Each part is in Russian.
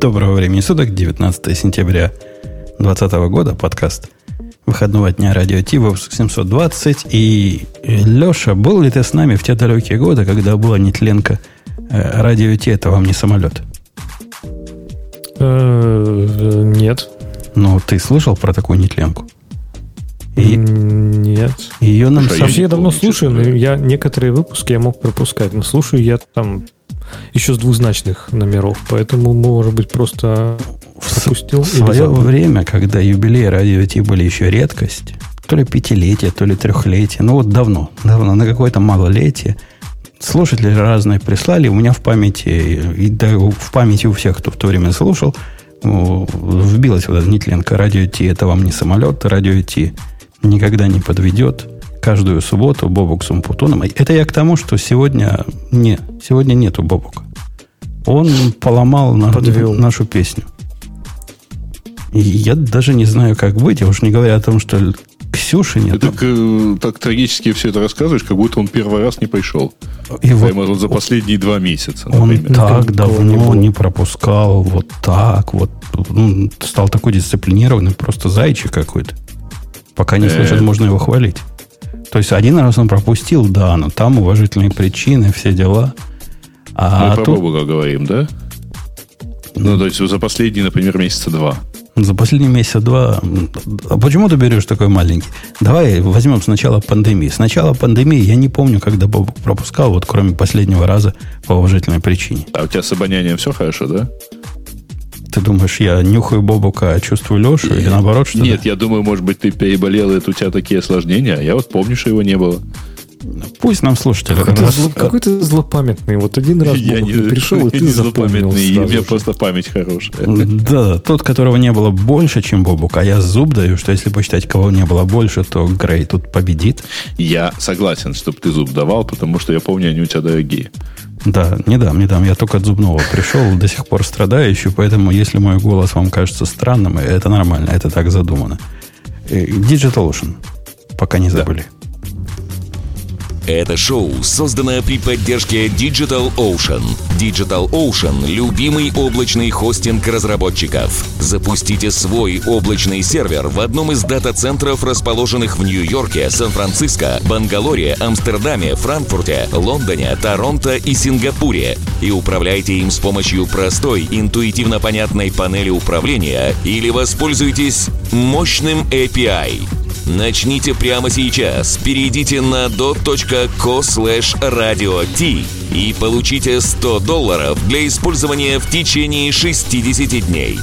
Доброго времени суток, 19 сентября 2020 года, подкаст выходного дня Радио Ти, выпуск 720. И, Леша, был ли ты с нами в те далекие годы, когда была нетленка Радио Ти, это вам не самолет? Нет. Ну, ты слышал про такую нетленку? Нет. Ее нам я давно слушаю, но некоторые выпуски я мог пропускать. Но слушаю я там еще с двузначных номеров, поэтому, может быть, просто пропустил. В свое время, когда юбилеи Радио Ти были еще редкость, то ли пятилетие, то ли трехлетие, ну вот давно, на какое-то малолетие, слушатели разные прислали, у меня в памяти, и да, в памяти у всех, кто в то время слушал, вбилась вот эта нетленка. Радио Ти — это вам не самолет, Радио Ти никогда не подведет. Каждую субботу Бобук с Умпутуном. Это я к тому, что сегодня нету Бобука. Он поломал нашу песню. И я даже не знаю, как быть. Я уж не говоря о том, что Ксюши нет. Ты так трагически все это рассказываешь, как будто он первый раз не пришел. И вот за последние 2 месяца, например. Он так давно не пропускал. Вот так вот. Ну, стал такой дисциплинированный, просто зайчик какой-то. Пока не слышат, можно его хвалить. То есть один раз он пропустил, да, но там уважительные причины, все дела. Мы про Бобука говорим, да? Ну, то есть за последние, например, месяца 2. За последние месяца 2. А почему ты берешь такой маленький? Давай возьмем с начала пандемии. С начала пандемии я не помню, когда Бобук пропускал, вот кроме последнего раза по уважительной причине. А у тебя с обонянием все хорошо, да? Ты думаешь, я нюхаю Бобука, а чувствую Лешу, или наоборот что-то? Нет, я думаю, может быть, ты переболел, и у тебя такие осложнения. А я вот помню, что его не было. Пусть нам слушатели... Какой ты злопамятный. Вот один раз Бобук не пришел, и ты запомнил сразу. У меня просто память хорошая. Да, тот, которого не было больше, чем Бобук, а я зуб даю, что если посчитать, кого не было больше, то Грей тут победит. Я согласен, чтобы ты зуб давал, потому что я помню, они у тебя дорогие. Да, не дам. Я только от зубного пришел, до сих пор страдающий, поэтому если мой голос вам кажется странным, это нормально, это так задумано. DigitalOcean, пока не забыли. Это шоу создано при поддержке DigitalOcean. DigitalOcean – любимый облачный хостинг разработчиков. Запустите свой облачный сервер в одном из дата-центров, расположенных в Нью-Йорке, Сан-Франциско, Бангалоре, Амстердаме, Франкфурте, Лондоне, Торонто и Сингапуре. И управляйте им с помощью простой, интуитивно понятной панели управления или воспользуйтесь мощным API. Начните прямо сейчас. Перейдите на dot.co/radio-t и получите $100 для использования в течение 60 дней.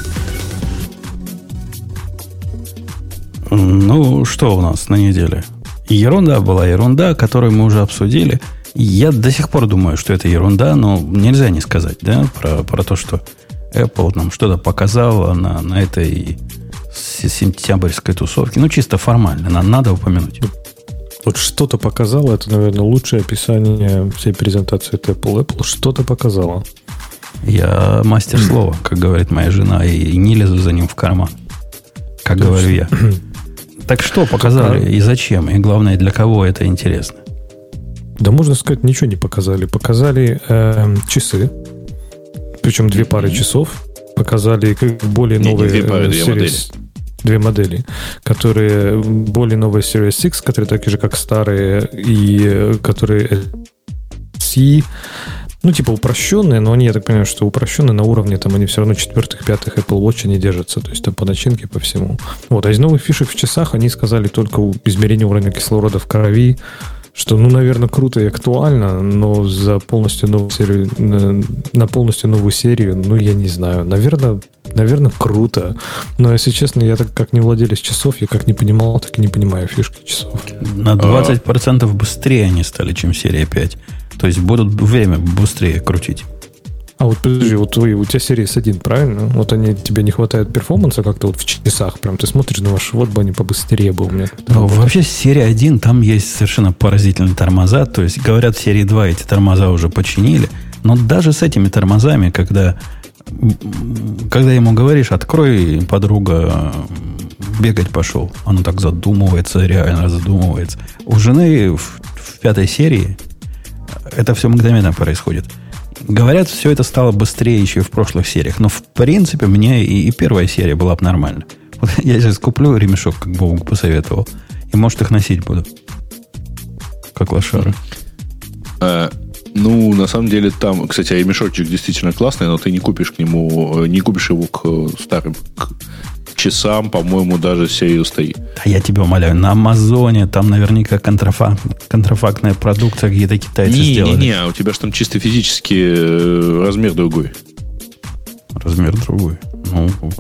Ну, что у нас на неделе? Ерунда, которую мы уже обсудили. Я до сих пор думаю, что это ерунда, но нельзя не сказать, да, про то, что Apple нам что-то показала на этой сентябрьской тусовке. Ну, чисто формально. Надо упомянуть. Вот что-то показало. Это, наверное, лучшее описание всей презентации от Apple. Apple что-то показала. Я мастер слова, как говорит моя жена, и не лезу за ним в карман. Как говорю я. Так что показали и зачем? И главное, для кого это интересно? Да, можно сказать, ничего не показали. Показали часы. Причем 2 пары часов. Показали более новые серии. 2 модели, которые более новые Series X, которые такие же, как старые, и которые SE, ну, типа упрощенные, но они, я так понимаю, что упрощенные на уровне, там они все равно 4-х, 5-х Apple Watch не держатся, то есть там по начинке, по всему. Вот, а из новых фишек в часах они сказали только измерение уровня кислорода в крови, что, ну, наверное, круто и актуально, но за полностью новую серию, на полностью новую серию, ну, я не знаю. Наверное, круто. Но, если честно, я так как не владелец часов, я как не понимал, так и не понимаю фишки часов. На 20% быстрее они стали, чем серия 5. То есть будут время быстрее крутить. А вот подожди, вот у тебя Series 1, правильно? Вот тебе не хватает перформанса как-то вот в часах. Прям ты смотришь, думаешь, вот бы они побыстрее бы у меня. Вообще, серия 1, там есть совершенно поразительные тормоза. То есть, говорят, в серии 2 эти тормоза уже починили. Но даже с этими тормозами, когда ему говоришь, открой, подруга, бегать пошел. Оно так задумывается, реально задумывается. У жены в 5-й серии это все мгновенно происходит. Говорят, все это стало быстрее еще и в прошлых сериях. Но, в принципе, мне и первая серия была бы нормальна. Вот я сейчас куплю ремешок, как Бог посоветовал, и, может, их носить буду. Как лошара. На самом деле, там, кстати, ремешочек действительно классный, но ты не купишь его к старым часам, по-моему, даже серию стоит. А я тебя умоляю, на Амазоне там наверняка контрафактная продукция, какие-то китайцы сделали. Не, у тебя же там чисто физически размер другой. Размер другой. У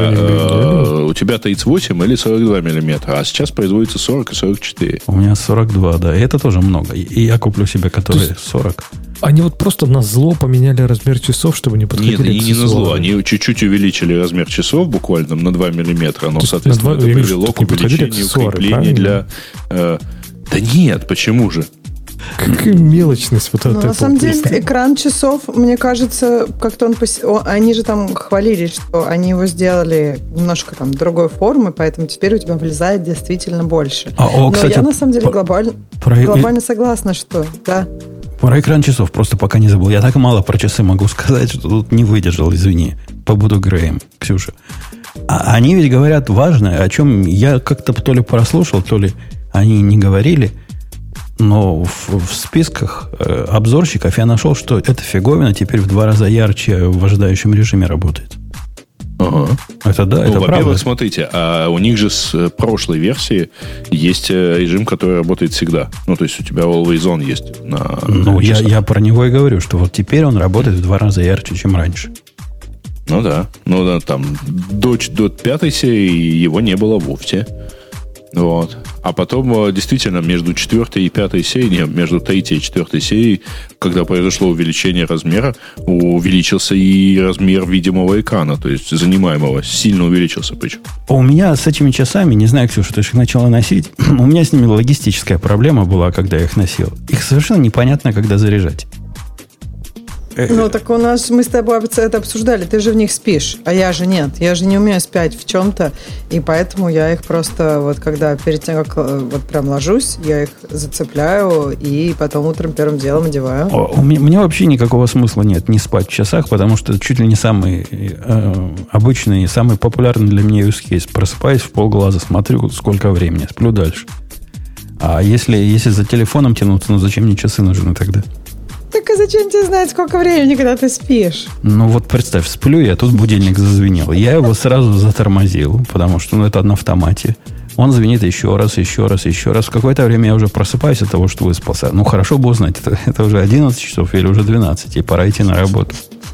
тебя 38 или 42 миллиметра, а сейчас производится 40 и 44. У меня 42, да. И это тоже много. И я куплю себе, который 40. Они вот просто на зло поменяли размер часов, чтобы не подходили к Нет, не на зло. Они чуть-чуть увеличили размер часов буквально на 2 миллиметра. Но, соответственно, это привело к увеличению креплений для... Да нет, почему же? Какая мелочность вот эта. На самом деле, экран часов, мне кажется, как-то они же там хвалились, что они его сделали немножко там другой формы, поэтому теперь у тебя влезает действительно больше. Но кстати, я на самом деле глобально согласна, что да. Про экран часов просто пока не забыл. Я так мало про часы могу сказать, что тут не выдержал, извини. Побуду Греем, Ксюша. А они ведь говорят важное, о чем я как-то то ли прослушал, то ли они не говорили. Но в списках обзорщиков я нашел, что эта фиговина теперь в 2 раза ярче в ожидающем режиме работает. Ага. Это да, это правда. Во-первых, смотрите, а у них же с прошлой версии есть режим, который работает всегда. То есть у тебя Always On есть. Я про него и говорю, что вот теперь он работает в 2 раза ярче, чем раньше. Да, там до 5 серии его не было вовсе. Вот. А потом, действительно, между 4 и 5 серией, между 3 и 4 серией, когда произошло увеличение размера, увеличился и размер видимого экрана, то есть занимаемого, сильно увеличился причем. У меня с этими часами, не знаю, Ксюша, ты же их начала носить, у меня с ними логистическая проблема была, когда я их носил. Их совершенно непонятно, когда заряжать. Так мы с тобой это обсуждали. Ты же в них спишь, а я же нет. Я же не умею спать в чем-то, и поэтому я их просто когда перед тем, как прям ложусь, я их зацепляю и потом утром первым делом одеваю. Мне вообще никакого смысла нет не спать в часах, потому что это чуть ли не самый обычный, самый популярный для меня use case. Просыпаюсь в полглаза, смотрю, сколько времени, сплю дальше. А если за телефоном тянуться, зачем мне часы нужны тогда? Так а зачем тебе знать, сколько времени, когда ты спишь? Представь, сплю я, тут будильник зазвенел. Я его сразу затормозил, потому что это на автомате. Он звенит еще раз. В какое-то время я уже просыпаюсь от того, что выспался. Хорошо бы узнать, это уже 11 часов или уже 12, и пора идти на работу.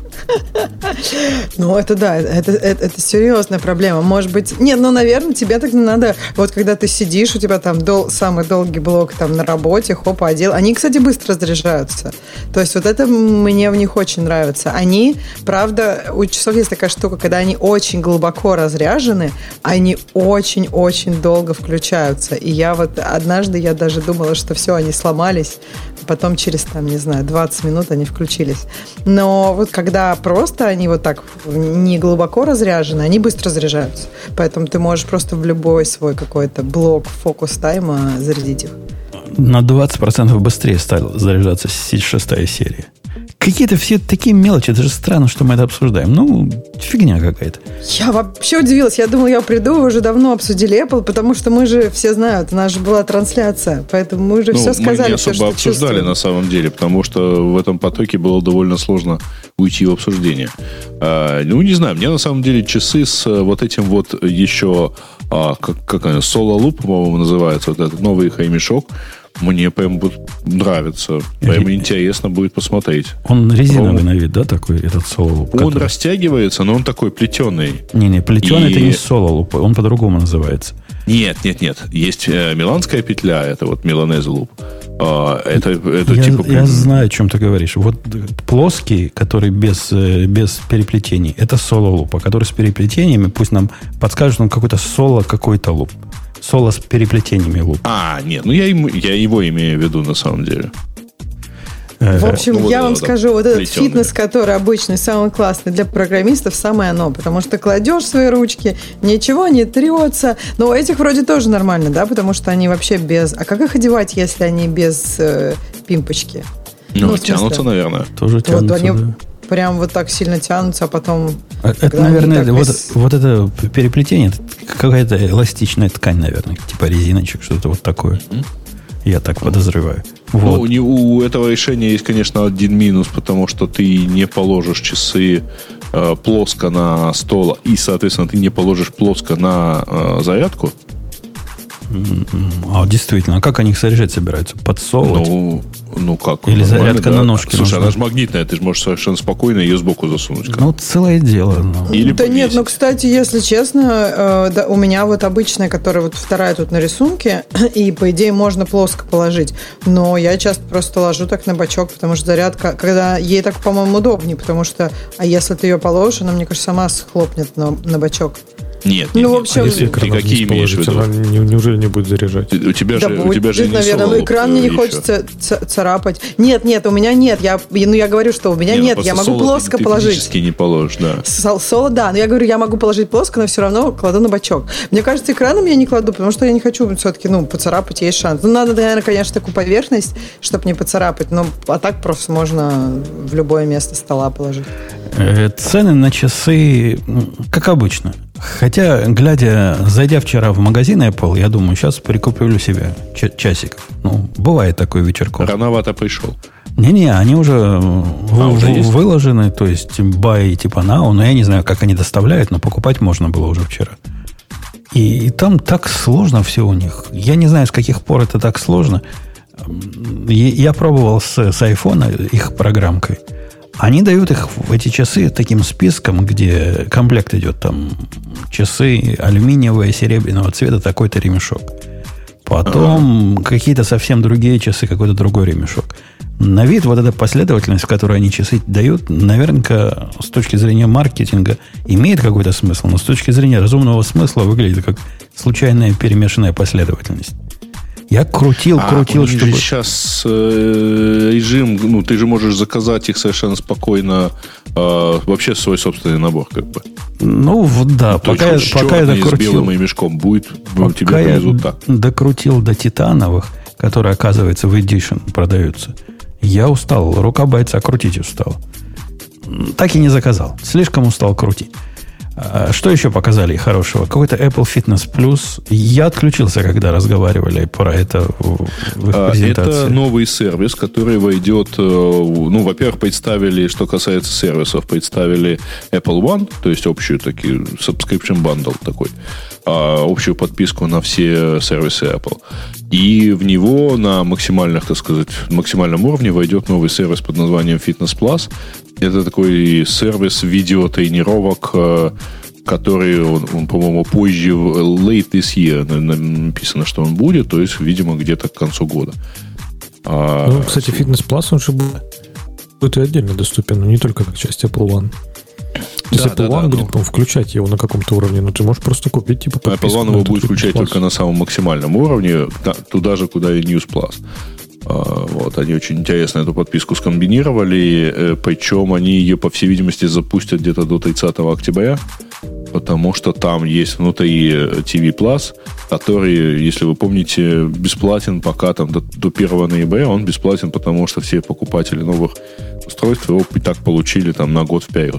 Это да, это серьезная проблема. Может быть, наверное, тебе тогда надо, когда ты сидишь, у тебя там самый долгий блок там на работе, хопа, одел. Они, кстати, быстро заряжаются. То есть это мне в них очень нравится. Они, правда, у часов есть такая штука, когда они очень глубоко разряжены, они очень-очень долго включаются. И я однажды я даже думала, что все, они сломались, потом через, 20 минут они включились. Но когда просто они так не глубоко разряжены, они быстро заряжаются. Поэтому ты можешь просто в любой свой какой-то блок фокус-тайма зарядить их. На 20% быстрее стала заряжаться 6-я серия. Какие-то все такие мелочи. Это же странно, что мы это обсуждаем. Фигня какая-то. Я вообще удивилась. Я думала, я приду, вы уже давно обсудили Apple, потому что мы же все знают, у нас же была трансляция, поэтому мы уже все сказали. Мы не особо обсуждали на самом деле, потому что в этом потоке было довольно сложно уйти в обсуждение. Не знаю, мне на самом деле часы с этим еще, как они, Solar Loop, по-моему, называется, этот новый их ремешок, мне прям нравится. Прям интересно будет посмотреть. Он резиновый на вид, да, такой, этот Solar Loop? Он растягивается, но он такой плетеный. Не, плетеный это не Solar Loop, он по-другому называется. Нет. Есть миланская петля, это Milanese Loop. Я знаю, о чем ты говоришь. Плоский, который без переплетений, это Solar Loop, а который с переплетениями, пусть нам подскажут, он какой-то какой-то луп. Соло с переплетениями луп. Нет, я его имею в виду на самом деле. В общем, я вам скажу, этот фитнес, который обычный, самый классный для программистов, самое оно. Потому что кладешь свои ручки, ничего не трется. Но у этих вроде тоже нормально, да? Потому что они вообще без... А как их одевать, если они без пимпочки? Ну, тянутся, наверное. Тоже тянутся, вот они прям вот так сильно тянутся, а потом... Это, наверное, вот это переплетение, это какая-то эластичная ткань, наверное, типа резиночек, что-то вот такое. Я так подозреваю. Вот. Ну, у этого решения есть, конечно, один минус, потому что ты не положишь часы плоско на стол, и, соответственно, ты не положишь плоско на зарядку. А действительно, а как они их заряжать собираются? Подсовывать? Ну как? Или зарядка на ножке? Слушай, она же магнитная, ты же можешь совершенно спокойно ее сбоку засунуть. Ну, целое дело. Или да нет, ну, кстати, если честно, да, у меня вот обычная, которая вот вторая тут на рисунке, и, по идее, можно плоско положить. Но я часто просто ложу так на бочок, потому что зарядка, когда ей так, по-моему, удобнее, потому что, а если ты ее положишь, она, мне кажется, сама схлопнет на бочок. Нет, ну, в общем, если ты какие имеешь в виду? Она неужели не будет заряжать? У тебя же не наверное, соло, экран мне не хочется царапать. Нет, у меня нет. Я говорю, что у меня нет. Я могу плоско положить. Физически не положишь, да. Соло, да. Но я говорю, я могу положить плоско, но все равно кладу на бочок. Мне кажется, экраном я не кладу, потому что я не хочу все-таки, поцарапать, есть шанс. Ну, надо, наверное, конечно, такую поверхность, чтобы не поцарапать. Но а так просто можно в любое место стола положить. Цены на часы, как обычно. Хотя, зайдя вчера в магазин Apple, я думаю, сейчас прикуплю себе часиков. Ну, бывает такой вечерком. Рановато пришел. Не-не, они уже выложены, то есть buy типа now, но я не знаю, как они доставляют, но покупать можно было уже вчера. И там так сложно все у них. Я не знаю, с каких пор это так сложно. Я пробовал с iPhone их программкой. Они дают их в эти часы таким списком, где комплект идет там часы алюминиевые, серебряного цвета, такой-то ремешок. Потом какие-то совсем другие часы, какой-то другой ремешок. На вид вот эта последовательность, в которой они часы дают, наверное, с точки зрения маркетинга имеет какой-то смысл, но с точки зрения разумного смысла выглядит как случайная перемешанная последовательность. Я крутил, чтобы... сейчас режим, ты же можешь заказать их совершенно спокойно, вообще свой собственный набор, как бы. Ну, да, пока я докрутил. С белым ремешком будет, тебе привезут так. Докрутил до титановых, которые, оказывается, в Edition продаются. Я устал, рука бойца крутить устал. Так и не заказал. Слишком устал крутить. Что еще показали хорошего? Какой-то Apple Fitness Plus. Я отключился, когда разговаривали про это в их презентации. Это новый сервис, который войдет... во-первых, представили, что касается сервисов, представили Apple One, то есть общую такие subscription bundle такой, общую подписку на все сервисы Apple. И в него на максимальном уровне войдет новый сервис под названием Fitness Plus. Это такой сервис видеотренировок, который, он, по-моему, позже, late this year написано, что он будет, то есть, видимо, где-то к концу года. Кстати, Fitness Plus, он же будет и отдельно доступен, но не только как часть Apple One. То есть Apple One будет включать его на каком-то уровне, но ты можешь просто купить типа подписку. Apple One его будет включать только на самом максимальном уровне, туда же, куда и News Plus. Вот, они очень интересно эту подписку скомбинировали, причем они ее, по всей видимости, запустят где-то до 30 октября, потому что там есть внутри TV Plus, который, если вы помните, бесплатен пока там до 1 ноября, он бесплатен, потому что все покупатели новых устройств его и так получили там на год вперед.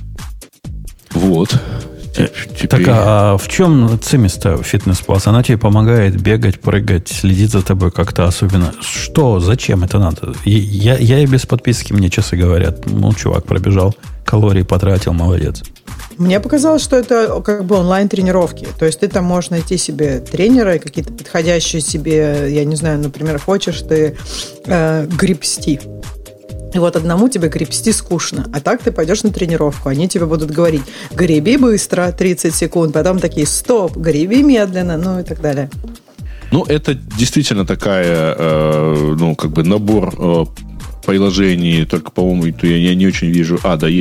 Вот. Теперь... Так, а в чем цимис-то Fitness Plus? Она тебе помогает бегать, прыгать, следить за тобой как-то особенно. Что? Зачем это надо? Я и без подписки, мне часы говорят. Ну, чувак пробежал, калорий потратил, молодец. Мне показалось, что это как бы онлайн-тренировки. То есть ты там можешь найти себе тренера и какие-то подходящие себе, я не знаю, например, хочешь ты гребсти. И вот одному тебе гребсти скучно, а так ты пойдешь на тренировку, они тебе будут говорить: греби быстро, 30 секунд, потом такие: стоп, греби медленно, ну и так далее. Ну, это действительно такая, набор приложений, только, по-моему, я не очень вижу. Да, есть тут.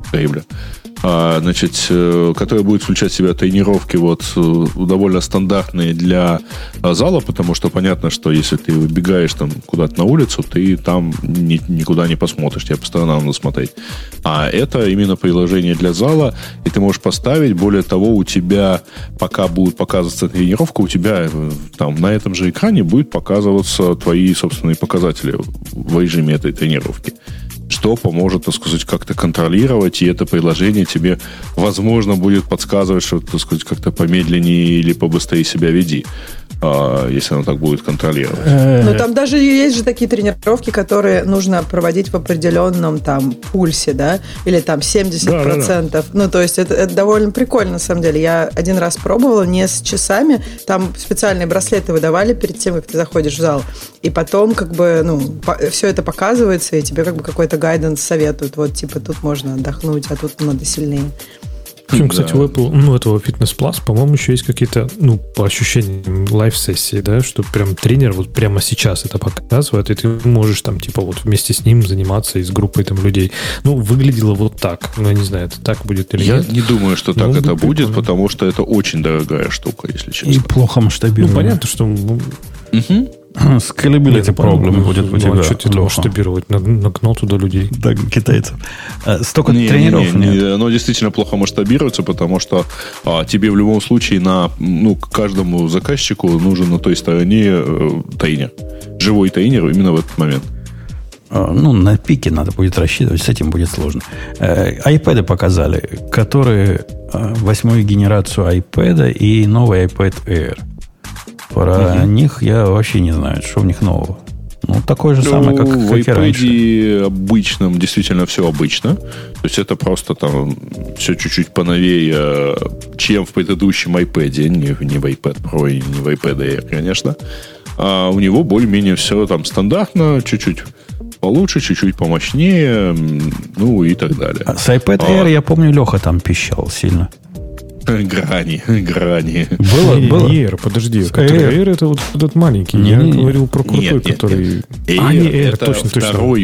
кабеля. Значит, которая будет включать в себя тренировки довольно стандартные для зала, потому что понятно, что если ты выбегаешь там куда-то на улицу, ты там никуда не посмотришь, тебе по сторонам надо смотреть. А это именно приложение для зала, и ты можешь поставить, более того, у тебя, пока будет показываться тренировка, у тебя там на этом же экране будет показываться твои собственные показатели в режиме этой тренировки, что поможет, так сказать, как-то контролировать, и это приложение тебе, возможно, будет подсказывать, что, так сказать, как-то помедленнее или побыстрее себя веди, если оно так будет контролировать. Ну, там даже есть же такие тренировки, которые нужно проводить в определенном там пульсе, да, или там 70%. Да. Ну, то есть это довольно прикольно, на самом деле. Я один раз пробовала, не с часами, там специальные браслеты выдавали перед тем, как ты заходишь в зал, и потом как бы, все это показывается, и тебе как бы какой-то гайденс советуют, вот, типа, тут можно отдохнуть, а тут надо сильнее. Причем, кстати, у Apple, этого Fitness Plus, по-моему, еще есть какие-то, по ощущениям, лайв-сессии, да, что прям тренер вот прямо сейчас это показывает, и ты можешь там, типа, вот вместе с ним заниматься и с группой там людей. Выглядело вот так. Я не знаю, это так будет или нет. Я не думаю, что так это будет, потому что это очень дорогая штука, если честно. И плохо масштабируемо. Понятно, что... Scalability проблемы будет у тебя. Что тебе масштабировать? Нагнал туда людей. Да, китайцев. Столько тренеров нет. Оно действительно плохо масштабируется, потому что тебе в любом случае каждому заказчику нужен на той стороне тренер. Живой тренер именно в этот момент. На пике надо будет рассчитывать, с этим будет сложно. iPad показали, которые 8-ю генерацию iPad и новый iPad Air. Про них я вообще не знаю, что в них нового. Такое же самое, как и раньше. В iPad обычном действительно все обычно. То есть это просто там все чуть-чуть поновее, чем в предыдущем iPad. Не в iPad Pro и не в iPad Air, конечно. А у него более-менее все там стандартно, чуть-чуть получше, чуть-чуть помощнее, и так далее. С iPad Air, я помню, Леха там пищал сильно. Грани. Было? Air, подожди. Air это вот этот маленький. Я говорил про крутой, который... Air, точно. Второй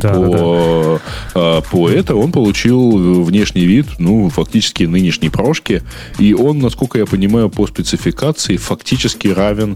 по это он получил внешний вид, фактически нынешней прошки. И он, насколько я понимаю, по спецификации фактически равен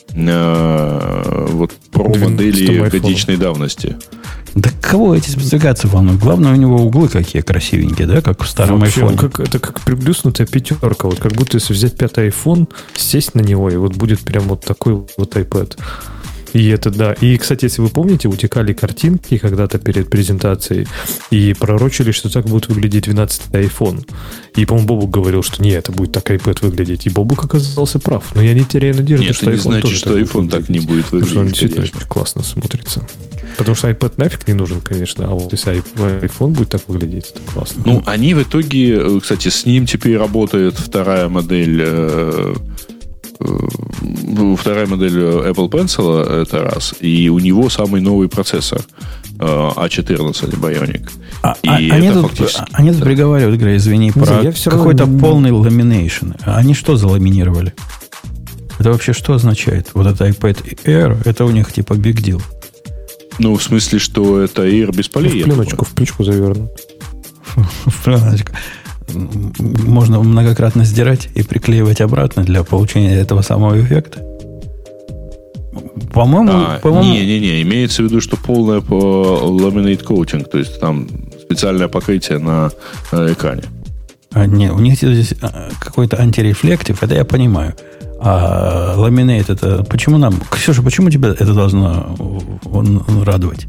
про-модели годичной давности. Да кого эти спецификации волнуют? Главное, у него углы какие красивенькие, да, как в старом iPhone. Это как приплюснутая пятерка. Вот как будто если взять 5-й iPhone, сесть на него, и вот будет прям вот такой вот iPad. И это да. И, кстати, если вы помните, утекали картинки когда-то перед презентацией и пророчили, что так будет выглядеть 12-й iPhone. И, по-моему, Бобук говорил, что нет, это будет так iPad выглядеть. И Бобук оказался прав. Но я не теряю надежды, что iPhone тоже что iPhone так не будет выглядеть. Потому что он действительно очень классно смотрится. Потому что iPad нафиг не нужен, конечно. А вот если iPhone будет так выглядеть, это классно. Они в итоге, кстати, с ним теперь работает вторая модель Apple Pencil, это раз, и у него самый новый процессор A14 Bionic. Они тут приговаривают, говорят, извини, про какой-то полный ламинейшн. Они что заламинировали? Это вообще что означает? Вот это iPad Air, это у них типа big deal. В смысле, что это Air без полей? В пленочку завернут. В пленочку. Можно многократно сдирать и приклеивать обратно для получения этого самого эффекта. По-моему... Не. Имеется в виду, что полное laminate coating, то есть там специальное покрытие на экране. Нет, у них здесь какой-то антирефлектив, это я понимаю. А ламинейт это... Почему нам... Ксюша, почему тебя это должно радовать?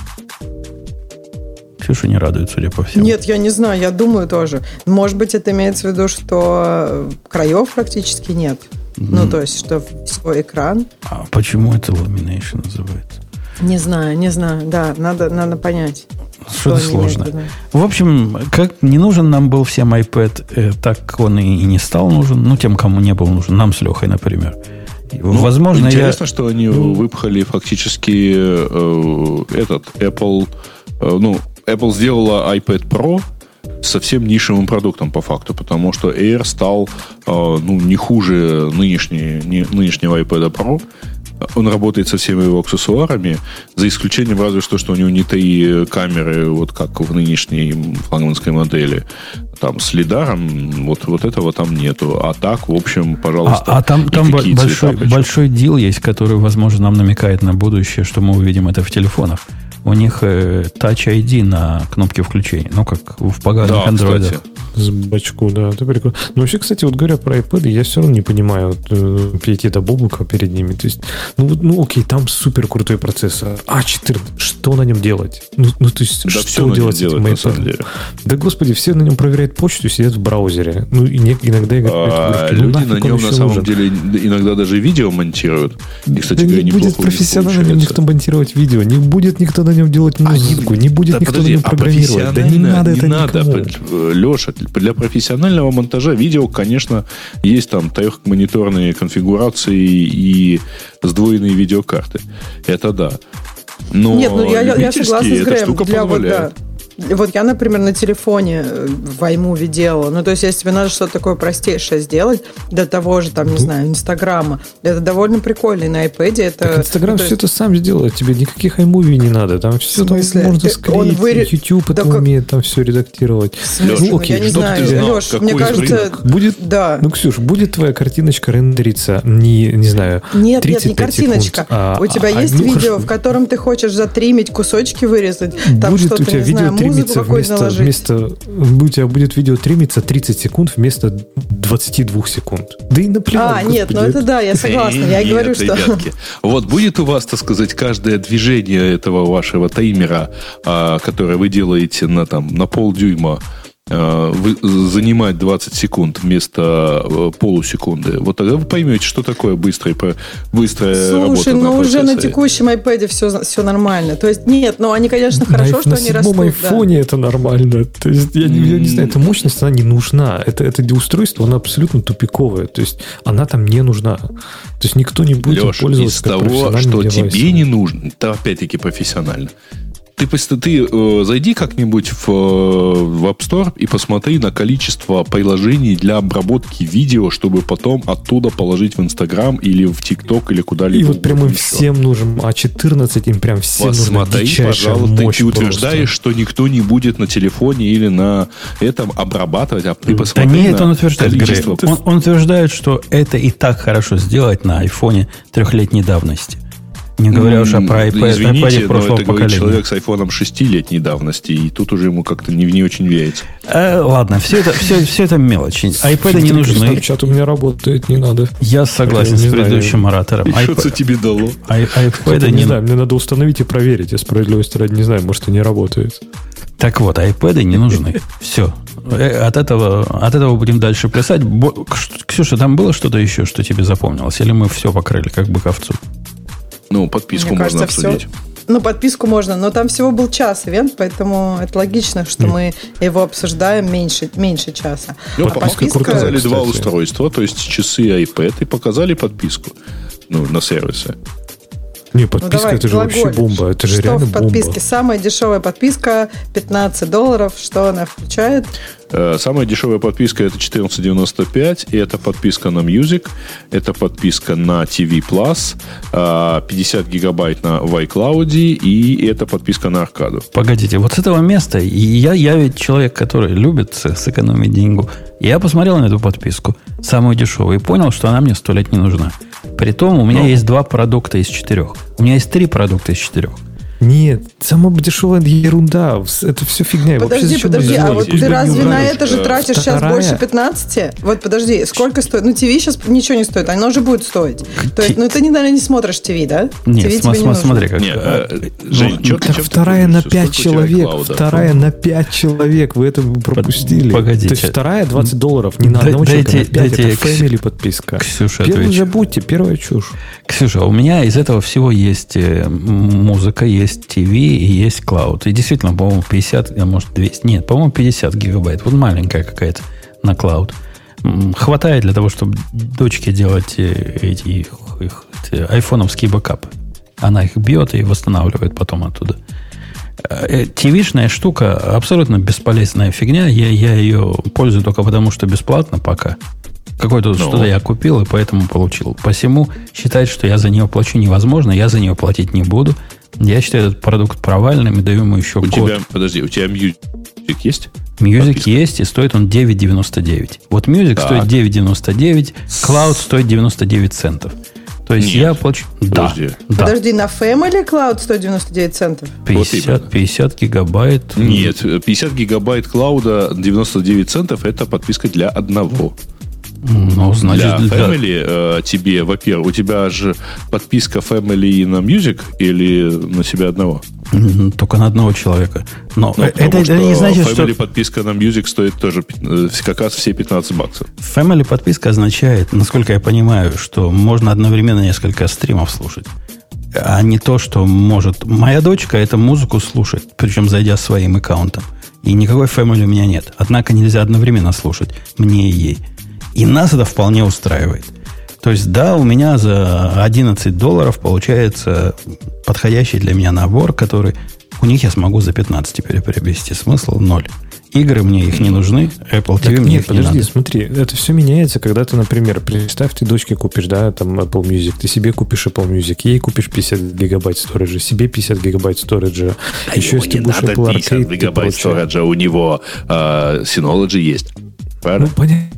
Ксюша не радует, судя по всему. Нет, я не знаю, я думаю тоже. Может быть, это имеется в виду, что краев практически нет. То есть, что свой экран. А почему это lamination называется? Не знаю. Да, надо понять. Что-то сложно. В общем, как не нужен нам был всем iPad, так он и не стал нужен. Тем, кому не был нужен. Нам с Лехой, например. Возможно, интересно, что они выпхали фактически Apple... Apple сделала iPad Pro совсем нишевым продуктом по факту, потому что Air стал не хуже нынешнего iPad Pro, Он работает со всеми его аксессуарами, за исключением разве что у него не 3 камеры, вот как в нынешней флагманской модели. Там с лидаром, вот этого там нету. А так, в общем, пожалуйста. А там большой дил есть, который, возможно, нам намекает на будущее, что мы увидим это в телефонах. У них Touch ID на кнопке включения. Ну, как в поганых андроидах. С бачку, да, это прикольно. Но вообще, кстати, вот говоря про iPad, я все равно не понимаю пиетета Бобука перед ними. То есть, окей, там супер крутой процессор. А14, что на нем делать? То есть, да, что делать с этим iPad? Да, господи, все на нем проверяют почту, сидят в браузере. И иногда играют. Люди на нем на самом деле иногда даже видео монтируют. И, кстати, да не будет профессионально на нем никто монтировать видео, не будет никто на нем делать музыку, не будет никто на нем программировать. Да не надо это никому. Леша, для профессионального монтажа видео, конечно, есть там трехмониторные конфигурации и сдвоенные видеокарты. Это да. Но нет, я согласна с Греем. Штука позволяет. Вот я, например, на телефоне в iMovie делала. То есть, если тебе надо что-то такое простейшее сделать, для того же, там, не знаю, Инстаграма, это довольно прикольно. И на iPad это... Инстаграм все это сам сделает. Тебе никаких iMovie не надо. Там все там можно склеить. YouTube это умеет там все редактировать. Я не знаю, Леш, мне кажется... Ксюш, будет твоя картиночка рендериться не знаю, 35 секунд. Нет, не картиночка. У тебя есть видео, в котором ты хочешь затримить, кусочки вырезать, там что-то, не знаю, музыку какую-то наложить. У тебя будет видео тримиться 30 секунд вместо 22 секунд. Да и наплевать. Нет, это да, я согласна. Я и говорю, что... Ребятки, вот будет у вас, так сказать, каждое движение этого вашего таймера, которое вы делаете на полдюйма, занимать 20 секунд вместо полусекунды. Вот тогда вы поймете, что такое быстрая работа. Слушай, уже на текущем iPad все нормально. То есть, нет, они, конечно, хорошо, что они растут. На 7-м айфоне это нормально. То есть, я не знаю, эта мощность, она не нужна. Это устройство, оно абсолютно тупиковое. То есть, она там не нужна. То есть, никто не будет пользоваться как профессиональным девайсом. Из того, что тебе не нужно, это опять-таки профессионально. Ты зайди как-нибудь в App Store и посмотри на количество приложений для обработки видео, чтобы потом оттуда положить в Instagram или в TikTok или куда-либо. И вот прям им всем нужен А14, им прям всем нужна дичайшая мощь. Ты утверждаешь, что никто не будет на телефоне или на этом обрабатывать, а ты посмотри да нет, он утверждает, количество... Он утверждает, что это и так хорошо сделать на айфоне 3-летней давности. Не говоря уж про iPad, извините, но это говорит человек с айфоном 6-летней давности, и тут уже ему как-то не очень верится. Ладно, все это мелочи. iPad не нужны. Чат у меня работает, не надо. Я согласен с предыдущим оратором. И что тебе дало? iPad не знаю, мне надо установить и проверить. Я справедливости ради не знаю, может, и не работает. Так вот, iPad не нужны. Все. От этого будем дальше плясать. Ксюша, там было что-то еще, что тебе запомнилось? Или мы все покрыли, как бы ковцу? Подписку мне можно обсудить. Подписку можно, но там всего был час ивент, поэтому это логично, что мы его обсуждаем меньше часа. Показали два устройства, то есть часы и iPad, и показали подписку на сервисы. Не, подписка это же вообще бомба. Это же реально бомба. Что в подписке? Самая дешевая подписка $15. Что она включает? Самая дешевая подписка это $14.95. И это подписка на Music, это подписка на TV Plus, 50 гигабайт в iCloud и это подписка на аркаду. Погодите, вот с этого места, я ведь человек, который любит сэкономить деньгу, я посмотрел на эту подписку, самую дешевую, и понял, что она мне 100 лет не нужна. Притом у меня есть 2 продукта из 4. У меня есть 3 продукта из 4. Нет, самая дешевая ерунда. Это все фигня. Подожди, а вот ты разве на это же тратишь сейчас больше 15? Вот подожди, сколько стоит? ТВ сейчас ничего не стоит, оно уже будет стоить. То есть, ты, наверное, не смотришь ТВ, да? Нет, смотри, как... Жень, вторая на 5 человек. Вторая на 5 человек. Вы это пропустили. Погодите. То есть вторая $20. Не на одного человека, на 5. Это family подписка. Ксюша, первую забудьте, первая чушь. Ксюша, у меня из этого всего есть музыка, есть ТВ и есть клауд. И действительно, по-моему, 50, а может 200. Нет, по-моему, 50 гигабайт. Вот маленькая какая-то на клауд. Хватает для того, чтобы дочке делать эти айфоновские бэкапы. Она их бьет и восстанавливает потом оттуда. ТВшная штука абсолютно бесполезная фигня. Я ее пользую только потому, что бесплатно пока. Какое-то что-то я купил, и поэтому получил. Посему считать, что я за нее плачу, невозможно. Я за нее платить не буду. Я считаю этот продукт провальным и даю ему еще год. Подожди, у тебя Music есть? Music подписка? Есть, и стоит он $9.99. Вот Music стоит $9.99, Cloud стоит 99 центов. То есть я плачу... Подожди, на Family Cloud 199 центов? 50 гигабайт. Нет, 50 гигабайт клауда 99 центов это подписка для одного. Ну, значит, для Family тебе, во-первых, у тебя же подписка Family на Music или на себя одного? Только на одного человека. Но это не значит, что... Family подписка на Music стоит тоже как раз все $15. Family подписка означает, насколько я понимаю, что можно одновременно несколько стримов слушать. А не то, что может... Моя дочка эту музыку слушает, причем зайдя своим аккаунтом. И никакой Family у меня нет. Однако нельзя одновременно слушать мне и ей. И нас это вполне устраивает. То есть, да, у меня за $11 получается подходящий для меня набор, который у них я смогу за 15 теперь приобрести. Смысл 0. Игры мне их не нужны, Apple TV мне их не надо. Подожди, смотри, это все меняется, когда ты, например, представь, ты дочке купишь, да, там Apple Music, ты себе купишь Apple Music, ей купишь 50 гигабайт сториджа, себе 50 гигабайт сториджа. Еще если ты будешь Apple Arcade, 50 гигабайт сториджа, у него Synology есть. Правильно? Ну, понятно.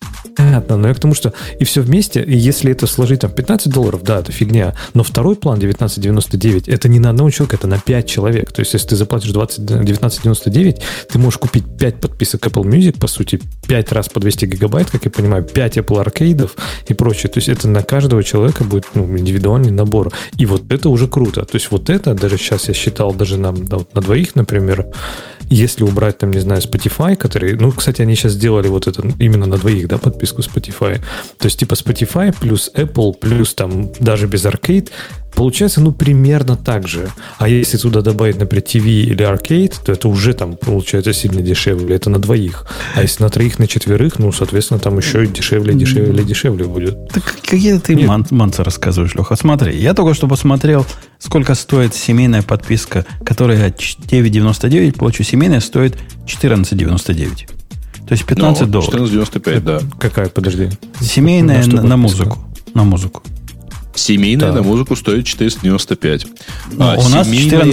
Но я к тому, что и все вместе, и если это сложить там $15, да, это фигня. Но второй план $19.99 это не на одного человека, это на 5 человек. То есть, если ты заплатишь $19.99, ты можешь купить 5 подписок Apple Music, по сути, 5 раз по 200 гигабайт, как я понимаю, 5 Apple Arcade'ов и прочее. То есть, это на каждого человека будет индивидуальный набор. И вот это уже круто. То есть, вот это, даже сейчас я считал, даже на двоих, например, если убрать, там, не знаю, Spotify, который... Ну, кстати, они сейчас сделали вот это именно на двоих, да, подписку Spotify. То есть, типа, Spotify плюс Apple, плюс там даже без Arcade, получается, примерно так же. А если туда добавить, например, TV или Arcade, то это уже там получается сильно дешевле. Это на двоих. А если на троих, на четверых, соответственно, там еще дешевле будет. Так какие ты манцы рассказываешь, Леха? Смотри, я только что посмотрел, сколько стоит семейная подписка, которая $9.99, плачу семейная, стоит $14.99. То есть $15. $14.95, да. Какая, подожди? Семейная на музыку. На музыку. Семейная на музыку стоит $495. У нас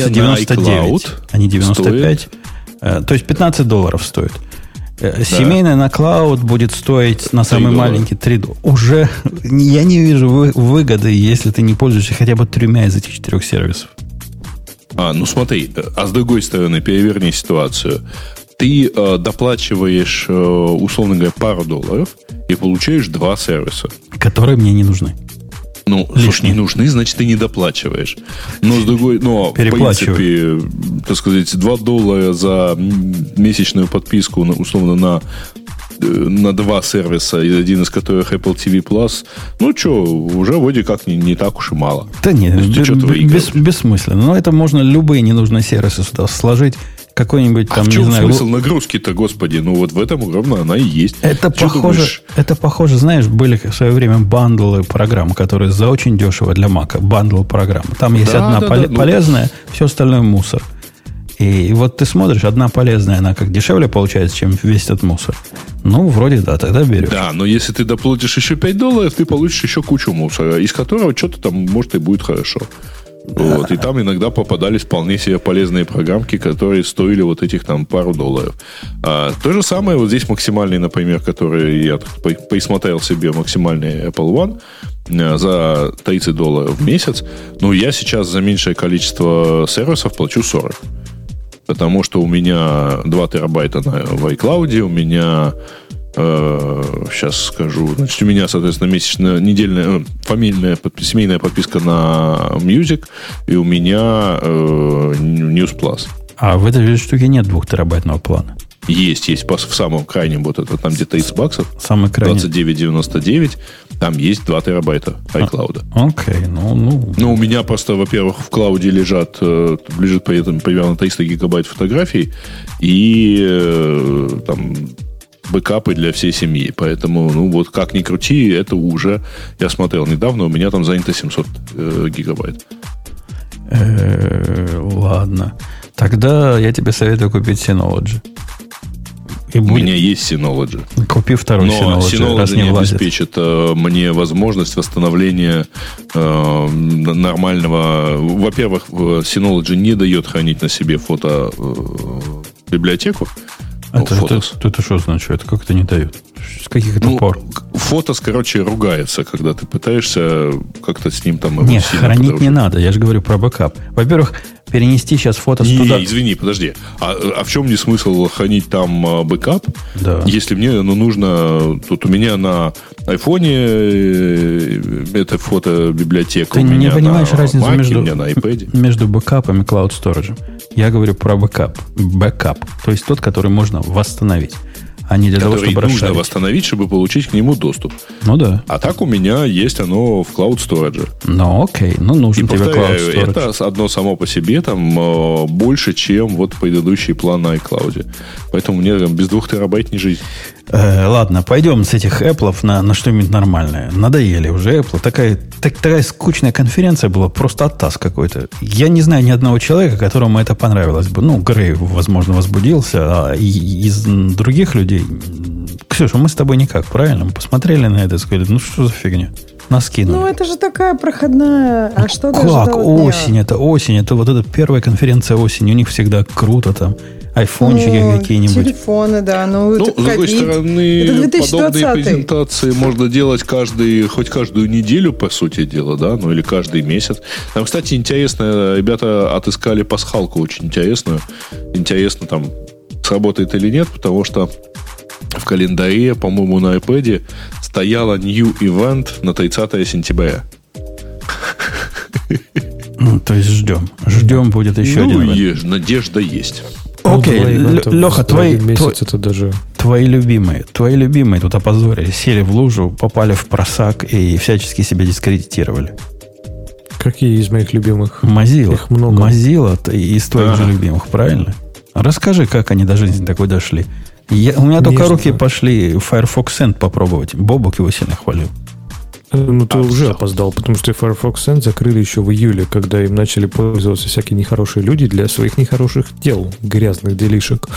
$14.99, а не 95. То есть $15 стоит. Семейная на клауд будет стоить на самый маленький $3. Уже я не вижу выгоды, если ты не пользуешься хотя бы 3 из этих 4 сервисов. Смотри, а с другой стороны, переверни ситуацию. Ты доплачиваешь, условно говоря, пару $, и получаешь 2 сервиса. Которые мне не нужны. Слушай, не нужны, значит, ты не доплачиваешь. Но с другой, в принципе, так сказать, $2 за месячную подписку, условно, на 2 сервиса, один из которых Apple TV Plus, уже вроде как не так уж и мало. Да нет, бессмысленно. Но это можно любые ненужные сервисы сюда сложить. Какой-нибудь там, в чем смысл нагрузки-то, господи? Вот в этом ровно она и есть. Это похоже, знаешь, были в свое время бандлы программ, которые за очень дешево для Mac. Бандл программы. Там есть одна полезная, все остальное мусор. И вот ты смотришь, одна полезная, она как дешевле получается, чем весь этот мусор. Вроде да, тогда берешь. Да, но если ты доплатишь еще $5, ты получишь еще кучу мусора, из которого что-то там, может, и будет хорошо. И там иногда попадались вполне себе полезные программки, которые стоили вот этих там пару $. То же самое вот здесь максимальный, например, который я присмотрел себе, максимальный Apple One за $30 в месяц. Я сейчас за меньшее количество сервисов плачу 40. Потому что у меня 2 терабайта в iCloud, у меня... сейчас скажу. Значит, у меня, соответственно, месячная, недельная, семейная подписка на Music, и у меня News Plus. А в этой штуке нет 2-терабайтного плана? Есть в самом крайнем, вот это там где-то $30, самый крайний. $29.99, там есть 2 терабайта iCloud. Окей, у меня просто, во-первых, в клауде лежит при этом примерно 300 гигабайт фотографий, и там бэкапы для всей семьи. Поэтому, как ни крути, это уже... Я смотрел недавно, у меня там занято 700 гигабайт. Ладно. Тогда я тебе советую купить Synology. У меня есть Synology. Купи второй Synology, раз не влазит. Обеспечит мне возможность восстановления нормального... Во-первых, Synology не дает хранить на себе фото-библиотеку. Это что значит? Как это не дает? С каких это пор? Фотос, ругается, когда ты пытаешься как-то с ним там... Нет, хранить подружить. Не надо. Я же говорю про бэкап. Во-первых, перенести сейчас фотос туда... извини, подожди. А в чем мне смысл хранить там бэкап? Да. Если мне нужно... Тут у меня на айфоне это фотобиблиотека. Ты не понимаешь разницу Mac, у меня на iPad. Между бэкапом и cloud storage. Я говорю про бэкап. Бэкап. То есть тот, который можно восстановить. А не для того, чтобы расширить. Нужно восстановить, чтобы получить к нему доступ. Ну да. А так у меня есть оно в Cloud Storage. Ну окей, нужен тебе Cloud Storage. Это одно само по себе там больше, чем вот предыдущий план на iCloud. Поэтому мне без 2 терабайт не жить. Ладно, пойдем с этих Apple'ов на что-нибудь нормальное. Надоели уже Apple. Такая скучная конференция была, просто оттас какой-то. Я не знаю ни одного человека, которому это понравилось бы. Грей, возможно, возбудился, а из других людей... Ксюша, мы с тобой никак, правильно? Мы посмотрели на это и сказали, что за фигня? Нас кинули. Это же такая проходная. А что даже как? Осень, это вот эта первая конференция осени. У них всегда круто там. Айфончики какие-нибудь. Телефоны, да. С другой стороны, подобные презентации можно делать хоть каждую неделю, по сути дела, да, или каждый месяц. Там, кстати, интересно, ребята отыскали пасхалку очень интересную. Интересно, там, сработает или нет, потому что в календаре, по-моему, на iPad стояло New Event на 30 сентября. То есть ждем. Ждем будет еще один. Надежда есть. Окей, Леха, твои любимые тут опозорились, сели в лужу, попали в просак и всячески себя дискредитировали. Какие из моих любимых? Mozilla. Их много. Mozilla из твоих же любимых, правильно? Расскажи, как они до жизни такой дошли. У меня только руки пошли Firefox Send попробовать. Бобок его сильно хвалил. Ты уже опоздал, потому что Firefox Send закрыли еще в июле, когда им начали пользоваться всякие нехорошие люди для своих нехороших дел, грязных делишек.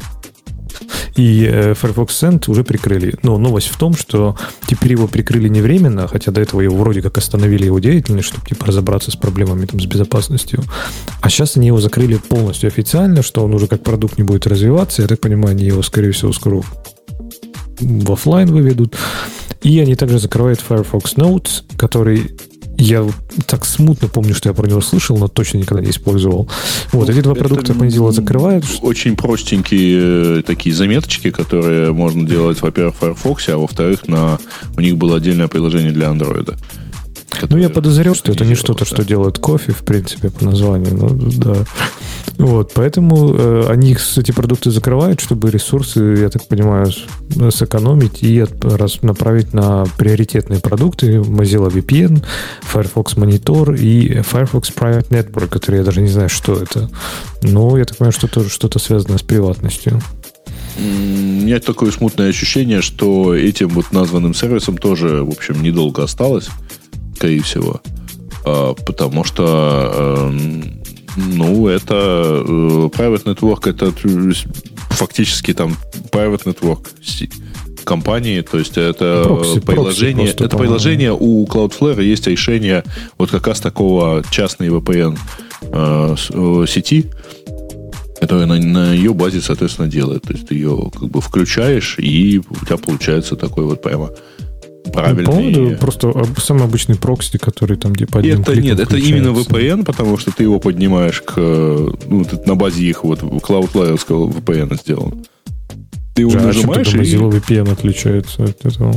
И Firefox Send уже прикрыли. Но новость в том, что теперь его прикрыли не временно, хотя до этого его вроде как остановили его деятельность, чтобы разобраться с проблемами с безопасностью. А сейчас они его закрыли полностью официально, что он уже как продукт не будет развиваться. Я так понимаю, они его, скорее всего, скоро в офлайн выведут. И они также закрывают Firefox Notes, который я так смутно помню, что я про него слышал, но точно никогда не использовал. Эти два продукта Mozilla закрывают. Очень простенькие такие заметочки, которые можно делать, во-первых, в Firefox, а во-вторых, у них было отдельное приложение для Android. Я подозревал, что это не что-то, что делает кофе, в принципе, по названию. Да. Поэтому они эти продукты закрывают, чтобы ресурсы, я так понимаю, сэкономить и направить на приоритетные продукты. Mozilla VPN, Firefox Monitor и Firefox Private Network, который я даже не знаю, что это. Но я так понимаю, что тоже что-то связано с приватностью. У меня такое смутное ощущение, что этим названным сервисом тоже, в общем, недолго осталось, скорее всего. Потому что это Private Network, это фактически там Private Network компании, то есть это приложение. Это приложение у Cloudflare есть решение как раз такого частной VPN сети, которая на ее базе, соответственно, делает. То есть ты ее включаешь, и у тебя получается такой прямо правильный... Просто самый обычный прокси, который там где по одним кликам нет, это именно VPN, потому что ты его поднимаешь на базе их Cloudflare-ского VPN сделан. Ты его нажимаешь, и... Mozilla VPN отличается от этого.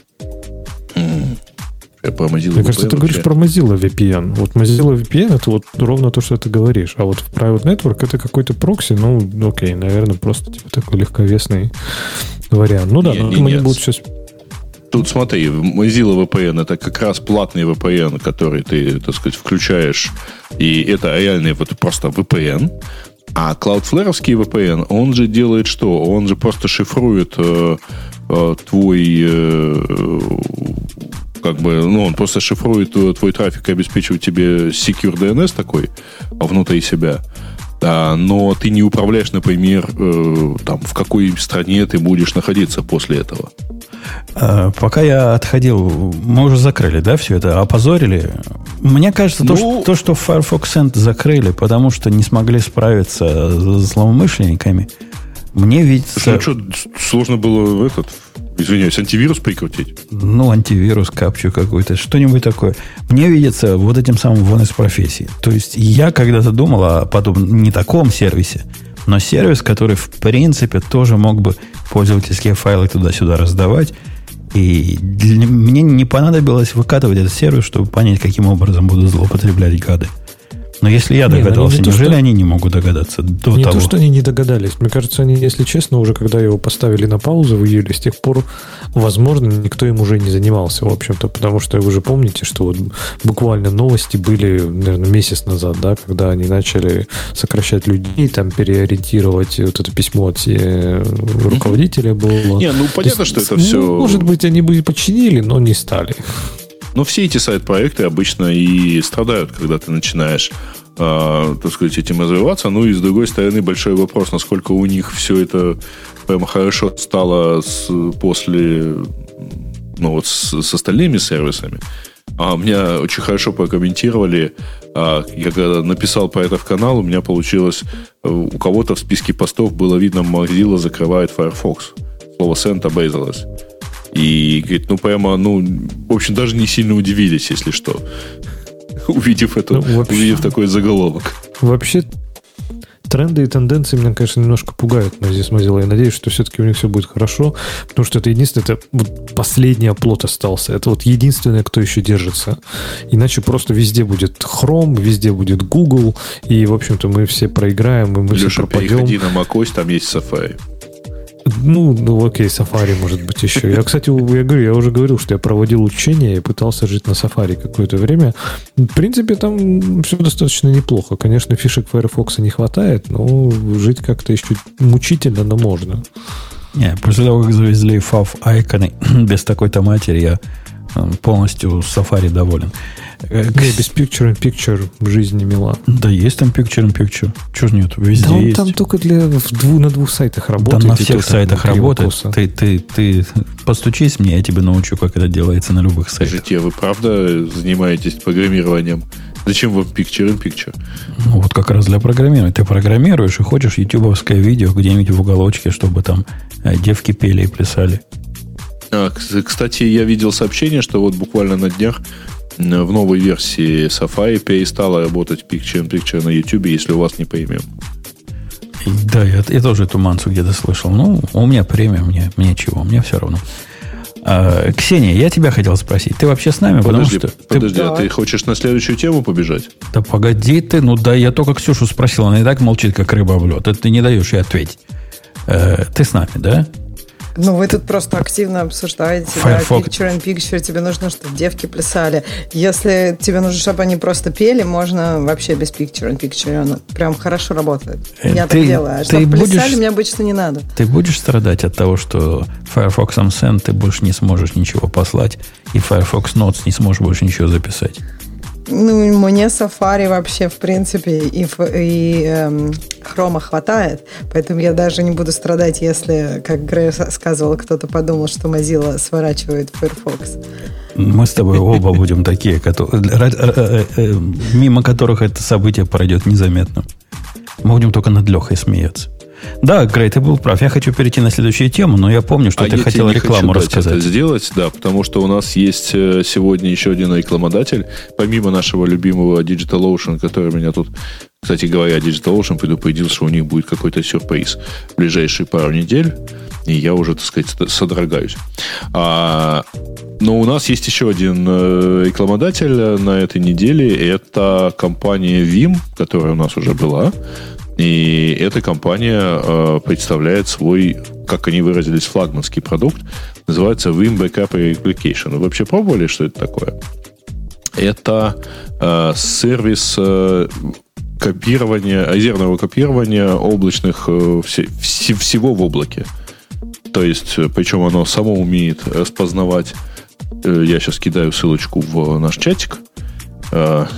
Мне кажется, ты говоришь про Mozilla VPN. Mozilla VPN это ровно то, что ты говоришь. А в Private Network это какой-то прокси, окей, наверное, просто такой легковесный вариант. Мы не будем сейчас... Тут смотри, Mozilla VPN это как раз платный VPN, который ты, так сказать, включаешь, и это реальный просто VPN. А Cloudflare-овский VPN, он же делает что? Он же просто шифрует твой... он просто шифрует твой трафик и обеспечивает тебе Secure DNS такой внутри себя. но ты не управляешь, например, там, в какой стране ты будешь находиться после этого. Пока я отходил, мы уже закрыли, да, все это? Опозорили? Мне кажется, то, что Firefox Send закрыли, потому что не смогли справиться с злоумышленниками, мне видится... Что, сложно было извиняюсь, антивирус прикрутить? Антивирус, капчу какой-то, что-нибудь такое. Мне видится вот этим самым вон из профессии. То есть я когда-то думал о подобном, не таком сервисе, но сервис, который, в принципе, тоже мог бы пользовательские файлы туда-сюда раздавать. И мне не понадобилось выкатывать этот сервис, чтобы понять, каким образом будут злоупотреблять гады. Но если я догадался, неужели они не могут догадаться до того? Не то, что они не догадались. Мне кажется, они, если честно, уже когда его поставили на паузу в июле, с тех пор, возможно, никто им уже не занимался, в общем-то, потому что вы же помните, что вот буквально новости были, наверное, месяц назад, да, когда они начали сокращать людей, там, переориентировать, вот это письмо от руководителя было. Понятно, что это все... Может быть, они бы и починили, но не стали. Но все эти сайт-проекты обычно и страдают, когда ты начинаешь, так сказать, этим развиваться. И с другой стороны, большой вопрос, насколько у них все это прямо хорошо стало после, с остальными сервисами. Меня очень хорошо прокомментировали. Я когда написал про это в канал, у меня получилось, у кого-то в списке постов было видно, Mozilla закрывает Firefox. Слово Send обрезалось. И говорит, в общем, даже не сильно удивились, если что, увидев такой заголовок. Вообще, тренды и тенденции меня, конечно, немножко пугают здесь Mozilla. Я надеюсь, что все-таки у них все будет хорошо, потому что это единственное, это вот последний оплот остался. Это вот единственное, кто еще держится. Иначе просто везде будет Chrome, везде будет Google, и, в общем-то, мы все проиграем, и мы все пропадем. Переходи на macOS, там есть Safari. Окей, Safari может быть еще. Я, кстати, я уже говорил, что я проводил учения и пытался жить на Safari какое-то время. В принципе, там все достаточно неплохо. Конечно, фишек Firefox не хватает, но жить как-то еще мучительно, но можно. После того, как завезли FAV-айконы без такой-то матери, я полностью Safari доволен. Без Picture-in-Picture жизнь не мила. Да, есть там Picture-in-Picture. Чего ж нет? Везде да он есть. там только на двух сайтах работает. Там на всех сайтах работает. Ты постучись мне, я тебе научу, как это делается на любых сайтах. Скажите, вы правда занимаетесь программированием? Зачем вам Picture-in-Picture? Вот как раз для программирования. Ты программируешь и хочешь ютубовское видео где-нибудь в уголочке, чтобы там девки пели и плясали. Кстати, я видел сообщение, что вот буквально на днях в новой версии Safari перестала работать Picture-in-Picture на YouTube, если у вас не премиум. Да, я тоже эту мансу где-то слышал. У меня премиум, мне чего, мне все равно. Ксения, я тебя хотел спросить. Ты вообще с нами? Подожди, а ты хочешь на следующую тему побежать? Да погоди ты, я только Ксюшу спросил, она и так молчит, как рыба об лед. Это ты не даешь ей ответить. Ты с нами, да? Вы тут просто активно обсуждаете, Firefox. Picture-in-Picture, тебе нужно, чтобы девки плясали. Если тебе нужно, чтобы они просто пели, можно вообще без Picture-in-Picture. Он прям хорошо работает. Я так делаю. А чтобы плясали, мне обычно не надо. Ты будешь страдать от того, что Firefox Send ты больше не сможешь ничего послать, и Firefox Notes не сможешь больше ничего записать? Мне Safari вообще, в принципе, и Chrome хватает, поэтому я даже не буду страдать, если, как Грей сказывал, кто-то подумал, что Mozilla сворачивает Firefox. Мы с тобой оба будем такие, мимо которых это событие пройдет незаметно. Мы будем только над Лехой смеяться. Да, Грей, ты был прав. Я хочу перейти на следующую тему, но я помню, что ты хотел рекламу рассказать. Это сделать, да, потому что у нас есть сегодня еще один рекламодатель, помимо нашего любимого DigitalOcean, который меня тут, кстати говоря, DigitalOcean предупредил, что у них будет какой-то сюрприз в ближайшие пару недель, и я уже, так сказать, содрогаюсь. Но у нас есть еще один рекламодатель на этой неделе, это компания Vim, которая у нас уже была. И эта компания представляет свой, как они выразились, флагманский продукт. Называется Vim Backup Replication. Вы вообще пробовали, что это такое? Это сервис копирования, резервного копирования облачных всего в облаке. То есть, причем оно само умеет распознавать. Я сейчас кидаю ссылочку в наш чатик.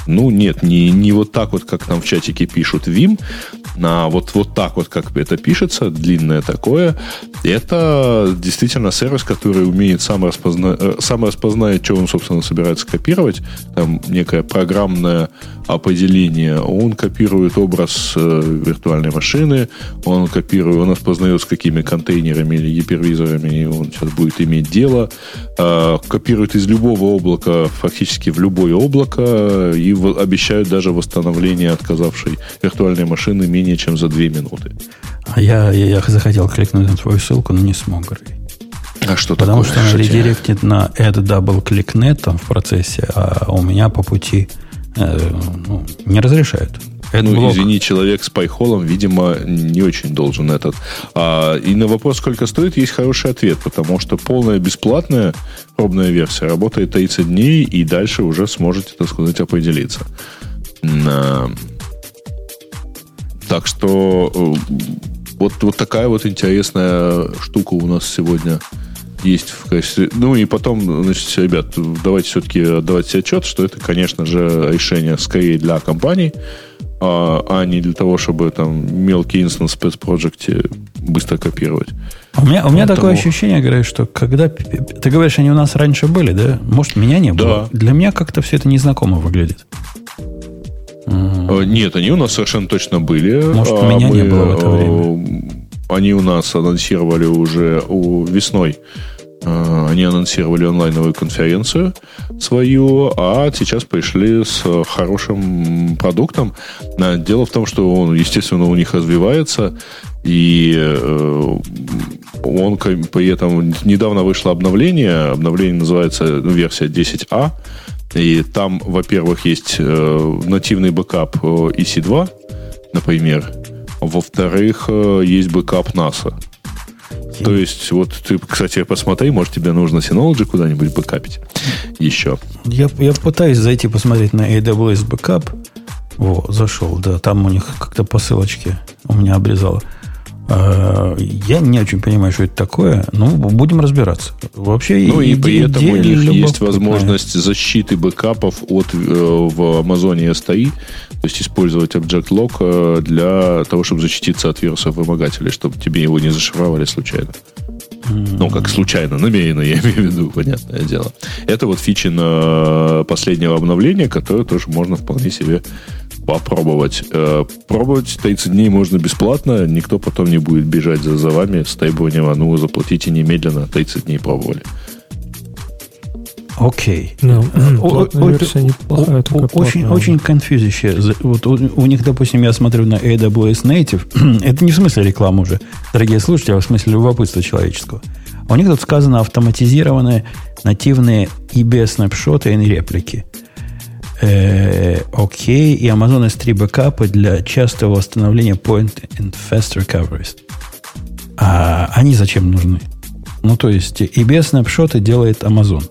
нет, не вот так вот, как нам в чатике пишут Vim, а вот так вот, как это пишется, длинное такое, это действительно сервис, который умеет сам распознает, что он, собственно, собирается копировать. Там некое программное определение. Он копирует образ виртуальной машины, он распознает, с какими контейнерами или гипервизорами он сейчас будет иметь дело, копирует из любого облака фактически в любое облако и обещают даже восстановление отказавшей виртуальной машины менее чем за 2 минуты. А я захотел кликнуть на твою ссылку, но не смог. А что Потому такое? что она редиректит на add double click net там в процессе, а у меня по пути не разрешают. Извини, человек с пайхолом, видимо, не очень должен этот. И на вопрос, сколько стоит, есть хороший ответ, потому что полная бесплатная пробная версия работает 30 дней, и дальше уже сможете, так сказать, определиться. Так что вот такая вот интересная штука у нас сегодня есть в качестве... И потом, значит, ребят, давайте все-таки отдавать себе отчет, что это, конечно же, решение скорее для компаний, а не для того, чтобы там мелкий инстанс в спецпроджекте быстро копировать. У меня такое ощущение, говорю, что когда... Ты говоришь, они у нас раньше были, да? Может, меня не было? Да. Для меня как-то все это незнакомо выглядит. Нет, они у нас совершенно точно были. Может, меня не было в это время. Они у нас анонсировали уже весной. Они анонсировали онлайновую конференцию свою, а сейчас пришли с хорошим продуктом. Дело в том, что он, естественно, у них развивается, и он при этом недавно вышло обновление. Обновление называется версия 10А. И там, во-первых, есть нативный бэкап EC2, например. Во-вторых, есть бэкап NASA. То есть, вот ты, кстати, посмотри, может, тебе нужно Synology куда-нибудь бэкапить еще. Я пытаюсь зайти посмотреть на AWS бэкап. Зашел, да, там у них как-то по ссылочке у меня обрезало. Я не очень понимаю, что это такое, но будем разбираться. Вообще, и при этом у них есть возможность защиты бэкапов в Амазоне S3, то есть использовать Object Lock для того, чтобы защититься от вирусов-вымогателей, чтобы тебе его не зашифровали случайно. Как случайно, намеренно, я имею в виду, понятное дело. Это вот фичи последнего обновления, которые тоже можно вполне себе попробовать. Пробовать 30 дней можно бесплатно, никто потом не будет бежать за вами с требованием, заплатите немедленно, 30 дней пробовали. Окей. Очень очень конфьюзище. Вот у них, допустим, я смотрю на AWS Native. Это не в смысле рекламы уже, дорогие слушатели, а в смысле любопытства человеческого. У них тут сказано автоматизированные нативные EBS-снапшоты и реплики. Окей. И Amazon S3 бэкапы для частого восстановления point and fast recoveries. А они зачем нужны? То есть EBS-снапшоты делает Amazon.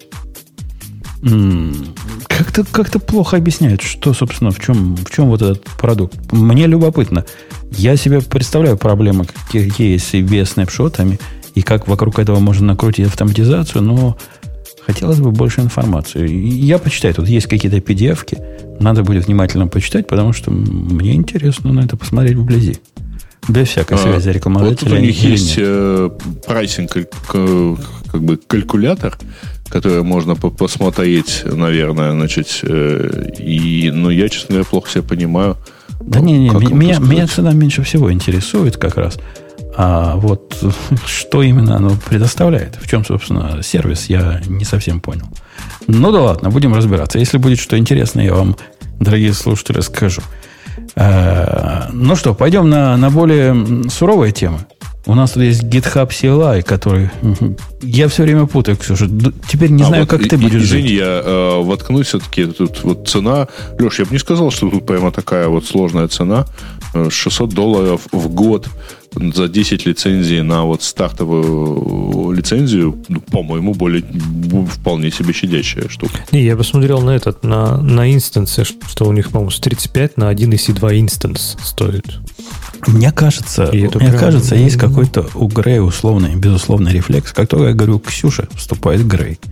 Как-то плохо объясняют, что, собственно, в чем вот этот продукт. Мне любопытно. Я себе представляю проблемы, какие есть с EBS-снапшотами, и как вокруг этого можно накрутить автоматизацию, но хотелось бы больше информации. Я почитаю. Тут есть какие-то PDF-ки. Надо будет внимательно почитать, потому что мне интересно на это посмотреть вблизи. Без всякой связи рекламодателя. Вот у них есть прайсинг, калькулятор, который можно посмотреть, наверное, значит, но я, честно говоря, плохо себя понимаю. Да меня цена меньше всего интересует как раз. А вот что именно оно предоставляет? В чем, собственно, сервис, я не совсем понял. Да ладно, будем разбираться. Если будет что интересное, я вам, дорогие слушатели, расскажу. Ну что, пойдем на более суровые темы. У нас тут есть GitHub CLI, который... Я все время путаю, Ксюша. Теперь не знаю, как ты будешь жить. Извини, я воткнусь все-таки. Тут вот цена... Леш, я бы не сказал, что тут прямо такая вот сложная цена. $600 в год за 10 лицензий на вот стартовую лицензию, по-моему, вполне себе щадящая штука. Не, я посмотрел на инстансы, что у них, по-моему, с 35 на 1 EC2 инстанс стоит. Мне кажется, есть какой-то у Грея безусловный рефлекс. Как только я говорю Ксюша, вступает Грей.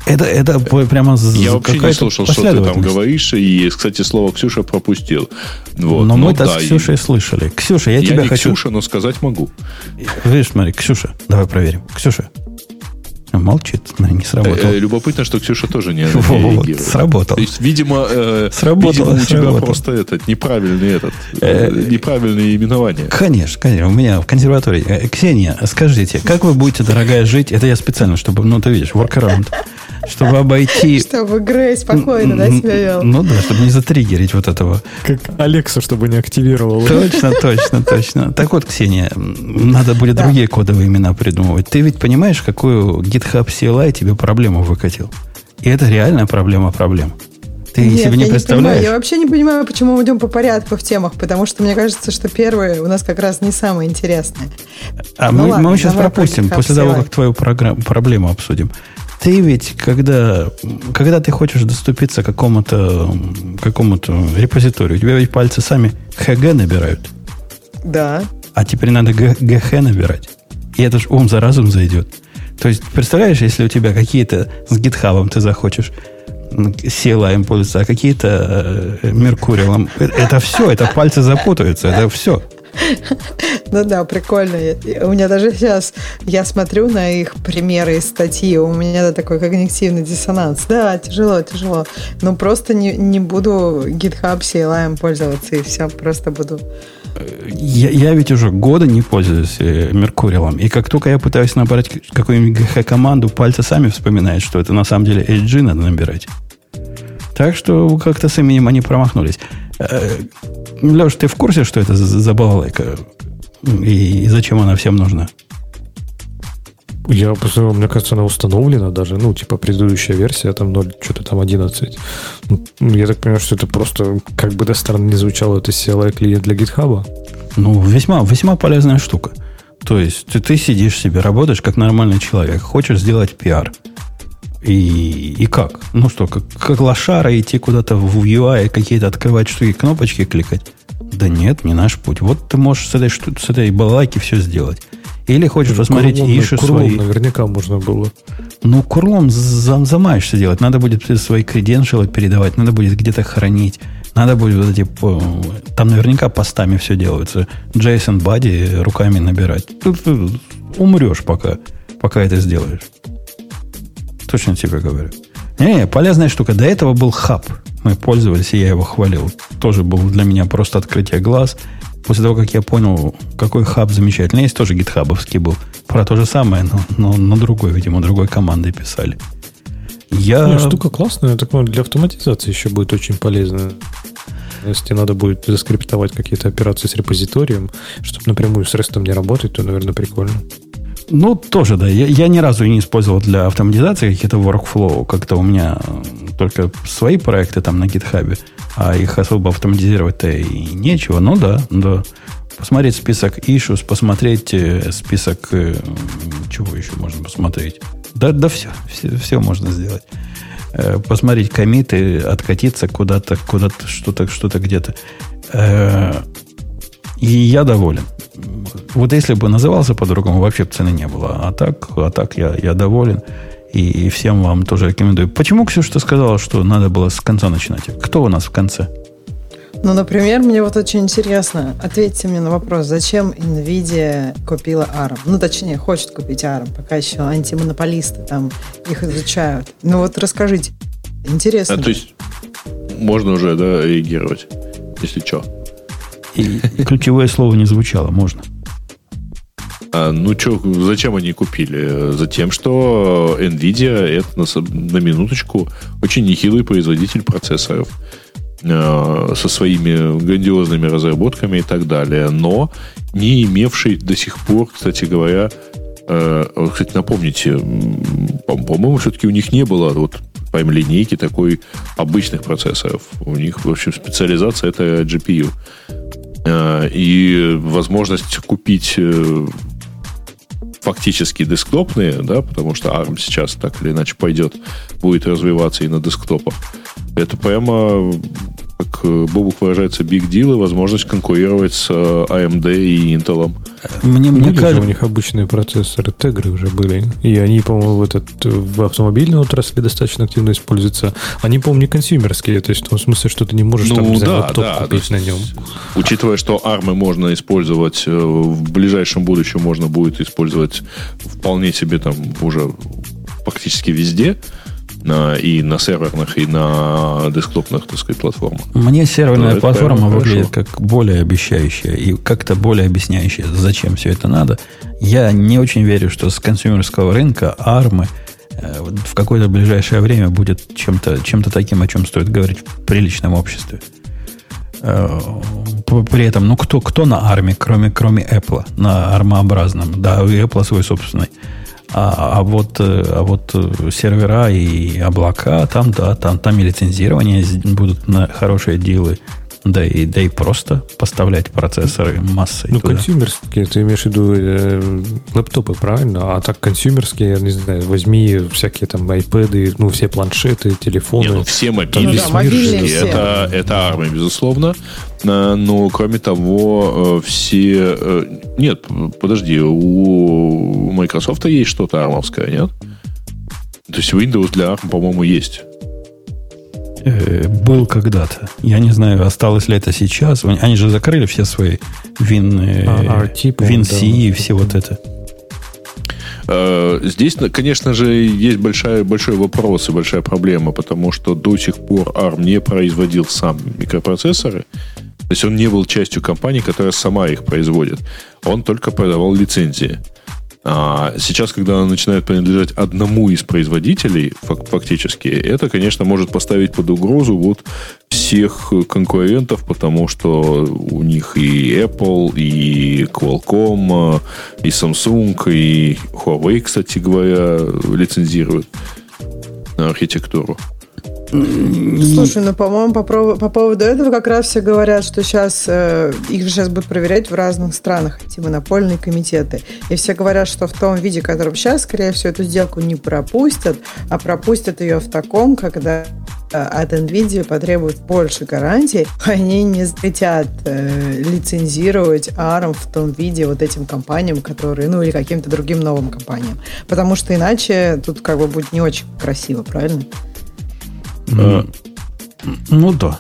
Это прямо я вообще не слушал, что ты там говоришь, и, кстати, слово Ксюша пропустил. Вот. Но мы-то с Ксюшей слышали. Ксюша, я тебя хочу... Ксюша, но сказать могу. Видишь, смотри, Ксюша, давай проверим. Ксюша. Молчит, не сработало. Любопытно, что Ксюша тоже не реагирует. Сработало. То есть, видимо, сработало, у тебя просто неправильное именование. Конечно. У меня в консерватории. Ксения, скажите, как вы будете, дорогая, жить? Это я специально, чтобы, ты видишь, workaround. Чтобы обойти... Чтобы Грей спокойно, себя вел. Ну да, чтобы не затриггерить вот этого. Как Алекса, чтобы не активировал. Точно. Так вот, Ксения, надо будет другие кодовые имена придумывать. Ты ведь понимаешь, какую GitHub CLI тебе проблему выкатил? И это реальная проблема проблем. Ты себе не представляешь? Я вообще не понимаю, почему мы идем по порядку в темах, потому что мне кажется, что первые у нас как раз не самые интересные. Мы сейчас пропустим, после того, как твою проблему обсудим. Ты ведь, когда ты хочешь доступиться к какому-то репозиторию, у тебя ведь пальцы сами HG набирают. Да. А теперь надо GH набирать. И это ж ум за разум зайдет. То есть, представляешь, если у тебя какие-то с GitHub ты захочешь CLI пользоваться, а какие-то Меркуриалом, это все, это пальцы запутаются, это все. Ну да, прикольно. У меня даже сейчас, я смотрю на их примеры и статьи, у меня такой когнитивный диссонанс. Да, тяжело. Но просто не буду GitHub CLI пользоваться, и все, просто буду... Я ведь уже года не пользуюсь Меркуриалом, и как только я пытаюсь набрать какую-нибудь GH-команду, пальцы сами вспоминают, что это на самом деле HG надо набирать. Так что как-то с именем они промахнулись. Леш, ты в курсе, что это за балалайка? И зачем она всем нужна? Мне кажется, она установлена даже, предыдущая версия, там 11. Я так понимаю, что это просто, как бы до странно не звучало, это CLI-клиент для GitHub. Весьма, весьма полезная штука. То есть, ты сидишь себе, работаешь как нормальный человек, хочешь сделать пиар. И как? Как лошара идти куда-то в UI, какие-то открывать штуки, кнопочки кликать? Да нет, не наш путь. Вот ты можешь с этой балалайки все сделать. Или хочешь посмотреть иши свои. Наверняка можно было. Курлом замаешься делать. Надо будет свои креденшалы передавать, надо будет где-то хранить. Надо будет там наверняка постами все делается. JSON body руками набирать. Ты умрешь, пока это сделаешь. Точно тебе говорю. Полезная штука. До этого был хаб. Мы пользовались, и я его хвалил. Тоже был для меня просто открытие глаз. После того, как я понял, какой хаб замечательный. Есть тоже гитхабовский был. Про то же самое, но на другой, видимо, другой командой писали. Штука классная. Так, для автоматизации еще будет очень полезно. Если надо будет заскриптовать какие-то операции с репозиторием, чтобы напрямую с REST не работать, то, наверное, прикольно. Тоже, да. Я ни разу не использовал для автоматизации какие-то workflow. Как-то у меня только свои проекты там на GitHub, а их особо автоматизировать-то и нечего. Да. Посмотреть список issues, посмотреть список... Чего еще можно посмотреть? Да все можно сделать. Посмотреть коммиты, откатиться куда-то, что-то где-то. И я доволен. Вот если бы назывался по-другому, вообще бы цены не было. А так я доволен. И всем вам тоже рекомендую. Почему, Ксюша, ты сказала, что надо было с конца начинать? Кто у нас в конце? Например, мне очень интересно. Ответьте мне на вопрос, зачем NVIDIA купила ARM? Точнее, хочет купить ARM. Пока еще антимонополисты там их изучают. Расскажите. Интересно. То есть, можно уже, реагировать, если что. И ключевое слово не звучало, можно. Зачем они купили? Затем, что NVIDIA это, на минуточку, очень нехилый производитель процессоров со своими грандиозными разработками и так далее, но не имевший до сих пор, кстати говоря, напомните, по-моему, все-таки у них не было линейки такой обычных процессоров. У них, в общем, специализация это GPU. И возможность купить фактически десктопные, потому что ARM сейчас так или иначе будет развиваться и на десктопах. Это прямо как Бобук выражается, big deal и возможность конкурировать с AMD и Intel. Мне кажется, у них обычные процессоры Tegra уже были. И они, по-моему, в автомобильной отрасли достаточно активно используются. Они, по-моему, не консюмерские. То есть в том смысле, что ты не можешь лаптоп купить на нем. Учитывая, что ARM можно использовать в ближайшем будущем, можно будет использовать вполне себе там уже практически везде. И на серверных, и на десктопных, так сказать, платформах. Мне серверная платформа выглядит как более обещающая и как-то более объясняющая, зачем все это надо. Я не очень верю, что с консюмерского рынка ARM в какое-то ближайшее время будет чем-то таким, о чем стоит говорить в приличном обществе. При этом, кто на ARM, кроме Apple, на ARM-образном? Да, у Apple свой собственный. А вот сервера и облака, там и лицензирование будут на хорошие дилы, да и просто поставлять процессоры массой. Консюмерские, ты имеешь в виду лэптопы, правильно? А так консюмерские, я не знаю, возьми всякие там iPad, все планшеты, телефоны. Все мобильные, это ARM, безусловно. Но, кроме того, все... Нет, подожди, у Microsoft есть что-то ARM-овское, нет? То есть Windows для ARM, по-моему, есть. Был когда-то. Я не знаю, осталось ли это сейчас. Они же закрыли все свои WinC и все вот это. Здесь, конечно же, есть большой вопрос и большая проблема, потому что до сих пор ARM не производил сам микропроцессоры. То есть он не был частью компании, которая сама их производит. Он только продавал лицензии. А сейчас, когда она начинает принадлежать одному из производителей, фактически, это, конечно, может поставить под угрозу всех конкурентов, потому что у них и Apple, и Qualcomm, и Samsung, и Huawei, кстати говоря, лицензируют архитектуру. Слушай, по-моему, по поводу этого как раз все говорят, что сейчас их же сейчас будут проверять в разных странах, эти монопольные комитеты. И все говорят, что в том виде, в котором сейчас, скорее всего, эту сделку не пропустят, а пропустят ее в таком, когда от NVIDIA потребуют больше гарантий, они не захотят лицензировать ARM в том виде вот этим компаниям, которые, или каким-то другим новым компаниям. Потому что иначе тут будет не очень красиво, правильно? Ну да.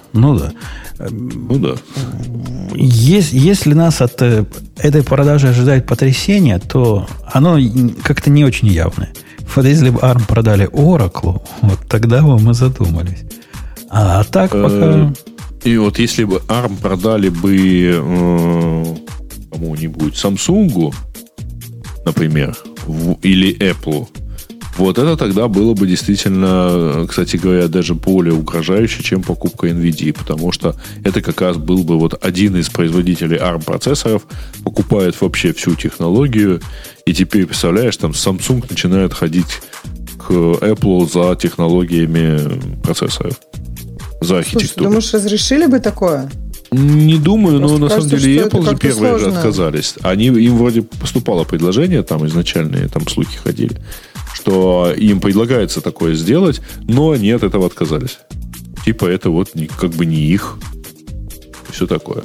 Если нас от этой продажи ожидает потрясение, то оно как-то не очень явное. Вот если бы ARM продали Oracle, вот тогда бы мы задумались. А так пока... И вот если бы ARM продали бы кому-нибудь, Samsung, например, или Apple, вот это тогда было бы действительно, кстати говоря, даже более угрожающе, чем покупка NVIDIA, потому что это как раз был бы один из производителей ARM-процессоров, покупает вообще всю технологию, и теперь, представляешь, там Samsung начинает ходить к Apple за технологиями процессоров, за архитектурой. Слушай, думаешь, разрешили бы такое? Не думаю, но на самом деле и Apple же первые же отказались. Им вроде поступало предложение, там изначальные там слухи ходили, что им предлагается такое сделать, но они от этого отказались. Типа это как бы не их. И все такое.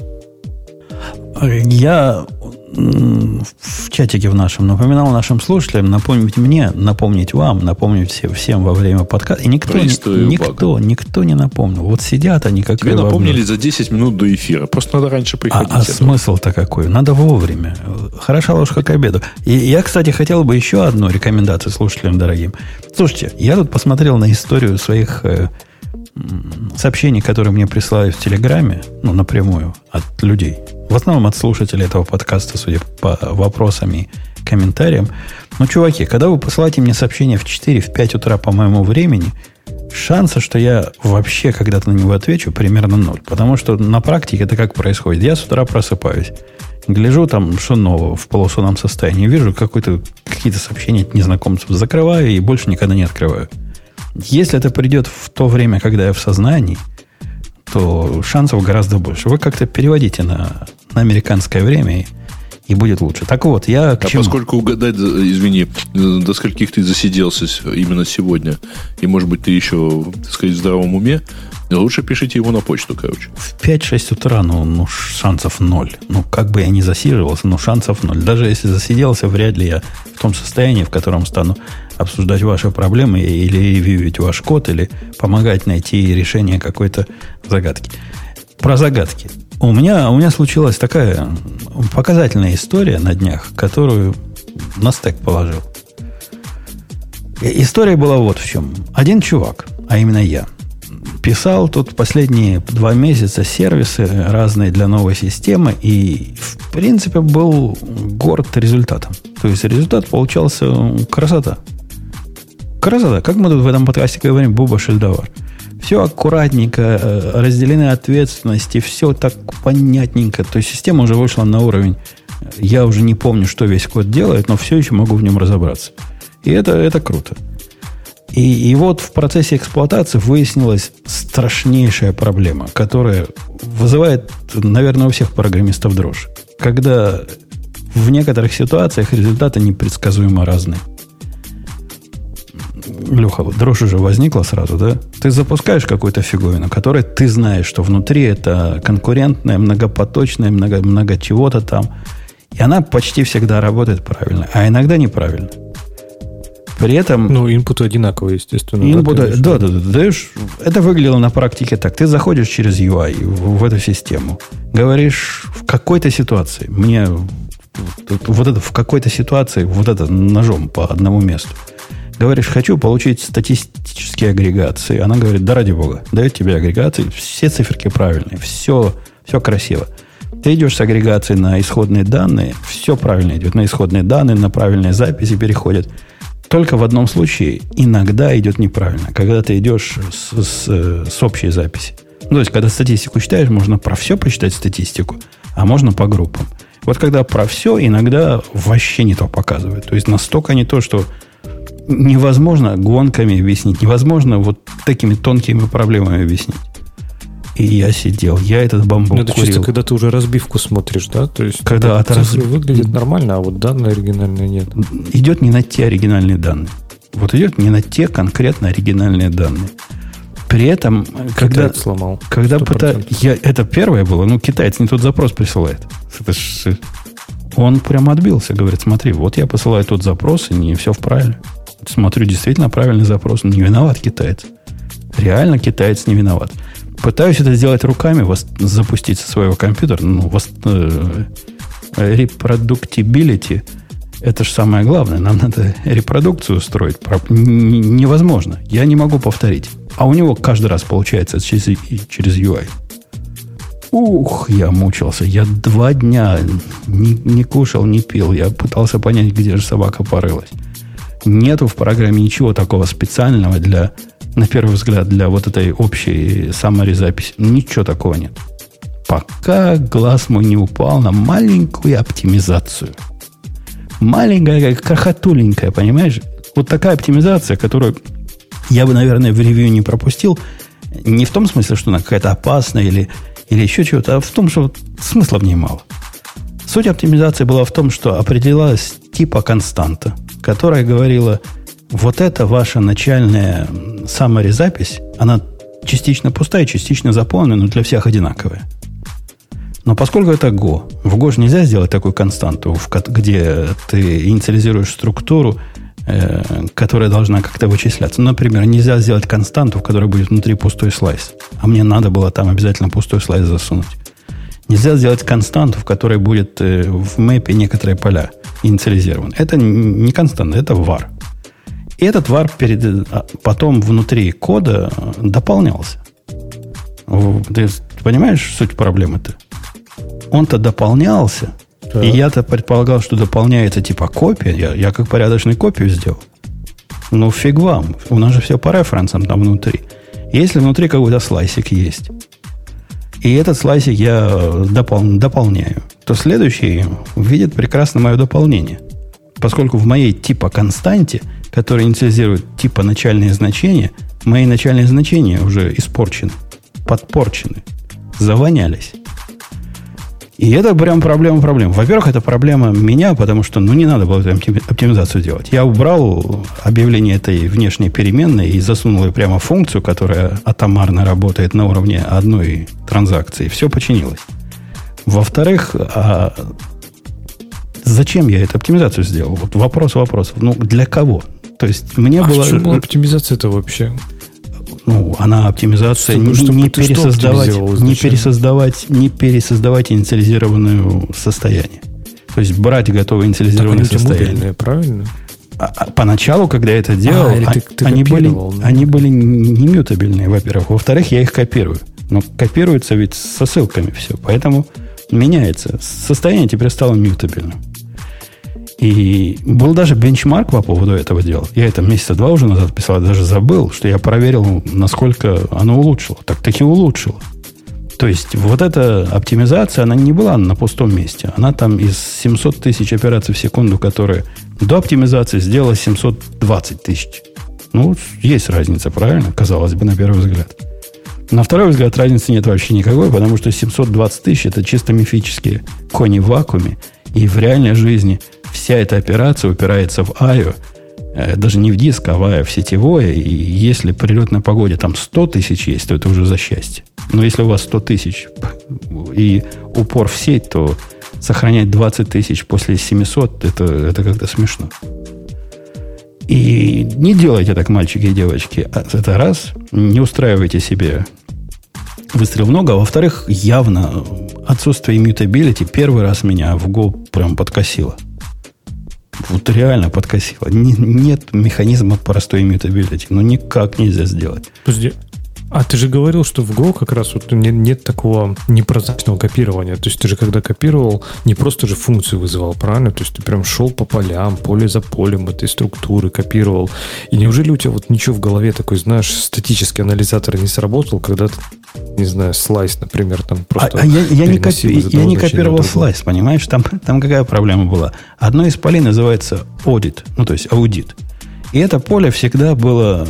Я в чатике в нашем напоминал нашим слушателям напомнить вам, напомнить всем во время подкаста. И никто не напомнил. Вот сидят они как... Тебе напомнили за 10 минут до эфира. Просто надо раньше приходить. А смысл-то какой? Надо вовремя. Хороша ложка к обеду. И я, кстати, хотел бы еще одну рекомендацию слушателям дорогим. Слушайте, я тут посмотрел на историю своих сообщений, которые мне присылают в Телеграме, напрямую от людей. В основном от слушателей этого подкаста, судя по вопросам и комментариям. Но, чуваки, когда вы посылаете мне сообщение в 4-5 утра по моему времени, шанса, что я вообще когда-то на него отвечу, примерно 0. Потому что на практике это как происходит? Я с утра просыпаюсь, гляжу там, что нового в полусонном состоянии, вижу какие-то сообщения от незнакомцев, закрываю и больше никогда не открываю. Если это придет в то время, когда я в сознании, то шансов гораздо больше. Вы как-то переводите на американское время И будет лучше. Так вот, я к чему? Поскольку угадать, извини, до скольких ты засиделся именно сегодня, и, может быть, ты еще, так сказать, в здравом уме, лучше пишите его на почту, короче. В 5-6 утра, шансов 0. Как бы я ни засиживался, шансов 0. Даже если засиделся, вряд ли я в том состоянии, в котором стану обсуждать ваши проблемы или ревьюить ваш код, или помогать найти решение какой-то загадки. Про загадки. У меня случилась такая показательная история на днях, которую на стек положил. История была вот в чем. Один чувак, а именно я, писал тут последние 2 месяца сервисы разные для новой системы и, в принципе, был горд результатом. То есть результат получался красота. Красота. Как мы тут в этом подкасте говорим, Буба Шельдовар. Все аккуратненько, разделены ответственности, все так понятненько. То есть система уже вышла на уровень, я уже не помню, что весь код делает, но все еще могу в нем разобраться. И это круто. И вот в процессе эксплуатации выяснилась страшнейшая проблема, которая вызывает, наверное, у всех программистов дрожь. Когда в некоторых ситуациях результаты непредсказуемо разные. Леха, дрожь уже возникла сразу, да? Ты запускаешь какую-то фиговину, которая ты знаешь, что внутри это конкурентная, многопоточная, много чего-то там. И она почти всегда работает правильно, а иногда неправильно. При этом... инпуты одинаковые, естественно. Да, даешь. Это выглядело на практике так. Ты заходишь через UI в эту систему, говоришь в какой-то ситуации, мне в какой-то ситуации ножом по одному месту. Говоришь, хочу получить статистические агрегации. Она говорит, да ради бога, дает тебе агрегации, все циферки правильные, все красиво. Ты идешь с агрегацией на исходные данные, все правильно идет. На исходные данные, на правильные записи переходят. Только в одном случае иногда идет неправильно. Когда ты идешь с общей записи. То есть, когда статистику читаешь, можно про все посчитать статистику, а можно по группам. Вот когда про все, иногда вообще не то показывает. То есть, настолько не то, что невозможно гонками объяснить, невозможно вот такими тонкими проблемами объяснить. И я сидел, я этот бамбук это курил. чисто, когда ты уже разбивку смотришь, да? То есть, когда цифры выглядит нормально, а вот данные оригинальные нет. Идет не на те оригинальные данные. Вот идет не на те конкретно оригинальные данные. При этом, когда сломал. Когда это первое было, китаец не тот запрос присылает. Он прямо отбился, говорит, смотри, вот я посылаю тот запрос, и не все правильно. Смотрю, действительно правильный запрос. Не виноват китаец. Реально китаец не виноват. Пытаюсь это сделать руками, запустить со своего компьютера. Reproducibility – это же самое главное. Нам надо репродукцию устроить. Невозможно. Я не могу повторить. А у него каждый раз получается через UI. Я мучился. Я 2 дня не кушал, не пил. Я пытался понять, где же собака порылась. Нету в программе ничего такого специального для, на первый взгляд, для вот этой общей summary записи. Ничего такого нет. Пока глаз мой не упал на маленькую оптимизацию. Маленькая, крохотуленькая, понимаешь? Вот такая оптимизация, которую я бы, наверное, в ревью не пропустил. Не в том смысле, что она какая-то опасная или еще чего-то, а в том, что смысла в ней мало. Суть оптимизации была в том, что определялась типа константа, которая говорила, вот это ваша начальная summary запись, она частично пустая, частично заполнена, но для всех одинаковая. Но поскольку это Go, в Go же нельзя сделать такую константу, где ты инициализируешь структуру, которая должна как-то вычисляться. Например, нельзя сделать константу, в которой будет внутри пустой слайс. А мне надо было там обязательно пустой слайс засунуть. Нельзя сделать константу, в которой будет в мэпе некоторые поля инициализированы. Это не константа, это var. И этот var потом внутри кода дополнялся. Ты понимаешь суть проблемы-то? Он-то дополнялся, да. И я-то предполагал, что дополняется типа копия. Я как порядочный копию сделал. Ну, фиг вам. У нас же все по референсам там внутри. Если внутри какой-то слайсик есть, и этот слайсик я дополняю, то следующий видит прекрасно мое дополнение. Поскольку в моей типа константе, которая инициализирует типа начальные значения, мои начальные значения уже испорчены, подпорчены, завонялись. И это прям проблема. Во-первых, это проблема меня, потому что не надо было оптимизацию делать. Я убрал объявление этой внешней переменной и засунул ее прямо в функцию, которая атомарно работает на уровне одной транзакции. Все починилось. Во-вторых, зачем я эту оптимизацию сделал? Вот вопрос вопросов. Для кого? То есть мне было... в чем была оптимизация-то вообще? Она оптимизация не пересоздавать инициализированное состояние. То есть брать готовое инициализированное состояние. Модульные, правильно? Поначалу, когда я это делал, они были не мютабельные, во-первых. Во-вторых, я их копирую. Но копируется ведь со ссылками все. Поэтому меняется. Состояние теперь стало мютабельным. И был даже бенчмарк по поводу этого дела. Я это месяца 2 уже назад писал, даже забыл, что я проверил, насколько оно улучшило. Так и улучшило. То есть вот эта оптимизация, она не была на пустом месте. Она там из 700 тысяч операций в секунду, которые до оптимизации сделала 720 тысяч. Есть разница, правильно? Казалось бы, на первый взгляд. На второй взгляд разницы нет вообще никакой, потому что 720 тысяч это чисто мифические кони в вакууме. И в реальной жизни вся эта операция упирается в I/O, даже не в диск, а в I/O, в сетевое. И если при летной погоде там 100 тысяч есть, то это уже за счастье. Но если у вас 100 тысяч и упор в сеть, то сохранять 20 тысяч после 700 это как-то смешно. И не делайте так, мальчики и девочки. Это раз. Не устраивайте себе выстрел много. А во-вторых, явно отсутствие мьютабилити первый раз меня в Go прям подкосило. Вот реально подкосило. Нет механизма простой мьютабилити. Никак нельзя сделать. Подожди. А ты же говорил, что в Go как раз нет такого непрозрачного копирования. То есть ты же когда копировал, не просто же функцию вызывал, правильно? То есть ты прям шел по полям, поле за полем этой структуры, копировал. И неужели у тебя ничего в голове такой, знаешь, статический анализатор не сработал, когда ты, не знаю, слайс, например, там просто... Я не копировал слайс, понимаешь? Там какая проблема была? Одно из полей называется audit, то есть аудит. И это поле всегда было,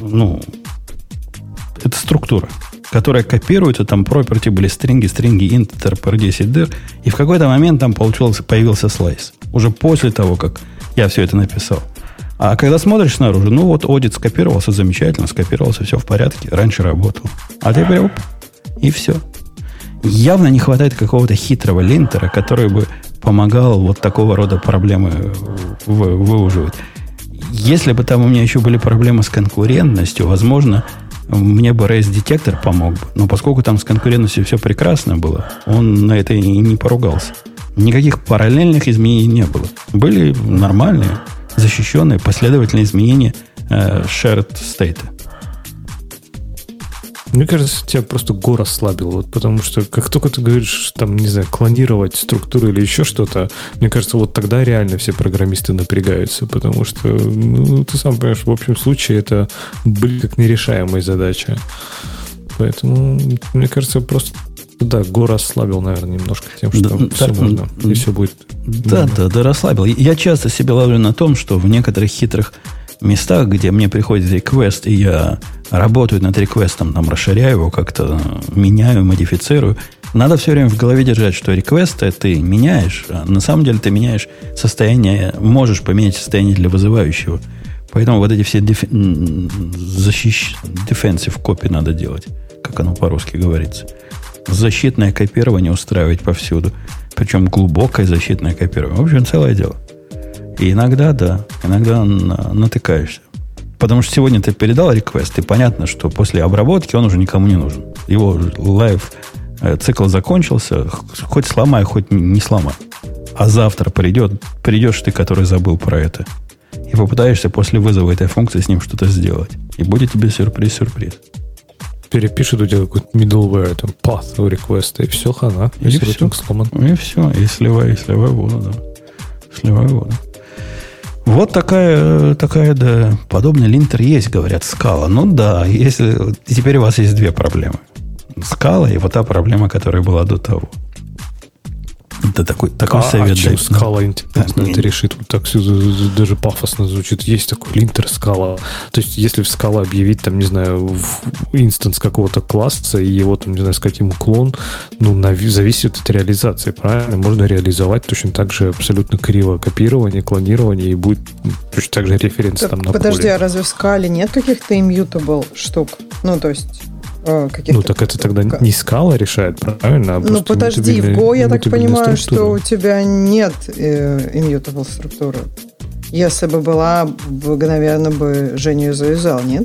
это структура, которая копируется, там property были стринги, integer, per 10 dir, и в какой-то момент там появился слайс. Уже после того, как я все это написал. А когда смотришь снаружи, audit скопировался замечательно, скопировался, все в порядке, раньше работал. А теперь и все. Явно не хватает какого-то хитрого линтера, который бы помогал вот такого рода проблемы выуживать. Если бы там у меня еще были проблемы с конкурентностью, возможно, мне бы REST-детектор помог бы. Но поскольку там с конкурентностью все прекрасно было, он на это и не поругался. Никаких параллельных изменений не было. Были нормальные, защищенные, последовательные изменения shared state. Мне кажется, тебя просто Go расслабил. Потому что как только ты говоришь, там, не знаю, клонировать структуру или еще что-то, мне кажется, тогда реально все программисты напрягаются. Потому что, ты сам понимаешь, в общем случае это как нерешаемая задача. Поэтому, мне кажется, просто Go расслабил, наверное, немножко тем, что все можно, и все будет. Да, расслабил. Я часто себя ловлю на том, что в некоторых хитрых местах, где мне приходит реквест, и я работаю над реквестом, там расширяю его, как-то меняю, модифицирую. Надо все время в голове держать, что реквесты ты меняешь, а на самом деле ты меняешь состояние, можешь поменять состояние для вызывающего. Поэтому вот эти все defensive copy надо делать, как оно по-русски говорится. Защитное копирование устраивать повсюду. Причем глубокое защитное копирование. В общем, целое дело. И иногда натыкаешься. Потому что сегодня ты передал реквест, и понятно, что после обработки он уже никому не нужен. Его цикл закончился, хоть сломай, хоть не сломай. А завтра придешь ты, который забыл про это, и попытаешься после вызова этой функции с ним что-то сделать. И будет тебе сюрприз. Перепишет у тебя какой-то middleware, там, path у реквеста, и все, хана. И все, сломан. И все, и сливай воду, да. Сливай воду. Вот такая, да, подобный линтер есть, говорят, скала. Да, если теперь у вас есть две проблемы. Скала и вот та проблема, которая была до того. Да такой совет. Чем скала, интересно, это решит? Вот так все даже пафосно звучит. Есть такой линтер скала. То есть, если в скала объявить, там, не знаю, инстанс какого-то класса, и его, там, не знаю, сказать ему клон, зависит от реализации, правильно? Можно реализовать точно так же абсолютно криво копирование, клонирование, и будет точно так же референс там на Подожди, поле. а разве в скале нет каких-то immutable штук? Ну, то есть... так это тогда не скала решает, правильно? Подожди, в Go я так понимаю, что у тебя нет immutable структуры. Если бы была, наверное, бы Женю завязал, нет?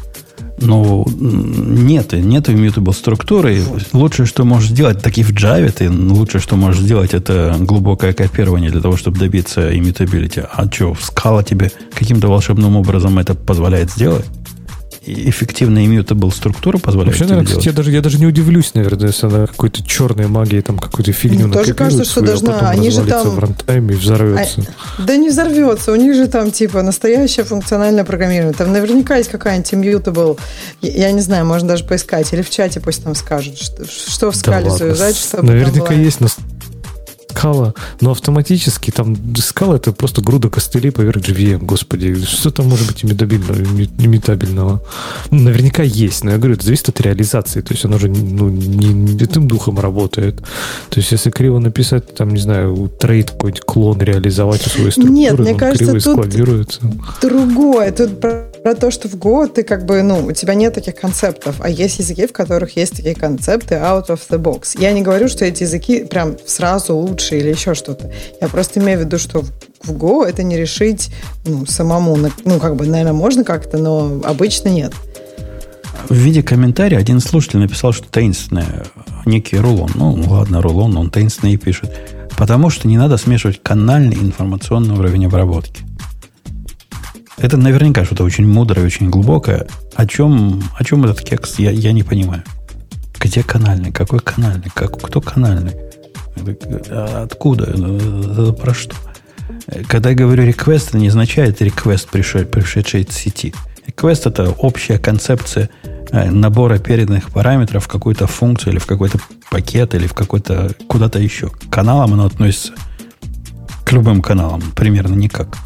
Нет immutable структуры. Лучшее, что можешь сделать, так и в Java ты лучшее, что можешь сделать, это глубокое копирование для того, чтобы добиться immutability. А что, Scala тебе каким-то волшебным образом это позволяет сделать? Эффективная immutable структура позволяет вообще, тебе делать? Я даже не удивлюсь, наверное, если она какой-то черной магией там какую-то фигню накопирует. Тоже кажется, что должна. Они же там в рантайме и взорвется. Да не взорвется. У них же там типа настоящее функциональное программирование. Там наверняка есть какая-нибудь immutable. Я не знаю, можно даже поискать. Или в чате пусть там скажут, что в скале завязать, чтобы наверняка есть скала, но автоматически там скала это просто груда костылей поверх JVM, господи, что там может быть имитабельного? Наверняка есть, но я говорю, это зависит от реализации, то есть оно же не этим духом работает. То есть если криво написать, там, не знаю, трейд какой-нибудь клон реализовать у своей структуры, нет, мне кажется, криво склонируется. Другое, тут про то, что в Go ты как бы, у тебя нет таких концептов, а есть языки, в которых есть такие концепты out of the box. Я не говорю, что эти языки прям сразу лучше или еще что-то. Я просто имею в виду, что в Go это не решить самому. Наверное, можно как-то, но обычно нет. В виде комментария один слушатель написал, что таинственное, некий рулон. Ладно, рулон, он таинственный пишет. Потому что не надо смешивать канальный и информационный уровень обработки. Это наверняка что-то очень мудрое, очень глубокое. О чем этот кекс, я не понимаю. Где канальный? Какой канальный? Кто канальный? Откуда? Про что? Когда я говорю request, это не означает request, пришедший из сети. Request – это общая концепция набора переданных параметров в какую-то функцию или в какой-то пакет или в какой-то куда-то еще. К каналам оно относится к любым каналам. Примерно никак.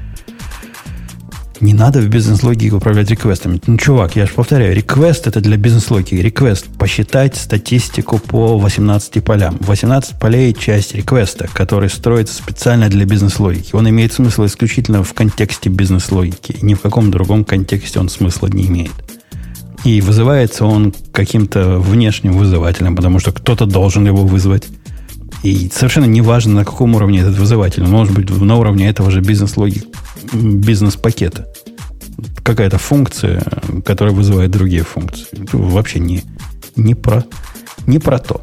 Не надо в бизнес-логике управлять реквестами. Чувак, я же повторяю, реквест это для бизнес-логики. Реквест – посчитать статистику по 18 полям. 18 полей – часть реквеста, который строится специально для бизнес-логики. Он имеет смысл исключительно в контексте бизнес-логики. Ни в каком другом контексте он смысла не имеет. И вызывается он каким-то внешним вызывателем, потому что кто-то должен его вызвать. И совершенно не важно, на каком уровне этот вызыватель. Он может быть на уровне этого же бизнес-логики, бизнес-пакета. Какая-то функция, которая вызывает другие функции. Вообще не про то.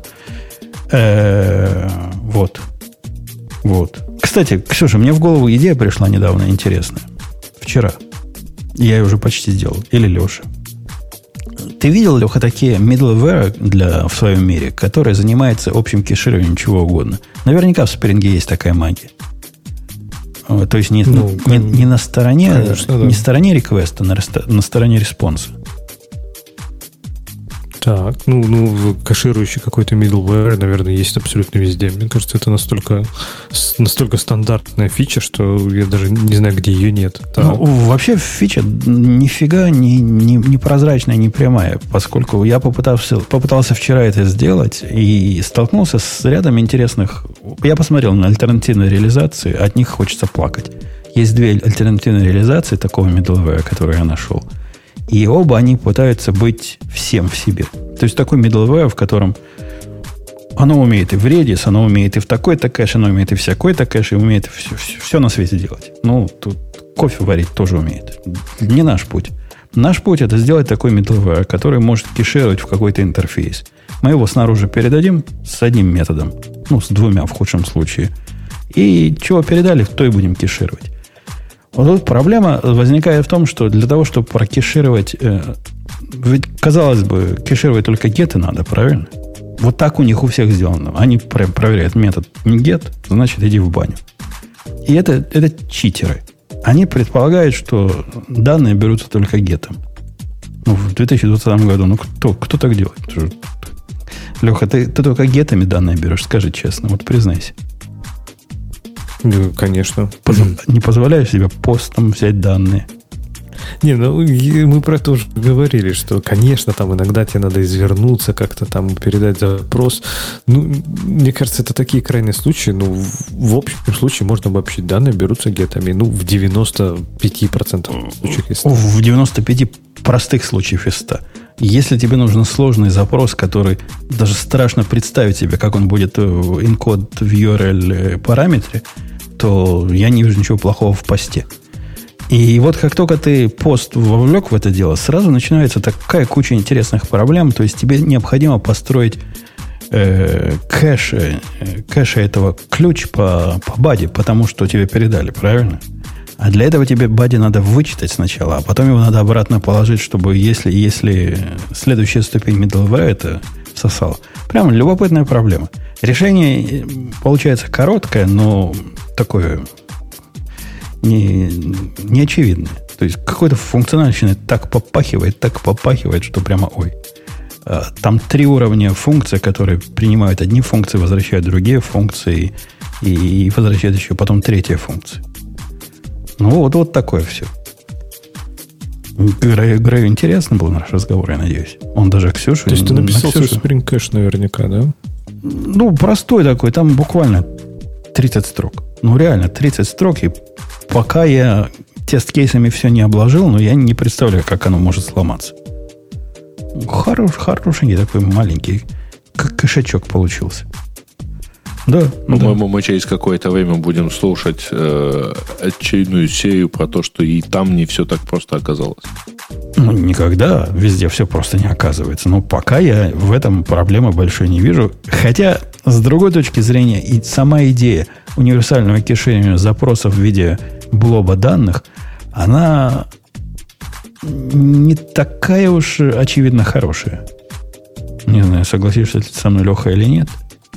Вот. Кстати, Ксюша, мне в голову идея пришла недавно интересная. Вчера. Я ее уже почти сделал. Или Леша. Ты видел, Леха, такие middleware в своем мире, которые занимаются общим кешированием чего угодно? Наверняка в Spring есть такая магия. То есть не на стороне, конечно, не стороне реквеста, на стороне респонса. Так, кэширующий какой-то middleware, наверное, есть абсолютно везде. Мне кажется, это настолько стандартная фича, что я даже не знаю, где ее нет. Вообще фича нифига не прозрачная, не прямая, поскольку я попытался вчера это сделать и столкнулся с рядом интересных... Я посмотрел на альтернативные реализации, от них хочется плакать. Есть две альтернативные реализации такого middleware, которые я нашел. И оба они пытаются быть всем в себе. То есть такой middleware, в котором оно умеет и в Redis, оно умеет и в такой-то кэш, оно умеет и всякой-то кэш, и умеет все на свете делать. Тут кофе варить тоже умеет. Не наш путь. Наш путь это сделать такой middleware, который может кешировать в какой-то интерфейс. Мы его снаружи передадим с одним методом. С двумя в худшем случае. И чего передали, то и будем кешировать. Вот тут проблема возникает в том, что для того, чтобы прокешировать... ведь, казалось бы, кешировать только геты надо, правильно? Вот так у них у всех сделано. Они проверяют метод не get, значит, иди в баню. И это читеры. Они предполагают, что данные берутся только гетом. В 2020 году, кто так делает? Леха, ты только гетами данные берешь, скажи честно, вот признайся. Ну, конечно. Не позволяешь себе постом взять данные? Не, ну мы про это уже говорили, что, конечно, там иногда тебе надо извернуться, как-то там передать запрос. Ну, мне кажется, это такие крайние случаи. Ну, в общем случае можно обобщить. Данные берутся гетами. Ну, в 95% случаев из 100. В 95 простых случаев из 100. Если тебе нужен сложный запрос, который даже страшно представить себе, как он будет encode в URL параметре, то я не вижу ничего плохого в посте. И вот как только ты пост вовлек в это дело, сразу начинается такая куча интересных проблем. То есть тебе необходимо построить кэш этого ключ по баде, потому что тебе передали, правильно? А для этого тебе баде надо вычитать сначала, а потом его надо обратно положить, чтобы если следующая ступень middleware это сосала. Прямо любопытная проблема. Решение получается короткое, но такое не очевидное. То есть какой-то функциональщиной так попахивает, что прямо ой. Там 3 уровня функций, которые принимают одни функции, возвращают другие функции и возвращают еще потом третья функция. Ну, вот такое все. Грею интересно был наш разговор, я надеюсь. Он даже Ксюше... То есть ты написал свой Spring Cache наверняка, да? Ну, простой такой. Там буквально 30 строк. Ну, реально, 30 строк. И пока я тест-кейсами все не обложил, но я не представляю, как оно может сломаться. Хорошенький такой маленький кэшечок получился. Да. По-моему, мы через какое-то время будем слушать очередную серию про то, что и там не все так просто оказалось. Ну, никогда везде все просто не оказывается. Но пока я в этом проблемы большой не вижу. Хотя, с другой точки зрения, и сама идея универсального кеширования запросов в виде блоба данных, она не такая уж очевидно хорошая. Не знаю, согласишься ты со мной, Леха, или нет.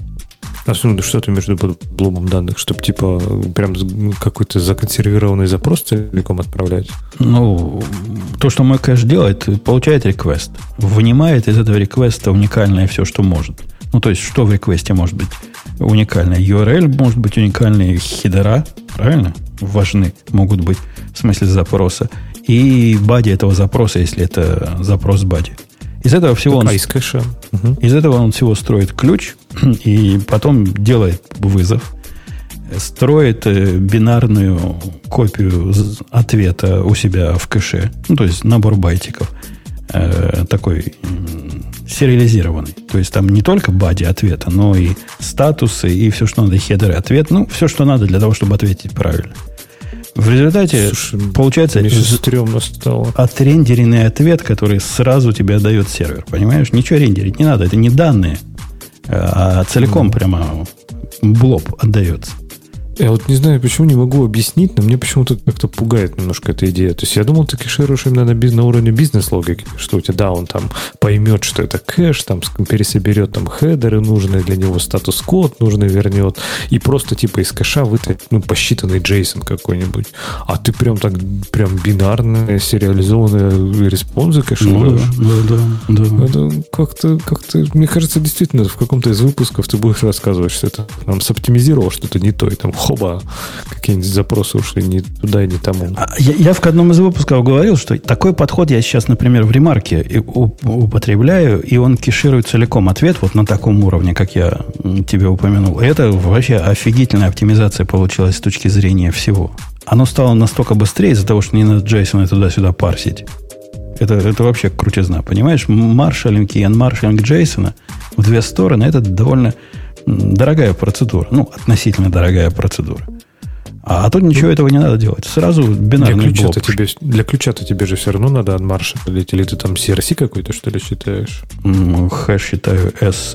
А что ты между блобом данных? Чтобы типа прям какой-то законсервированный запрос целиком отправлять? Ну, то, что мой кэш делает, получает реквест. Вынимает из этого реквеста уникальное все, что может. Ну, то есть, что в реквесте может быть уникальное? URL может быть уникальный, хедера, правильно? Важны могут быть в смысле запроса. И бади этого запроса, если это запрос бади. Из этого всего из этого он всего строит ключ и потом делает вызов, строит бинарную копию ответа у себя в кэше, ну, то есть набор байтиков, такой сериализированный. То есть там не только бади ответа, но и статусы, и все, что надо, хедеры, ответ, ну, все, что надо для того, чтобы ответить правильно. В результате получается отрендеренный ответ, который сразу тебе отдает сервер. Понимаешь? Ничего рендерить не надо. Это не данные, а целиком прямо блоб отдается. Я вот не знаю, почему не могу объяснить, но мне почему-то как-то пугает немножко эта идея. То есть я думал, ты кэшируешь именно на уровне бизнес-логики, что у тебя, да, он там поймет, что это кэш, там пересоберет там хедеры нужные для него, статус-код нужный вернет, и просто типа из кэша вытащит, ну, посчитанный JSON какой-нибудь. А ты прям бинарные, сериализованные респонсы кэшируешь. Да. Это как-то, мне кажется, действительно, в каком-то из выпусков ты будешь рассказывать, что это там соптимизировал что-то не то, и там хоба, какие-нибудь запросы ушли не туда и не тому. Я в одном из выпусков говорил, что такой подход я сейчас, например, в ремарке употребляю, и он кеширует целиком ответ вот на таком уровне, как я тебе упомянул. И это вообще офигительная оптимизация получилась с точки зрения всего. Оно стало настолько быстрее из-за того, что не надо JSON туда-сюда парсить. Это вообще крутизна, понимаешь? Маршалинг и анмаршалинг JSON в 2 стороны, это довольно дорогая процедура. Ну, относительно дорогая процедура. А тут ничего этого не надо делать. Сразу бинарный блок. Для ключа-то тебе же все равно надо анмаршалить. Или ты там CRC какой-то, что ли, считаешь? Хэш считаю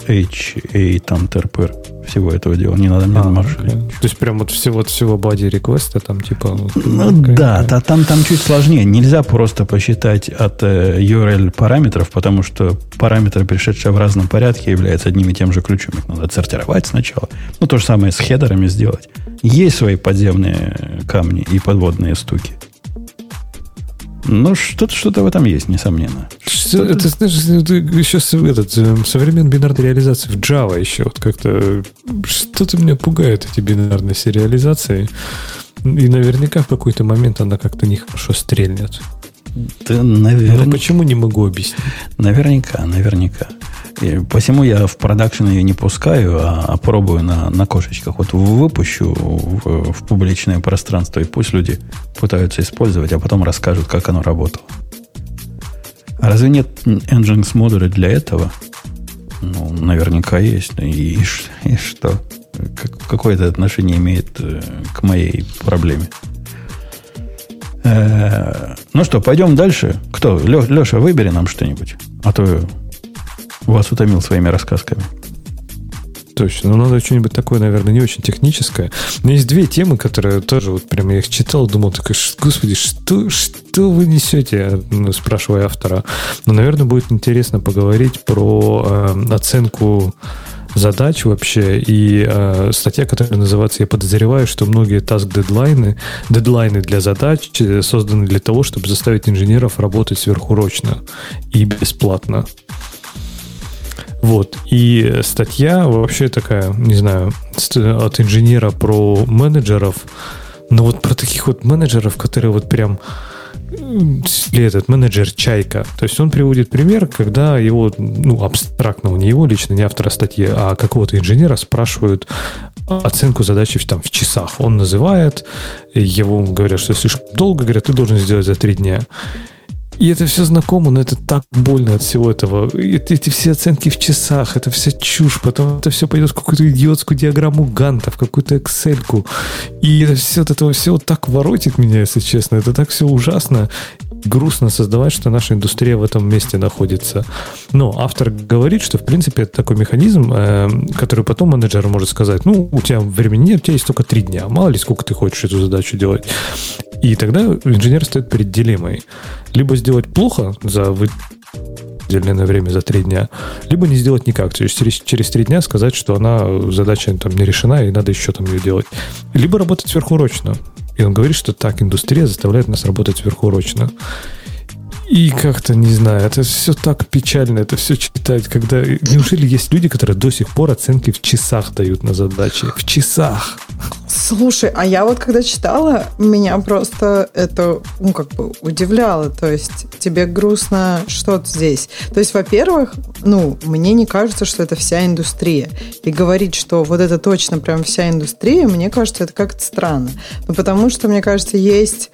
SHA, там терпер. Всего этого дела. Не надо мне анмаршалить. То есть прям вот всего body реквеста там типа... Ну да, там чуть сложнее. Нельзя просто посчитать от URL параметров, потому что параметры, пришедшие в разном порядке, являются одним и тем же ключом. Их надо отсортировать сначала. Ну, то же самое с хедерами сделать. Есть свои подземные камни и подводные стуки. Ну, что-то в этом есть, несомненно. Это, знаешь, еще современная бинарная реализация в Java еще. Вот как-то что-то меня пугает, эти бинарные сериализации. И наверняка в какой-то момент она как-то нехорошо стрельнет. Да, наверное. Но почему не могу объяснить? Наверняка. И посему я в продакшн ее не пускаю, а пробую на кошечках. Вот выпущу в публичное пространство, и пусть люди пытаются использовать, а потом расскажут, как оно работало. А разве нет Nginx модуля для этого? Ну, наверняка есть. И что? Какое это отношение имеет к моей проблеме? Ну что, пойдем дальше. Кто? Леша, выбери нам что-нибудь. А то вас утомил своими рассказками. Точно. Ну, надо что-нибудь такое, наверное, не очень техническое. Но есть две темы, которые тоже вот прямо я их читал, думал, такой, господи, что вы несете? Спрашивая автора. Но, наверное, будет интересно поговорить про оценку задач вообще. И статья, которая называется, я подозреваю, что многие таскдедлайны для задач созданы для того, чтобы заставить инженеров работать сверхурочно и бесплатно. Вот. И статья вообще такая, не знаю, от инженера про менеджеров. Но вот про таких вот менеджеров, которые вот прям этот менеджер Чайка. То есть он приводит пример, когда его, абстрактного, не его лично, не автора статьи, а какого-то инженера спрашивают оценку задачи в часах. Он называет, его говорят, что слишком долго, говорят, ты должен сделать за 3 дня. И это все знакомо, но это так больно от всего этого. Эти все оценки в часах, это вся чушь. Потом это все пойдет в какую-то идиотскую диаграмму Ганта, в какую-то Excel-ку. И это все от этого всего так воротит меня, если честно. Это так все ужасно. Грустно создавать, что наша индустрия в этом месте находится. Но автор говорит, что, в принципе, это такой механизм, который потом менеджер может сказать, у тебя времени нет, у тебя есть только 3 дня. Мало ли, сколько ты хочешь эту задачу делать. И тогда инженер стоит перед дилеммой. Либо сделать плохо за выделенное время, за 3 дня, либо не сделать никак. То есть через 3 дня сказать, что задача не решена, и надо еще ее делать. Либо работать сверхурочно. И он говорит, что так индустрия заставляет нас работать сверхурочно. И как-то, не знаю, это все так печально, это все читать, когда... Неужели есть люди, которые до сих пор оценки в часах дают на задачи? В часах! Слушай, а я вот когда читала, меня просто это, удивляло. То есть тебе грустно что-то здесь. То есть, во-первых, мне не кажется, что это вся индустрия. И говорить, что вот это точно прям вся индустрия, мне кажется, это как-то странно. Потому что, мне кажется, есть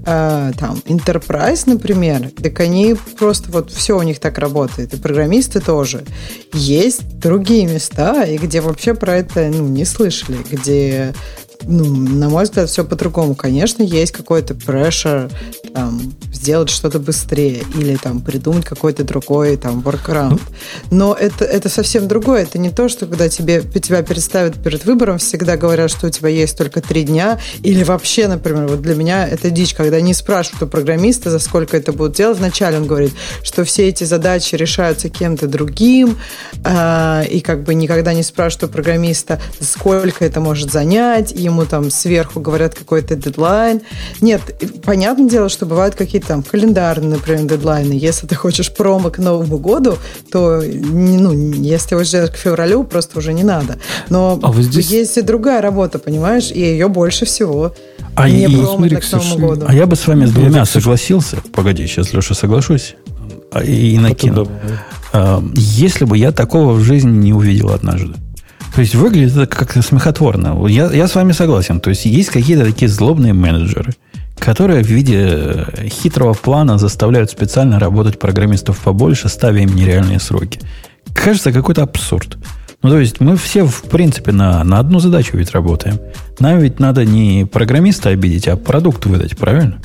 Enterprise, например, так они просто все у них так работает. И программисты тоже. Есть другие места, и где вообще про это не слышали, где... на мой взгляд, все по-другому. Конечно, есть какой-то pressure сделать что-то быстрее или придумать какой-то другой workaround. Но это совсем другое. Это не то, что когда тебя переставят перед выбором, всегда говорят, что у тебя есть только 3 дня. Или вообще, например, вот для меня это дичь, когда не спрашивают у программиста, за сколько это будут делать. Вначале он говорит, что все эти задачи решаются кем-то другим, и никогда не спрашивают у программиста, сколько это может занять, и ему сверху говорят какой-то дедлайн. Нет, понятное дело, что бывают какие-то календарные, например, дедлайны. Если ты хочешь промо к Новому году, то, если его сделать к февралю, просто уже не надо. Но есть и другая работа, понимаешь, и ее больше всего. Не промо к Новому году. А я бы с вами с двумя согласился. Погоди, сейчас, Леша, соглашусь и накину. Если бы я такого в жизни не увидел однажды. То есть выглядит это как-то смехотворно. Я с вами согласен. То есть есть какие-то такие злобные менеджеры, которые в виде хитрого плана заставляют специально работать программистов побольше, ставя им нереальные сроки. Кажется, какой-то абсурд. То есть мы все, в принципе, на одну задачу ведь работаем. Нам ведь надо не программиста обидеть, а продукт выдать, правильно?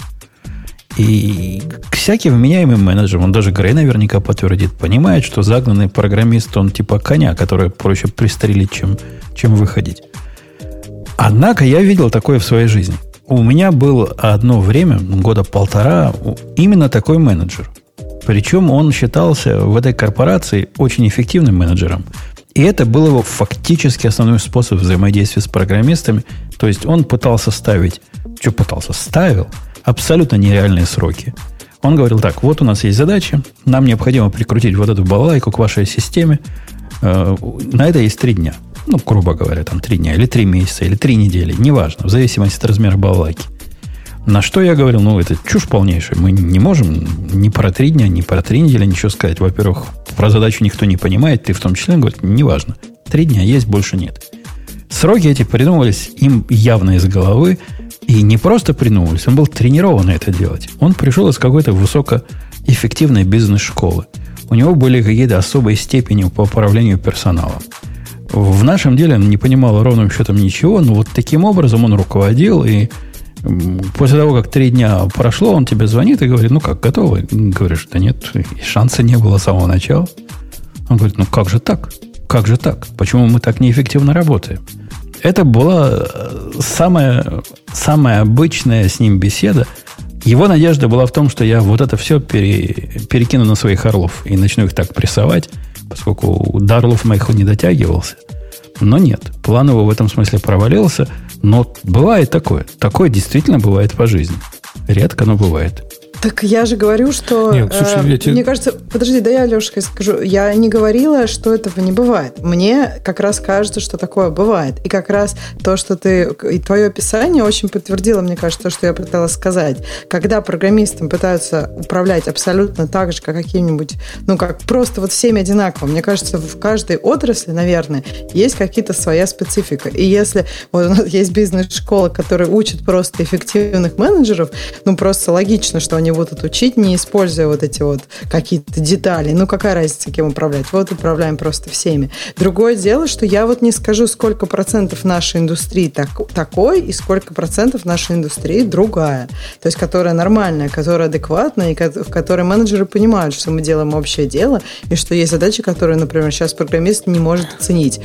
И всякий вменяемый менеджер, он даже Грей наверняка подтвердит, понимает, что загнанный программист, он типа коня, который проще пристрелить, чем выходить. Однако я видел такое в своей жизни. У меня было одно время, 1.5 года, именно такой менеджер. Причем он считался в этой корпорации очень эффективным менеджером. И это был его фактически основной способ взаимодействия с программистами. То есть он ставил абсолютно нереальные сроки. Он говорил так, вот у нас есть задача, нам необходимо прикрутить вот эту балалайку к вашей системе. На это есть 3 дня. Ну, грубо говоря, там 3 дня, или 3 месяца, или 3 недели. Неважно, в зависимости от размера балалайки. На что я говорил, ну, это чушь полнейшая. Мы не можем ни про 3 дня, ни про 3 недели ничего сказать. Во-первых, про задачу никто не понимает, ты в том числе. Он говорит, неважно. 3 дня есть, больше нет. Сроки эти придумывались им явно из головы. И не просто придумывались, он был тренирован это делать. Он пришел из какой-то высокоэффективной бизнес-школы. У него были какие-то особые степени по управлению персоналом. В нашем деле он не понимал ровным счетом ничего, но вот таким образом он руководил, и после того, как 3 дня прошло, он тебе звонит и говорит, ну как, готовы? Говоришь, да нет, шанса не было с самого начала. Он говорит, ну как же так? Как же так? Почему мы так неэффективно работаем? Это была самая обычная с ним беседа. Его надежда была в том, что я вот это все перекину на своих орлов и начну их так прессовать, поскольку до орлов моих он не дотягивался. Но нет, план его в этом смысле провалился. Но бывает такое. Такое действительно бывает по жизни. Редко, но бывает. Так я же говорю, что... Нет, слушай, мне кажется... Подожди, да я, Лешка, скажу. Я не говорила, что этого не бывает. Мне как раз кажется, что такое бывает. И как раз то, что ты... И твое описание очень подтвердило, мне кажется, то, что я пыталась сказать. Когда программистам пытаются управлять абсолютно так же, как каким-нибудь... Ну, как просто вот всеми одинаково. Мне кажется, в каждой отрасли, наверное, есть какие-то своя специфика. И если вот у нас есть бизнес-школа, которая учит просто эффективных менеджеров, ну, просто логично, что они будут учить, не используя вот эти вот какие-то детали. Ну, какая разница, кем управлять? Вот управляем просто всеми. Другое дело, что я вот не скажу, сколько процентов нашей индустрии такой, и сколько процентов нашей индустрии другая. То есть, которая нормальная, которая адекватная, и в которой менеджеры понимают, что мы делаем общее дело, и что есть задачи, которые, например, сейчас программист не может оценить.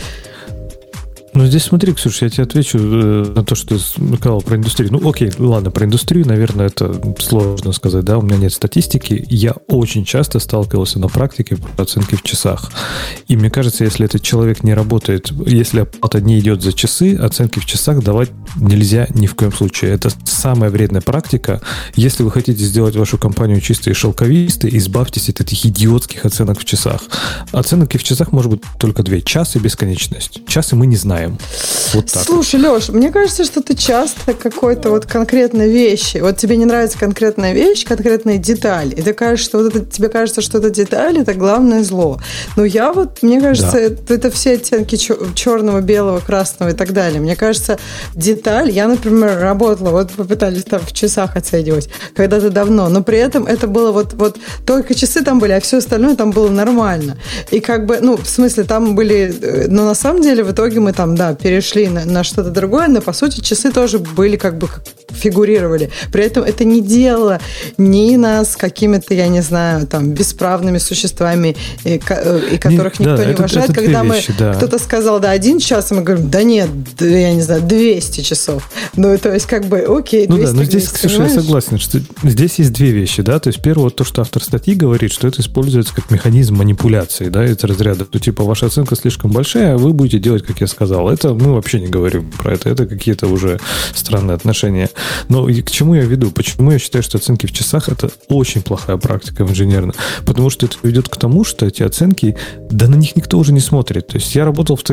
Ну, здесь смотри, Ксюша, я тебе отвечу на то, что ты сказал про индустрию. Ну, окей, ладно, про индустрию, наверное, это сложно сказать, да, у меня нет статистики. Я очень часто сталкивался на практике про оценки в часах. И мне кажется, если этот человек не работает, если оплата не идет за часы, оценки в часах давать нельзя ни в коем случае. Это самая вредная практика. Если вы хотите сделать вашу компанию чистой и шелковистой, избавьтесь от этих идиотских оценок в часах. Оценки в часах может быть только 2. Час и бесконечность. Час и мы не знаем. Вот так. Слушай, Леш, мне кажется, что ты часто какой-то вот конкретной вещи, вот тебе не нравится конкретная вещь, конкретная деталь, и ты кажешь, что вот это, тебе кажется, что эта деталь – это главное зло. Но я вот, мне кажется, это все оттенки черного, белого, красного и так далее. Мне кажется, деталь, я, например, работала, вот попытались там в часах оценивать когда-то давно, но при этом это было вот только часы там были, а все остальное там было нормально. И как бы, ну, в смысле, там были, но на самом деле в итоге мы там, да, перешли на что-то другое, но, по сути, часы тоже были как бы фигурировали. При этом это не делало ни нас какими-то, я не знаю, там, бесправными существами, и которых никто не уважает. Когда кто-то сказал, да, 1 час, и мы говорим, да нет, я не знаю, 200 часов. Ну, то есть, как бы, окей, 200. Ну да, но здесь, Ксюша, я согласен, что здесь есть 2 вещи, да, то есть, первое, то, что автор статьи говорит, что это используется как механизм манипуляции, да, из разряда, то, типа, ваша оценка слишком большая, а вы будете делать, как я сказал. Это мы вообще не говорим про это. Это какие-то уже странные отношения. Но к чему я веду? Почему я считаю, что оценки в часах – это очень плохая практика инженерная? Потому что это ведет к тому, что эти оценки, да на них никто уже не смотрит. То есть я работал в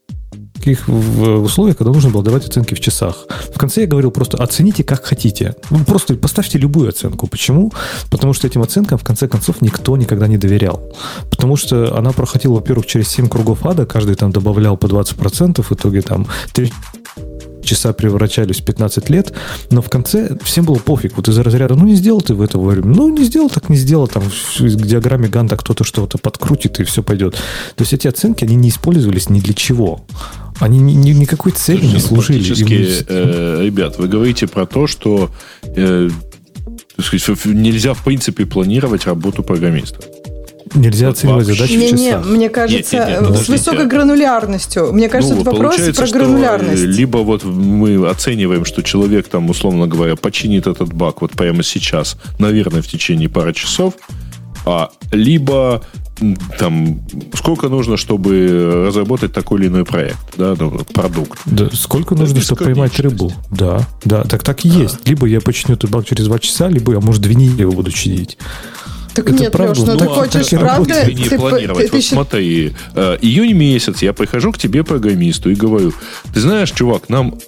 таких условиях, когда нужно было давать оценки в часах. В конце я говорил просто оцените как хотите. Вы просто поставьте любую оценку. Почему? Потому что этим оценкам в конце концов никто никогда не доверял. Потому что она проходила, во-первых, через 7 кругов ада, каждый там добавлял по 20%, в итоге там 3 часа превращались в 15 лет, но в конце всем было пофиг. Вот из-за разряда, ну, не сделал ты в это время. Ну, не сделал, так не сделал. Там в диаграмме Ганта кто-то что-то подкрутит, и все пойдет. То есть эти оценки, они не использовались ни для чего. Они никакой цели не служили. Фактически, ребят, вы говорите про то, что нельзя, в принципе, планировать работу программиста. Нельзя оценивать задачи в часах. Мне кажется, с высокой гранулярностью. Мне кажется, это вопрос про гранулярность. Либо вот мы оцениваем, что человек там, условно говоря, починит этот баг вот прямо сейчас, наверное, в течение пары часов, либо там, сколько нужно, чтобы разработать такой или иной проект, да, продукт. Да, сколько нужно, чтобы поймать рыбу. Да, так и есть. Либо я починю этот баг через 2 часа, либо я, может, 2 недели его буду чинить. Так это нет, правда, Леш, ну ты хочешь, правда? Ты планировать. Вот смотри, июнь месяц, я прихожу к тебе, программисту, и говорю, ты знаешь, чувак,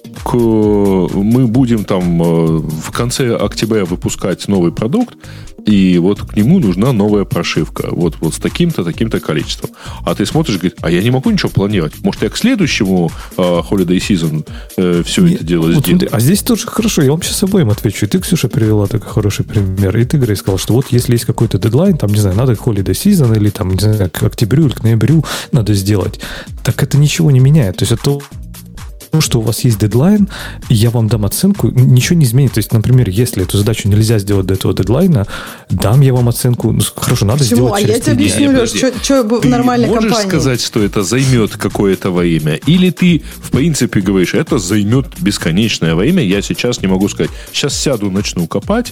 мы будем там в конце октября выпускать новый продукт, и вот к нему нужна новая прошивка. Вот с таким-то, таким-то количеством. А ты смотришь и говоришь, я не могу ничего планировать. Может, я к следующему Holiday Season все это дело сделаю. А здесь тоже хорошо. Я вам сейчас обоим отвечу. И ты, Ксюша, привела такой хороший пример. И ты, Грей, сказал, что вот если есть какой-то дедлайн, там, не знаю, надо к Holiday Season или там, не знаю, к октябрю или к ноябрю надо сделать. Так это ничего не меняет. То есть это что у вас есть дедлайн, я вам дам оценку, ничего не изменит. То есть, например, если эту задачу нельзя сделать до этого дедлайна, дам я вам оценку. Ну, хорошо, надо Почему? сделать через 3 дня. Я тебе объясню, Леш, что в нормальной компании. Ты можешь сказать, что это займет какое-то время? Или ты, в принципе, говоришь, это займет бесконечное время, я сейчас не могу сказать. Сейчас сяду, начну копать,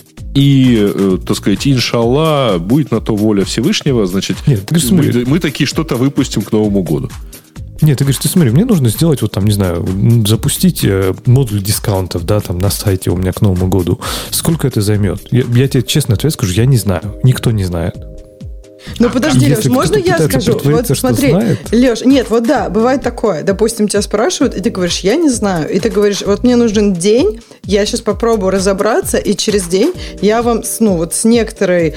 и, так сказать, иншаллах, будет на то воля Всевышнего, значит, нет, мы такие что-то выпустим к Новому году. Нет, ты говоришь, ты смотри, мне нужно сделать, вот там, не знаю, запустить модуль дискаунтов, да, там на сайте у меня к Новому году. Сколько это займет? Я тебе честно ответ скажу, я не знаю. Никто не знает. Ну, подожди, Леш, можно я скажу? Вот смотри, Леш, нет, вот да, бывает такое. Допустим, тебя спрашивают, и ты говоришь, я не знаю. И ты говоришь, вот мне нужен день, я сейчас попробую разобраться, и через день я вам, с некоторым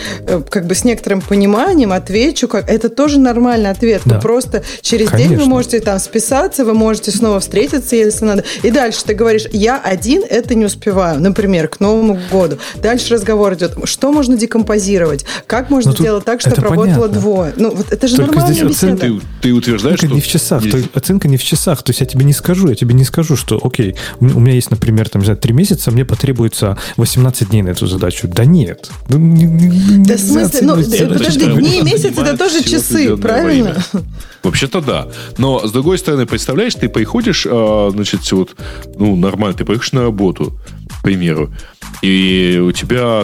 пониманием отвечу, как это тоже нормальный ответ. Да. Вы просто через день вы можете там списаться, вы можете снова встретиться, если надо. И дальше ты говоришь, я один это не успеваю, например, к Новому году. Дальше разговор идет, что можно декомпозировать, как можно сделать так, чтобы работало двое. Ну, вот это же только нормальная беседа. Ты утверждаешь, что... Не в часах. Оценка не в часах. То есть я тебе не скажу, что, окей, у меня есть, например, там, 3 месяца, мне потребуется 18 дней на эту задачу. Да нет. Да в смысле? Подожди, дни и месяцы это тоже часы, правильно? Вообще-то да. Но, с другой стороны, представляешь, ты приходишь, нормально, ты приходишь на работу, к примеру, и у тебя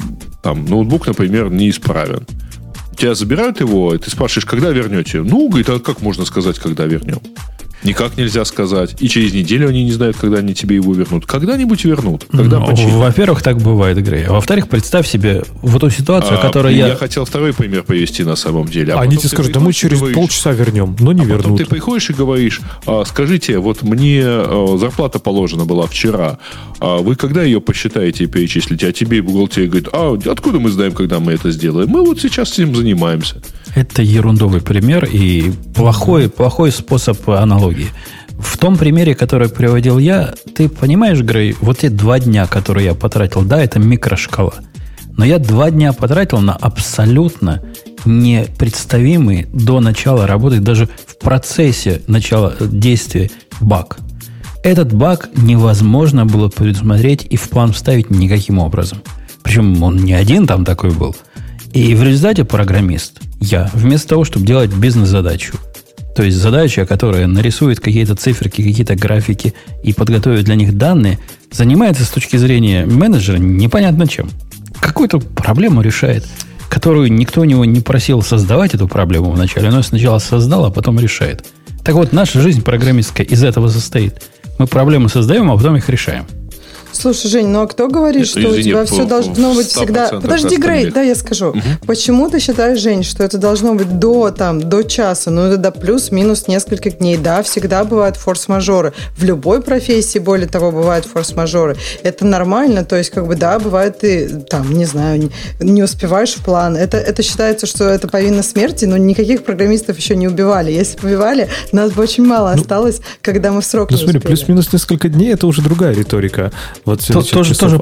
там ноутбук, например, неисправен. Тебя забирают его, и ты спрашиваешь, когда вернете? Говорит, а как можно сказать, когда вернем? Никак нельзя сказать. И через неделю они не знают, когда они тебе его вернут. Когда-нибудь вернут. Когда починят. Во-первых, так бывает, Грей. А во-вторых, представь себе вот эту ситуацию, которую я хотел второй пример привести на самом деле. Они тебе скажут, да мы через полчаса вернем, но не вернут. Потом ты приходишь и говоришь, скажите, вот мне зарплата положена была вчера, вы когда ее посчитаете и перечислите? А тебе бухгалтерия говорит, откуда мы знаем, когда мы это сделаем? Мы вот сейчас этим занимаемся. Это ерундовый пример и плохой способ аналогии. В том примере, который приводил я, ты понимаешь, Грей, вот те 2 дня, которые я потратил, да, это микрошкала. Но я 2 дня потратил на абсолютно непредставимый до начала работы, даже в процессе начала действия баг. Этот баг невозможно было предусмотреть и в план вставить никаким образом. Причем он не один там такой был. И в результате программист, я, вместо того, чтобы делать бизнес-задачу, то есть задача, которая нарисует какие-то циферки, какие-то графики и подготовит для них данные, занимается с точки зрения менеджера непонятно чем. Какую-то проблему решает, которую никто у него не просил создавать эту проблему вначале. Он ее сначала создал, а потом решает. Так вот, наша жизнь программистская из этого состоит. Мы проблемы создаем, а потом их решаем. Слушай, Жень, а кто говорит, что у тебя все должно быть всегда... Подожди, Грей, да, я скажу. Угу. Почему ты считаешь, Жень, что это должно быть до часа, это до плюс-минус нескольких дней? Да, всегда бывают форс-мажоры. В любой профессии, более того, бывают форс-мажоры. Это нормально, то есть, бывает, ты, не знаю, не успеваешь в план. Это считается, что это повинно смерти, но никаких программистов еще не убивали. Если бы убивали, нас бы очень мало осталось, когда мы в срок не успели. Плюс-минус несколько дней, это уже другая риторика. Вот тоже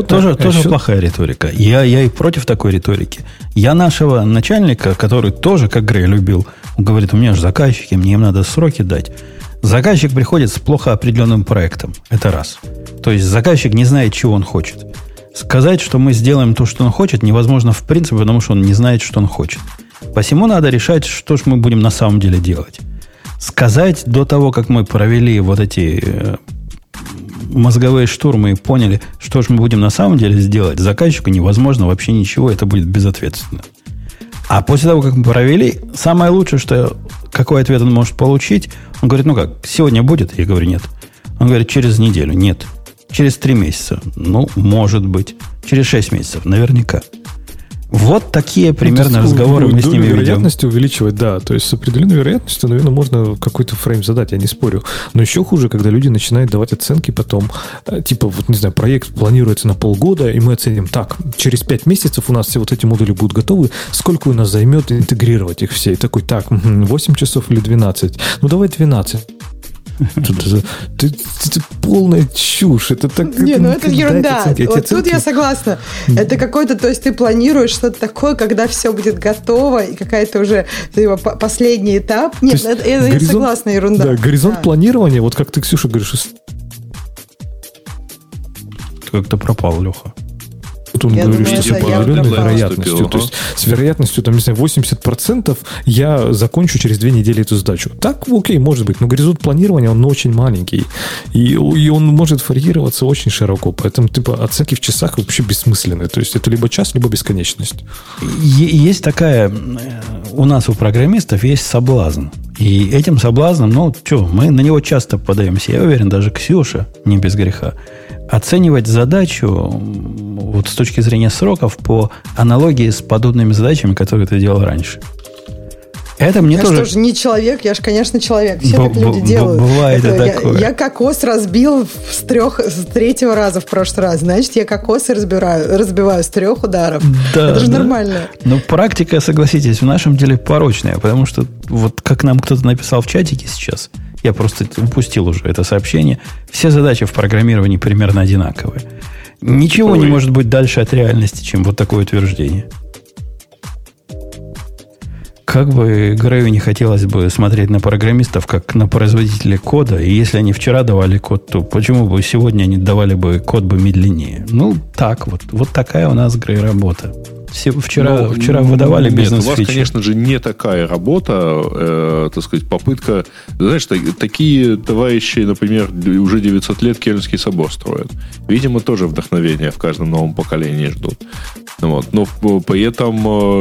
плохая риторика. Я и против такой риторики. Я нашего начальника, который тоже, как Грей, любил, он говорит, у меня же заказчики, мне им надо сроки дать. Заказчик приходит с плохо определенным проектом. Это раз. То есть заказчик не знает, чего он хочет. Сказать, что мы сделаем то, что он хочет, невозможно в принципе, потому что он не знает, что он хочет. Посему надо решать, что же мы будем на самом деле делать. Сказать до того, как мы провели вот эти... мозговые штурмы и поняли, что же мы будем на самом деле сделать, заказчику невозможно вообще ничего, это будет безответственно. А после того, как мы провели, самое лучшее, что какой ответ он может получить, он говорит, ну как, сегодня будет? Я говорю, нет. Он говорит, через неделю. Нет. Через 3 месяца. Ну, может быть. Через 6 месяцев. Наверняка. Вот такие примерно разговоры мы с ними ведем. Вероятность увеличивать, да. То есть с определенной вероятностью, наверное, можно какой-то фрейм задать, я не спорю. Но еще хуже, когда люди начинают давать оценки потом. Типа, вот, не знаю, проект планируется на полгода, и мы оценим, так, через 5 месяцев у нас все вот эти модули будут готовы, сколько у нас займет интегрировать их все? И такой, так, 8 часов или 12? Ну, давай 12. Это полная чушь. Это так. Не, ну это ерунда. Вот тут я согласна. Это какой-то, то есть ты планируешь что-то такое, когда все будет готово, и какая-то уже последний этап. Нет, это я согласна, ерунда. Да, горизонт планирования, вот как ты, Ксюша, говоришь. Как-то пропал, Леха. Вот он говорит, что с определенной вероятностью. То есть с вероятностью, там, не знаю, 80% я закончу через 2 недели эту задачу. Так, окей, может быть, но горизонт планирования, он очень маленький. И он может варьироваться очень широко. Поэтому, типа, оценки в часах вообще бессмысленны. То есть это либо час, либо бесконечность. Есть такая... У нас, у программистов, есть соблазн. И этим соблазном, ну, что, мы на него часто подаемся. Я уверен, даже Ксюша, не без греха, оценивать задачу вот с точки зрения сроков по аналогии с подобными задачами, которые ты делал раньше. Это мне тоже... Я же не человек, я же, конечно, человек. Все так люди делают. Бывает и такое. Я кокос разбил с 3-го раза в прошлый раз. Значит, я кокосы разбиваю с 3 ударов. Да, это же нормально. Но практика, согласитесь, в нашем деле порочная. Потому что, вот как нам кто-то написал в чатике сейчас, я просто упустил уже это сообщение, все задачи в программировании примерно одинаковые. Ничего не может быть дальше от реальности, чем вот такое утверждение. Как бы Грею не хотелось бы смотреть на программистов, как на производителей кода, и если они вчера давали код, то почему бы сегодня они давали бы код бы медленнее? Ну, так вот. Вот такая у нас, Грей, работа. Вчера выдавали бизнес-фичи. У вас, конечно же, не такая работа, так сказать, попытка... Знаешь, такие товарищи, например, уже 900 лет Кельнский собор строят. Видимо, тоже вдохновение в каждом новом поколении ждут. Вот. Но при этом,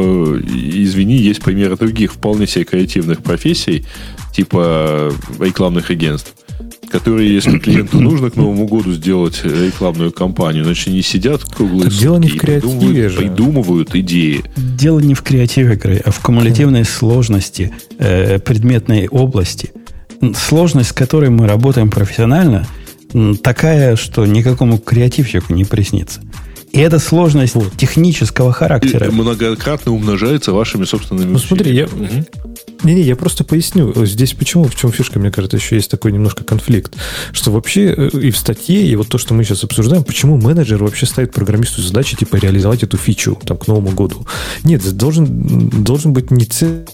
извини, есть примеры других вполне себе креативных профессий, типа рекламных агентств, которые, если клиенту нужно к Новому году сделать рекламную кампанию, значит, они сидят круглые сутки дело не в креативе же. Придумывают идеи. Дело не в креативе, а в кумулятивной сложности предметной области. Сложность, с которой мы работаем профессионально, такая, что никакому креативщику не приснится. И эта сложность технического характера. И многократно умножается вашими собственными усилиями. Смотри, я просто поясню. Здесь почему, в чем фишка, мне кажется, еще есть такой немножко конфликт. Что вообще и в статье, и вот то, что мы сейчас обсуждаем, почему менеджер вообще ставит программисту задачи, типа, реализовать эту фичу там, к Новому году. Нет, должен быть не цель.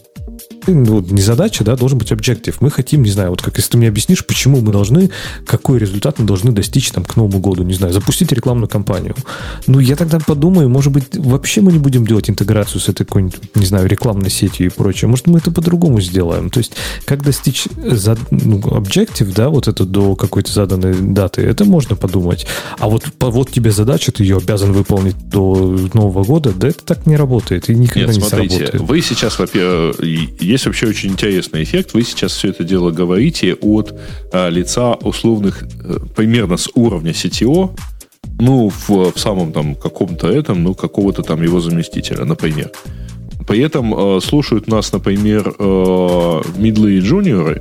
Не задача, да, должен быть объектив. Мы хотим, не знаю, вот как если ты мне объяснишь, почему мы должны, какой результат мы должны достичь там к Новому году, не знаю, запустить рекламную кампанию. Ну, я тогда подумаю, может быть, вообще мы не будем делать интеграцию с этой какой-нибудь, не знаю, рекламной сетью и прочее. Может, мы это по-другому сделаем. То есть, как достичь объектив, да, вот это до какой-то заданной даты, это можно подумать. А вот тебе задача, ты ее обязан выполнить до Нового года, да, это так не работает и никогда не сработает. Вы сейчас, во-первых, есть вообще очень интересный эффект. Вы сейчас все это дело говорите от лица условных, примерно с уровня CTO, ну, в самом там каком-то этом, ну, какого-то там его заместителя, например. При этом слушают нас, например, мидлы и джуниоры,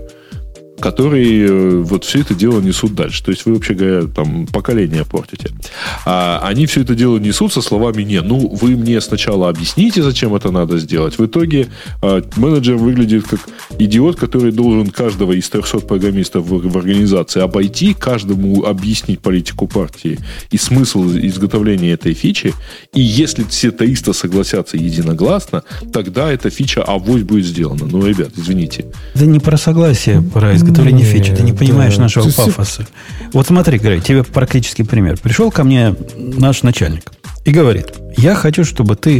которые вот все это дело несут дальше. То есть вы, вообще говоря, там поколение портите. А они все это дело несут со словами: «Не, ну вы мне сначала объясните, зачем это надо сделать». В итоге менеджер выглядит как идиот, который должен каждого из 300 программистов в организации обойти, каждому объяснить политику партии и смысл изготовления этой фичи. И если все 300 согласятся единогласно, тогда эта фича авось будет сделана. Ну, ребят, извините. Да не про согласие, про изготовление фичи. Ты не понимаешь нашего пафоса. Вот смотри, Грей, тебе практический пример. Пришел ко мне наш начальник и говорит: я хочу, чтобы ты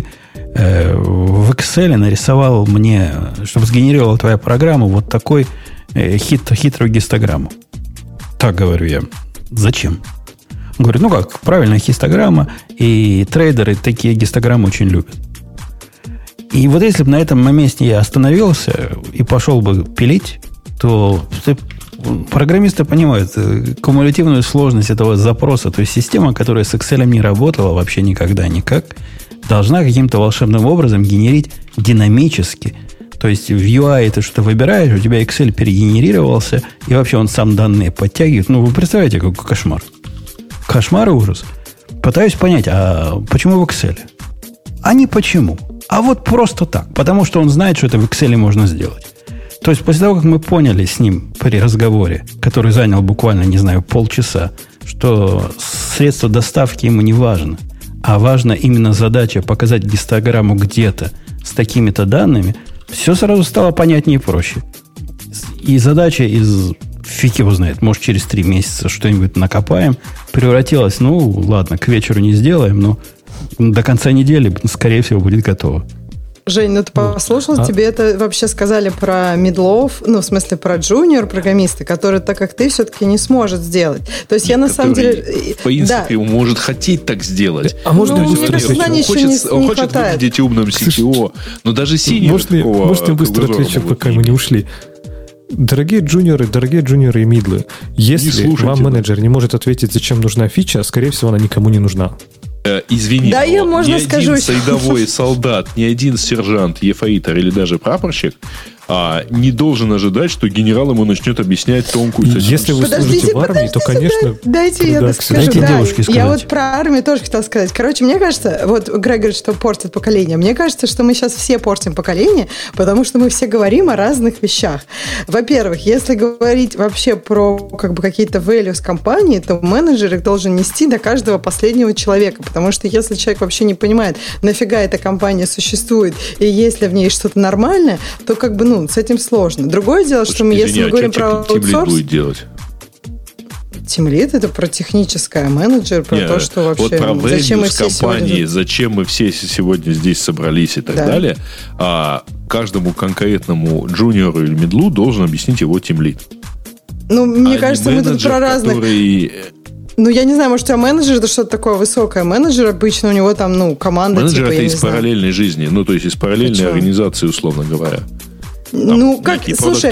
в Excel нарисовал мне, чтобы сгенерировала твоя программа вот такой хитрую гистограмму. Так говорю я. Зачем? Он говорит: ну как, правильная хистограмма, и трейдеры такие гистограммы очень любят. И вот если бы на этом моменте я остановился и пошел бы пилить, то программисты понимают кумулятивную сложность этого запроса. То есть система, которая с Excel не работала вообще никогда никак, должна каким-то волшебным образом генерить динамически. То есть в UI ты что-то выбираешь, у тебя Excel перегенерировался, и вообще он сам данные подтягивает. Ну, вы представляете, какой кошмар. Кошмар и ужас. Пытаюсь понять, а почему в Excel? А не почему. А вот просто так. Потому что он знает, что это в Excel можно сделать. То есть после того, как мы поняли с ним при разговоре, который занял буквально, не знаю, полчаса, что средство доставки ему не важно, а важна именно задача показать гистограмму где-то с такими-то данными, все сразу стало понятнее и проще. И задача из, фиг его знает, может, через 3 месяца что-нибудь накопаем, превратилась, ну, ладно, к вечеру не сделаем, но до конца недели, скорее всего, будет готово. Жень, ну ты послушал, тебе это вообще сказали про мидлов, ну, в смысле, про джуниор-программиста, который, так как ты, все-таки не сможет сделать. То есть я на самом деле... В принципе, он может хотеть так сделать. А можно мне кажется, знаний еще не хочет выглядеть умным CTO, но даже синьор такого... Можно я быстро отвечу, пока мы не ушли? Дорогие джуниоры и мидлы, если вам менеджер не может ответить, зачем нужна фича, скорее всего, она никому не нужна. Извини, да, я, можно ни скажу, один рядовой солдат, ни один сержант, ефрейтор или даже прапорщик не должен ожидать, что генерал ему начнет объяснять тонкую ситуацию. Если вы служите в армии, то, конечно... Дайте я скажу. Дайте девушке сказать. Я вот про армию тоже хотела сказать. Короче, мне кажется, вот Грег говорит, что портит поколение. Мне кажется, что мы сейчас все портим поколение, потому что мы все говорим о разных вещах. Во-первых, если говорить вообще про как бы какие-то values компании, то менеджер их должен нести до каждого последнего человека, потому что если человек вообще не понимает, нафига эта компания существует, и есть ли в ней что-то нормальное, то как бы, ну, с этим сложно. Другое дело, что мы, если мы говорим про аутсорс... будет делать? Тимлид — это про техническое, менеджер про то, что вообще... Вот про зачем мы все компании, сегодня... зачем мы все сегодня здесь собрались и так далее, каждому конкретному джуниору или мидлу должен объяснить его тимлид. Ну, мне кажется, мы тут про разных... Ну, я не знаю, может, у тебя менеджер — это что-то такое высокое. Менеджер обычно у него там, ну, команда... Менеджер типа, это из параллельной жизни, ну, то есть из параллельной организации, условно говоря. Там ну, как, слушай...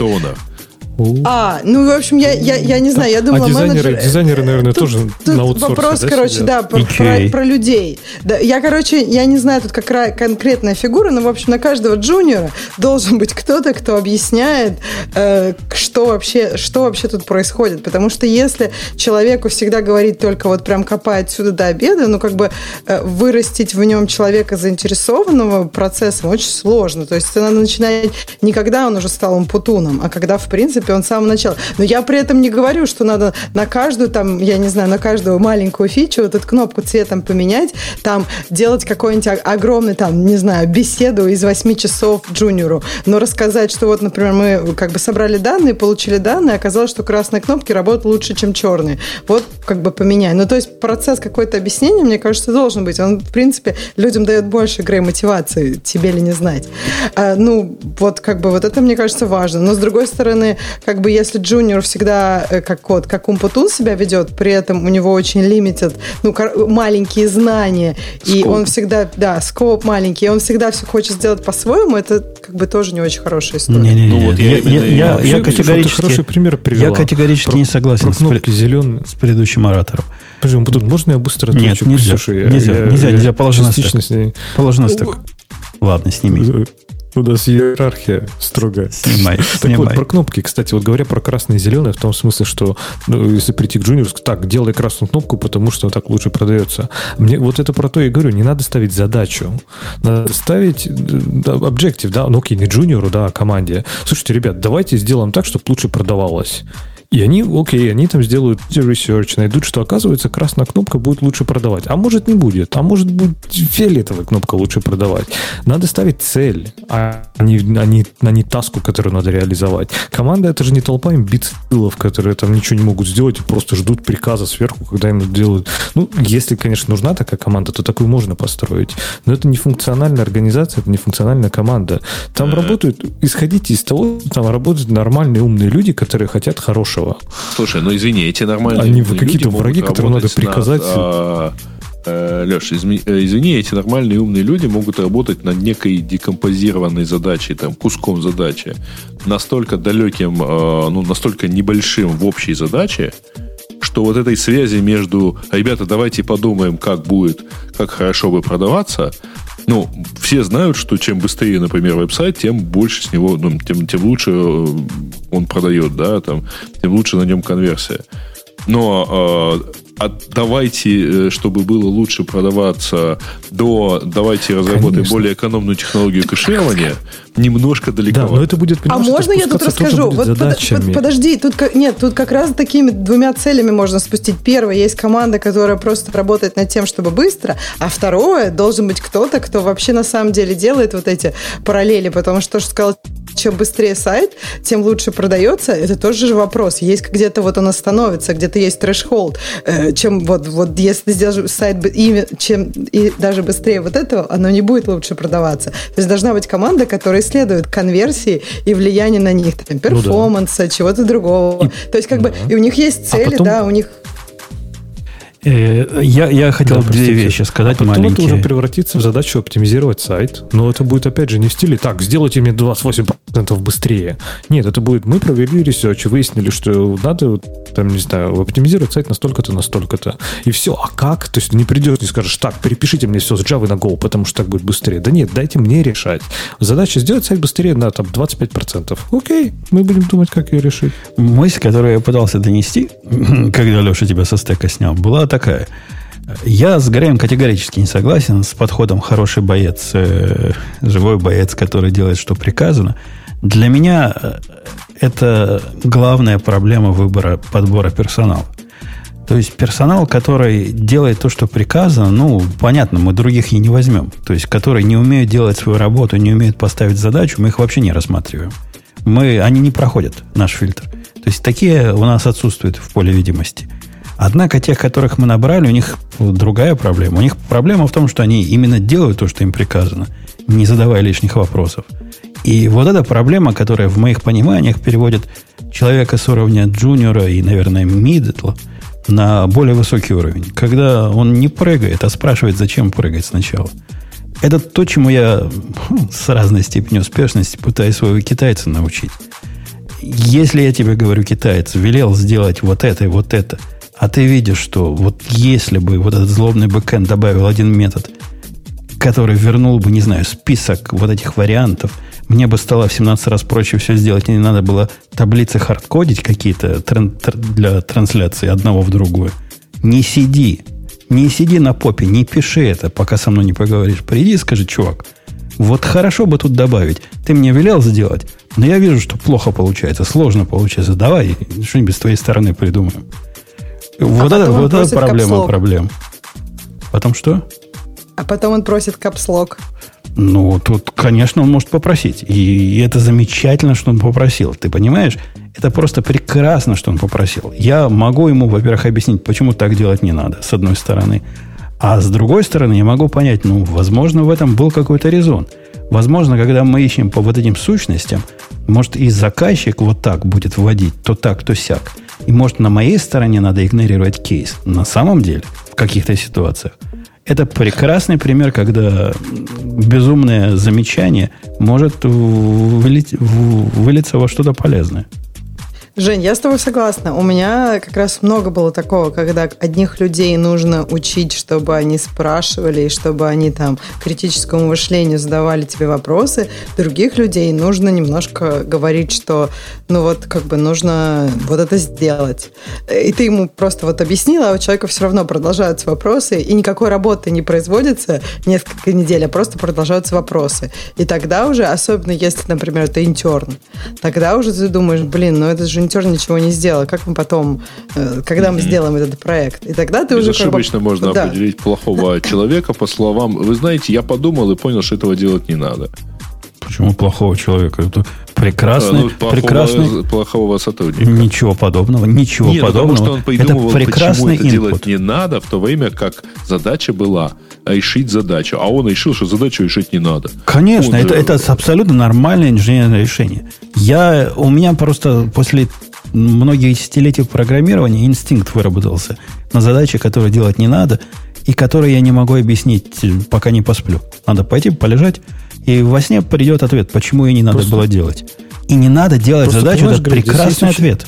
ну, в общем, я не знаю, я думала, дизайнеры, наверное, тут, тоже на аутсорсе. Вопрос, да, короче, да, про людей. Да, я не знаю, тут какая конкретная фигура, но, в общем, на каждого джуниора должен быть кто-то, кто объясняет, что вообще тут происходит. Потому что если человеку всегда говорить только вот прям копай отсюда до обеда, ну, как бы вырастить в нем человека заинтересованного процессом очень сложно. То есть это надо начинать не когда он уже стал умпутуном, а когда, в принципе, он с самого начала. Но я при этом не говорю, что надо на каждую, там, я не знаю, на каждую маленькую фичу вот эту кнопку цветом поменять, там, делать какой-нибудь огромный, там, не знаю, беседу из 8 часов джуниору. Но рассказать, что вот, например, мы как бы собрали данные, получили данные, оказалось, что красные кнопки работают лучше, чем черные. Вот, как бы поменяй. Ну, то есть процесс какое-то объяснения, мне кажется, должен быть. Он, в принципе, людям дает больше игры мотивации, тебе ли не знать. Ну, вот, как бы, вот это, мне кажется, важно. Но, с другой стороны, как бы если джуниор всегда как умпутун себя ведет, при этом у него очень лимитед, ну, маленькие знания, и он всегда, да, скоп маленький, и он всегда все хочет сделать по-своему, это как бы тоже не очень хорошая история. Я категорически не согласен с предыдущим оратором. Подожди, можно я быстро отвечу? Нет, нельзя, положи на стек. Ладно, сними. У нас иерархия строгая. Снимай. Вот про кнопки, кстати, вот говоря про красное и зеленое, в том смысле, что если прийти к джуниору, так, делай красную кнопку, потому что так лучше продается. Мне вот это про то и говорю, не надо ставить задачу. Надо ставить объектив, да, ну окей, не джуниору, да, а команде. Слушайте, ребят, давайте сделаем так, чтобы лучше продавалось. И они там сделают research, найдут, что, оказывается, красная кнопка будет лучше продавать. А может, не будет. А может, будет фиолетовая кнопка лучше продавать. Надо ставить цель, а не таску, которую надо реализовать. Команда — это же не толпа имбецилов, которые там ничего не могут сделать и просто ждут приказа сверху, когда им делают. Ну, если, конечно, нужна такая команда, то такую можно построить. Но это не функциональная организация, это не функциональная команда. Там работают, исходите из того, там работают нормальные умные люди, которые хотят хорошего. Слушай, ну извини, эти нормальные они какие-то враги, которым надо приказать. Леш, извини, эти нормальные умные люди могут работать над некой декомпозированной задачей, там, куском задачи, настолько далеким, настолько небольшим в общей задаче, что вот этой связи между ребята, давайте подумаем, как хорошо бы продаваться. Все знают, что чем быстрее, например, веб-сайт, тем больше с него, тем лучше он продает, да, тем лучше на нем конверсия. Но давайте, чтобы было лучше продаваться, давайте разработаем более экономную технологию кэширования, немножко далековато. Да, но это будет, а можно я тут расскажу? Подожди, тут как раз такими двумя целями можно спустить. Первое, есть команда, которая просто работает над тем, чтобы быстро, а второе, должен быть кто-то, кто вообще на самом деле делает вот эти параллели, потому что, сказал, чем быстрее сайт, тем лучше продается. Это тоже же вопрос. Есть где-то вот он остановится, где-то есть трэш-холд. Чем вот если сделаешь сайт чем и даже быстрее вот этого, оно не будет лучше продаваться. То есть должна быть команда, которая исследует конверсии и влияние на них, перформанса, чего-то другого. То есть и у них есть цели, у них... Я хотел две вещи сказать маленькие. Потом это уже превратится в задачу оптимизировать сайт. Но это будет, опять же, не в стиле «так, сделайте мне 28% быстрее». Нет, это будет «мы провели ресерч, выяснили, что надо, оптимизировать сайт настолько-то, настолько-то». И все. А как? То есть не придешь, не скажешь «так, перепишите мне все с Java на Go, потому что так будет быстрее». Да нет, дайте мне решать. Задача сделать сайт быстрее на 25%. Окей, мы будем думать, как ее решить. Мысль, которую я пытался донести, когда Леша тебя со стека снял, была такая. Я с Греем категорически не согласен с подходом «хороший боец, живой боец, который делает, что приказано». Для меня это главная проблема подбора персонала. То есть персонал, который делает то, что приказано, понятно, мы других и не возьмем. То есть, которые не умеют делать свою работу, не умеют поставить задачу, мы их вообще не рассматриваем. Они не проходят наш фильтр. То есть, такие у нас отсутствуют в поле видимости. Однако тех, которых мы набрали, у них другая проблема. У них проблема в том, что они именно делают то, что им приказано, не задавая лишних вопросов. И вот эта проблема, которая в моих пониманиях переводит человека с уровня джуниора и, наверное, мидла на более высокий уровень. Когда он не прыгает, а спрашивает, зачем прыгать сначала. Это то, чему я с разной степенью успешности пытаюсь своего китайца научить. Если я тебе говорю, китаец, велел сделать вот это и вот это, а ты видишь, что вот если бы вот этот злобный бэкэнд добавил один метод, который вернул бы, не знаю, список вот этих вариантов, мне бы стало в 17 раз проще все сделать, не надо было таблицы хардкодить какие-то для трансляции одного в другое. Не сиди на попе, не пиши это, пока со мной не поговоришь. Приди и скажи, чувак, вот хорошо бы тут добавить. Ты мне велел сделать, но я вижу, что плохо получается, сложно получается. Давай что-нибудь с твоей стороны придумаем. Вот это проблема. Потом что? А потом он просит капслок. Тут, конечно, он может попросить. И это замечательно, что он попросил. Ты понимаешь? Это просто прекрасно, что он попросил. Я могу ему, во-первых, объяснить, почему так делать не надо, с одной стороны. А с другой стороны, я могу понять, возможно, в этом был какой-то резон. Возможно, когда мы ищем по вот этим сущностям, может, и заказчик вот так будет вводить, то так, то сяк. И может, на моей стороне надо игнорировать кейс. На самом деле, в каких-то ситуациях. Это прекрасный пример, когда безумное замечание может вылиться во что-то полезное. Жень, я с тобой согласна. У меня как раз много было такого, когда одних людей нужно учить, чтобы они спрашивали, и чтобы они там критическому мышлению задавали тебе вопросы. Других людей нужно немножко говорить, что нужно вот это сделать. И ты ему просто объяснила, а у человека все равно продолжаются вопросы, и никакой работы не производится несколько недель, а просто продолжаются вопросы. И тогда уже, особенно если, например, это интерн, тогда уже ты думаешь, это же интерн ничего не сделал. Как мы потом, когда мы сделаем этот проект? И тогда ты уже... Безошибочно можно определить плохого человека по словам. Вы знаете, я подумал и понял, что этого делать не надо. Почему плохого человека? Это прекрасный... Плохого сотрудника. Ничего подобного. Потому что он придумывал, почему это делать не надо, в то время как задача была решить задачу. А он решил, что задачу решить не надо. Конечно, это абсолютно нормальное инженерное решение. У меня просто после многих десятилетий программирования инстинкт выработался на задачи, которые делать не надо. и которые я не могу объяснить, пока не посплю. Надо пойти полежать, и во сне придет ответ, почему и не надо было делать. И не надо делать задачу, это прекрасный ответ.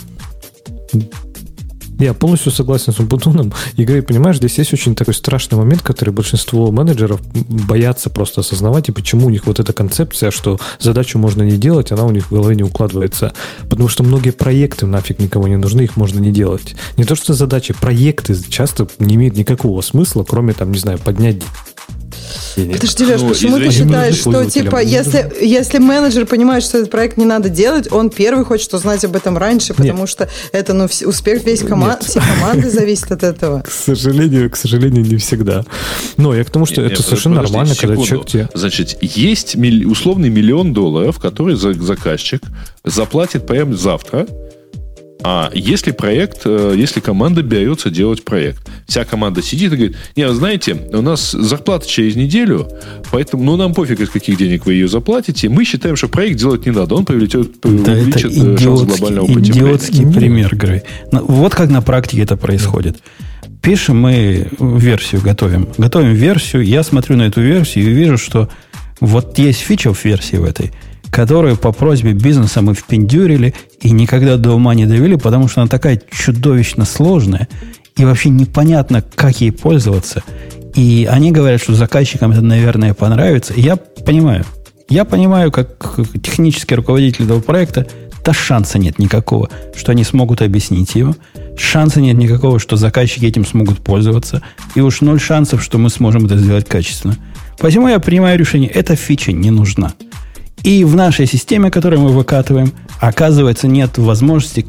Я полностью согласен с Умпутуном. И, Грей, понимаешь, здесь есть очень такой страшный момент, который большинство менеджеров боятся просто осознавать, и почему у них вот эта концепция, что задачу можно не делать, она у них в голове не укладывается. Потому что многие проекты нафиг никому не нужны, их можно не делать. Не то, что задачи, проекты часто не имеют никакого смысла, кроме, там, не знаю, поднять денег. Подожди, Леш, почему ты считаешь, что, типа, если менеджер понимает, что этот проект не надо делать, он первый хочет узнать об этом раньше, потому что это, успех всей команды зависит от этого. К сожалению, не всегда. Но я к тому, что это совершенно нормально, когда человек тебе... Значит, есть условный $1 миллион, который заказчик заплатит прямо завтра. А если если команда берется делать проект, вся команда сидит и говорит: не, знаете, у нас зарплата через неделю, поэтому нам пофиг, из каких денег вы ее заплатите, мы считаем, что проект делать не надо, он увеличит шанс глобального потепления. Идиотский пример, Грей. Вот как на практике это происходит. Пишем мы версию, готовим версию, я смотрю на эту версию и вижу, что вот есть фича в версии в этой, которую по просьбе бизнеса мы впендюрили и никогда до ума не довели, потому что она такая чудовищно сложная, и вообще непонятно, как ей пользоваться. И они говорят, что заказчикам это, наверное, понравится. И я понимаю, как технический руководитель этого проекта, да шанса нет никакого, что они смогут объяснить его. Шанса нет никакого, что заказчики этим смогут пользоваться. И уж 0 шансов, что мы сможем это сделать качественно. Посему я принимаю решение, эта фича не нужна. И в нашей системе, которую мы выкатываем, оказывается, нет возможности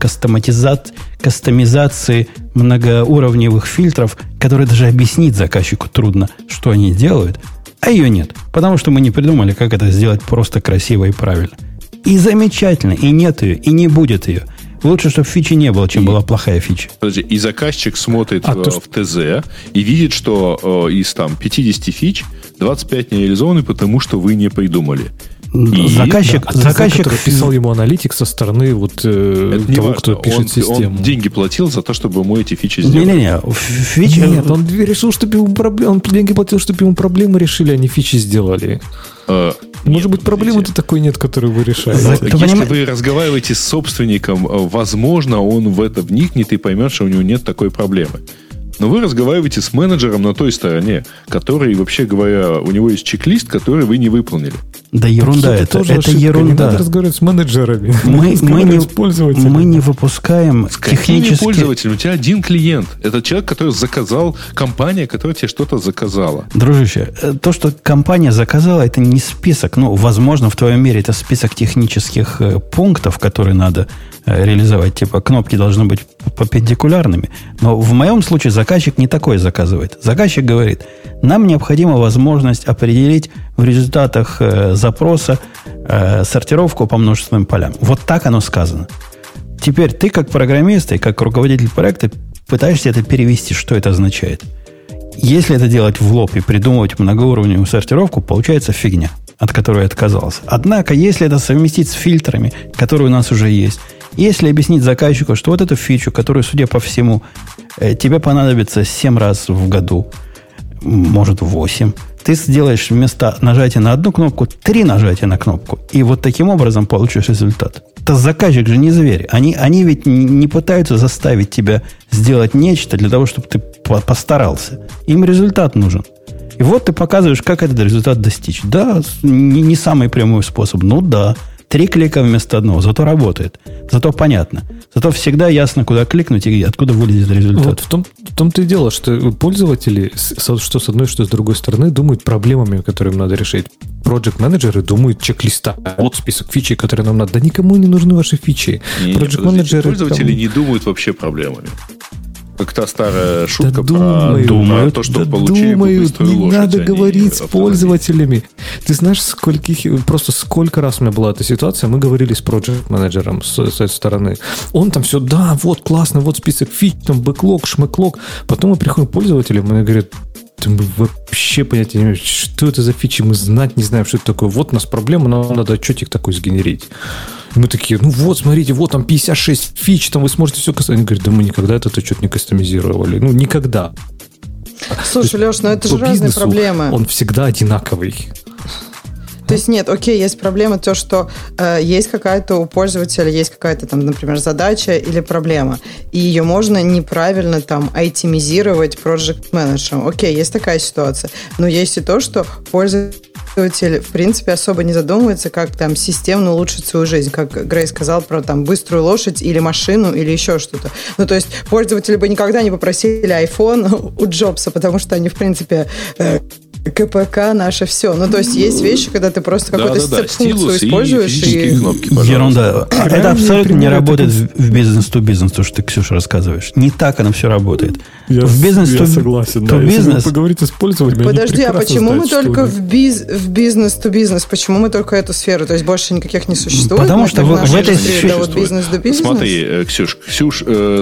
кастомизации многоуровневых фильтров, которые даже объяснить заказчику трудно, что они делают. А ее нет, потому что мы не придумали, как это сделать просто красиво и правильно. И замечательно, и нет ее, и не будет ее. Лучше, чтобы фичи не было, чем была плохая фича. Подожди, и заказчик смотрит в ТЗ и видит, что из 50 фич 25 не реализованы, потому что вы не придумали. Заказчик, который писал ему аналитик со стороны того, кто пишет систему. Он деньги платил за то, чтобы ему эти фичи сделали. Нет, он решил, чтобы он деньги платил, чтобы ему проблемы решили, а не фичи сделали. Может быть, проблемы-то такой нет, которую вы решаете. Если вы разговариваете с собственником, возможно, он в это вникнет и поймет, что у него нет такой проблемы. Но вы разговариваете с менеджером на той стороне, который, вообще говоря, у него есть чек-лист, который вы не выполнили. Да ерунда это ерунда. Не надо разговаривать с менеджерами. Мы не выпускаем технически... С какими пользователями? У тебя один клиент. Это человек, который заказал, компания, которая тебе что-то заказала. Дружище, то, что компания заказала, это не список. Возможно, в твоем мире это список технических пунктов, которые надо реализовать. Типа, кнопки должны быть перпендикулярными. Но в моем случае заказчик не такое заказывает. Заказчик говорит: нам необходима возможность определить в результатах запроса сортировку по множественным полям. Вот так оно сказано. Теперь ты, как программист и как руководитель проекта, пытаешься это перевести, что это означает. Если это делать в лоб и придумывать многоуровневую сортировку, получается фигня, от которой я отказался. Однако, если это совместить с фильтрами, которые у нас уже есть, если объяснить заказчику, что вот эту фичу, которую, судя по всему, тебе понадобится 7 раз в году, может 8, ты сделаешь вместо нажатия на одну кнопку 3 нажатия на кнопку, и вот таким образом получишь результат. Это заказчик же не зверь. Они ведь не пытаются заставить тебя сделать нечто для того, чтобы ты постарался. Им результат нужен. И вот ты показываешь, как этот результат достичь. Да, не самый прямой способ. 3 клика вместо одного. Зато работает. Зато понятно. Зато всегда ясно, куда кликнуть и откуда вылезет результат. Вот в том-то и дело, что пользователи, что с одной, что с другой стороны, думают проблемами, которые им надо решить. Проджект-менеджеры думают чек-листа. Вот список фичей, которые нам надо. Да никому не нужны ваши фичи. Пользователи не думают вообще проблемами. Как та старая шутка про то, что получили быструю лошадь. Не надо говорить с пользователями. Ты знаешь, сколько раз у меня была эта ситуация, мы говорили с проджект-менеджером с этой стороны. Он там все, да, вот классно, вот список фич, там бэклог, шмэклог. Потом мы приходим к пользователям, и они говорят: мы вообще понятия не имеем, что это за фичи, мы знать не знаем, что это такое. Вот у нас проблема, нам надо отчетик такой сгенерить. Мы такие: смотрите, вот там 56 фич, там вы сможете все кастомизировать. Они говорят: да мы никогда этот отчет не кастомизировали. Никогда. Слушай, Леш, ну это же разные проблемы. Он всегда одинаковый. То есть нет, окей, есть проблема то, что есть какая-то у пользователя, есть какая-то там, например, задача или проблема, и ее можно неправильно там айтемизировать проект-менеджером. Окей, есть такая ситуация. Но есть и то, что пользователь, в принципе, особо не задумывается, как там системно улучшить свою жизнь, как Грей сказал про там быструю лошадь или машину или еще что-то. Ну, то есть пользователи бы никогда не попросили iPhone у Джобса, потому что они, в принципе... КПК наше все. Ну, то есть, есть вещи, когда ты просто какую-то степ-функцию используешь. И кнопки, ерунда. Это абсолютно не работает в бизнес-то-бизнес, то, что ты, Ксюша, рассказываешь. Не так оно все работает. В бизнес-то согласен. Да. Если вы поговорите с пользователями, подожди, а почему мы только в бизнес-то-бизнес? Почему мы только эту сферу? То есть, больше никаких не существует? Потому что в этой сфере... Смотри, Ксюш,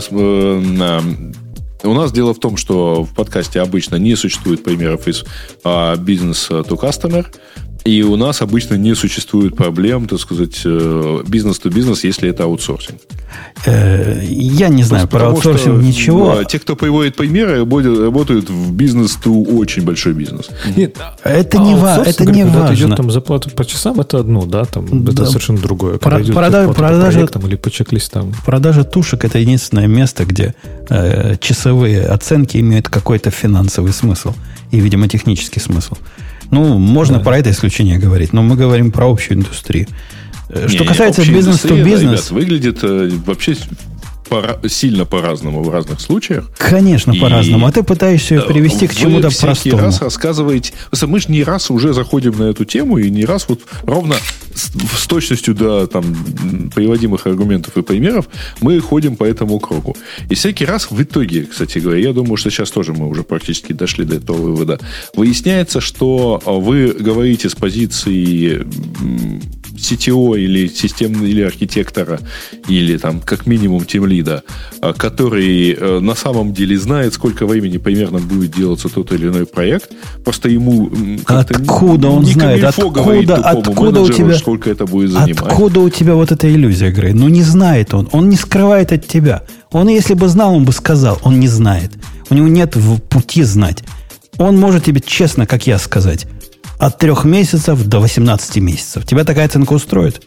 у нас дело в том, что в подкасте обычно не существует примеров из бизнес to customer, и у нас обычно не существует проблем, так сказать, бизнес-то-бизнес, если это аутсорсинг. Я не знаю про аутсорсинг ничего. Те, кто приводит примеры, работают в бизнес-то очень большой бизнес. Нет, это не важно. Когда идет там заплата по часам, это одно, да, там это совершенно другое. Когда идет продажа по проектам или по чек-листам. Продажа тушек — это единственное место, где часовые оценки имеют какой-то финансовый смысл и, видимо, технический смысл. Ну, можно про это исключение говорить, но мы говорим про общую индустрию. Что касается бизнес-то-бизнес... Выглядит вообще сильно по-разному в разных случаях. Конечно, по-разному. А ты пытаешься ее привести к чему-то простому. Вы раз рассказываете... Мы же не раз уже заходим на эту тему, и не раз вот ровно с точностью до там, приводимых аргументов и примеров мы ходим по этому кругу. И всякий раз в итоге, кстати говоря, я думаю, что сейчас тоже мы уже практически дошли до этого вывода, выясняется, что вы говорите с позиции CTO или системного или архитектора, или там как минимум тимлида, который на самом деле знает, сколько времени примерно будет делаться тот или иной проект. Просто ему откуда он знает? Откуда у тебя сколько это будет занимать? Откуда у тебя вот эта иллюзия, Грей? Ну не знает он. Он не скрывает от тебя. Он, если бы знал, он бы сказал. Он не знает. У него нет в пути знать. Он может тебе честно, как я, сказать: от 3 месяцев до 18 месяцев. Тебя такая оценка устроит?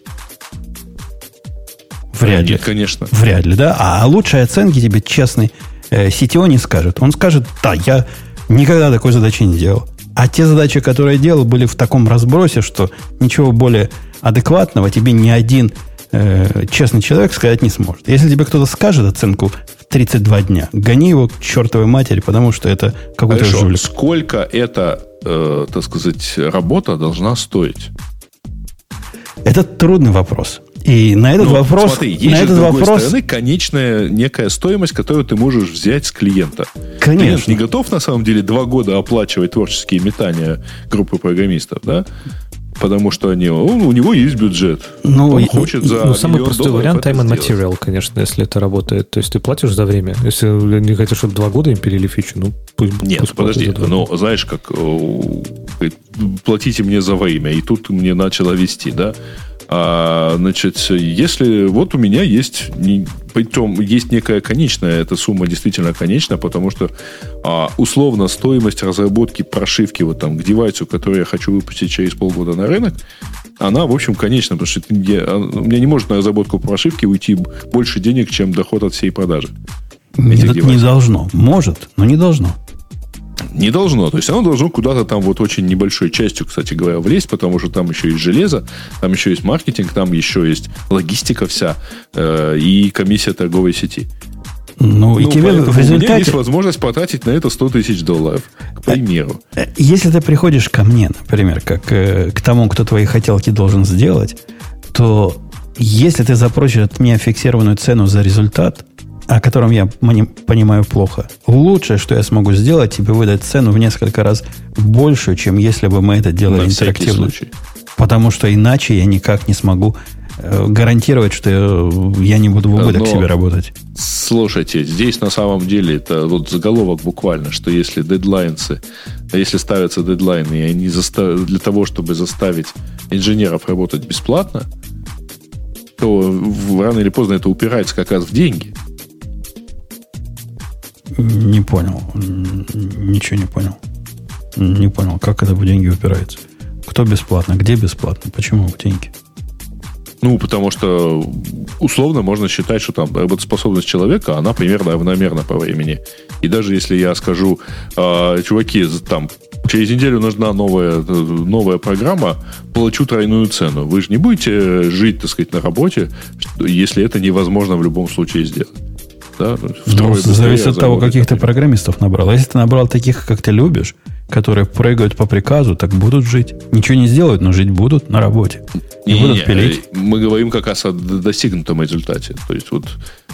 Вряд ли. Нет, конечно. Вряд ли, да? А лучшие оценки тебе честный CTO не скажет. Он скажет: да, я никогда такой задачи не делал. А те задачи, которые я делал, были в таком разбросе, что ничего более адекватного тебе ни один честный человек сказать не сможет. Если тебе кто-то скажет оценку в 32 дня, гони его к чертовой матери, потому что это какой-то жулик. Сколько эта, так сказать, работа должна стоить? Это трудный вопрос. И на этот вопрос... Смотри, есть же с другой стороны конечная некая стоимость, которую ты можешь взять с клиента. Конечно. Клиент не готов, на самом деле, 2 года оплачивать творческие метания группы программистов, да? Потому что у него есть бюджет. Он хочет за самый простой вариант time and material, конечно, если это работает. То есть ты платишь за время. Если не хотят, чтобы 2 года им пилили фичу, пусть нет, подожди. Знаешь, как платите мне за время, и тут мне начало вести, да? Значит, если вот у меня есть, притом есть некая конечная, эта сумма действительно конечная, потому что условно стоимость разработки прошивки вот там к девайсу, который я хочу выпустить через полгода на рынок, она, в общем, конечна, потому что у меня не может на разработку прошивки уйти больше денег, чем доход от всей продажи. Не должно. Может, но не должно. Не должно. То есть оно должно куда-то там вот очень небольшой частью, кстати говоря, влезть, потому что там еще есть железо, там еще есть маркетинг, там еще есть логистика вся и комиссия торговой сети. И тебе в результате... У меня есть возможность потратить на это $100,000, к примеру. Если ты приходишь ко мне, например, как к тому, кто твои хотелки должен сделать, то если ты запросишь от меня фиксированную цену за результат, о котором я понимаю плохо, лучшее, что я смогу сделать, тебе выдать цену в несколько раз большую, чем если бы мы это делали интерактивно. Потому что иначе я никак не смогу гарантировать, что я не буду в убыток себе работать. Слушайте, здесь на самом деле это вот заголовок буквально, что если ставятся дедлайны, и они для того, чтобы заставить инженеров работать бесплатно, то рано или поздно это упирается как раз в деньги. Не понял. Ничего не понял. Не понял, как это в деньги упирается. Кто бесплатно? Где бесплатно? Почему в деньги? Ну, потому что условно можно считать, что там работоспособность человека, она примерно равномерна по времени. И даже если я скажу, чуваки, там, через неделю нужна новая программа, плачу тройную цену. Вы же не будете жить, так сказать, на работе, если это невозможно в любом случае сделать. Да? Зависит от того, каких ты программистов набрал. А если ты набрал таких, как ты любишь, которые прыгают по приказу, так будут жить. Ничего не сделают, но жить будут на работе. И будут пилить. Мы говорим как раз о достигнутом результате. То есть вот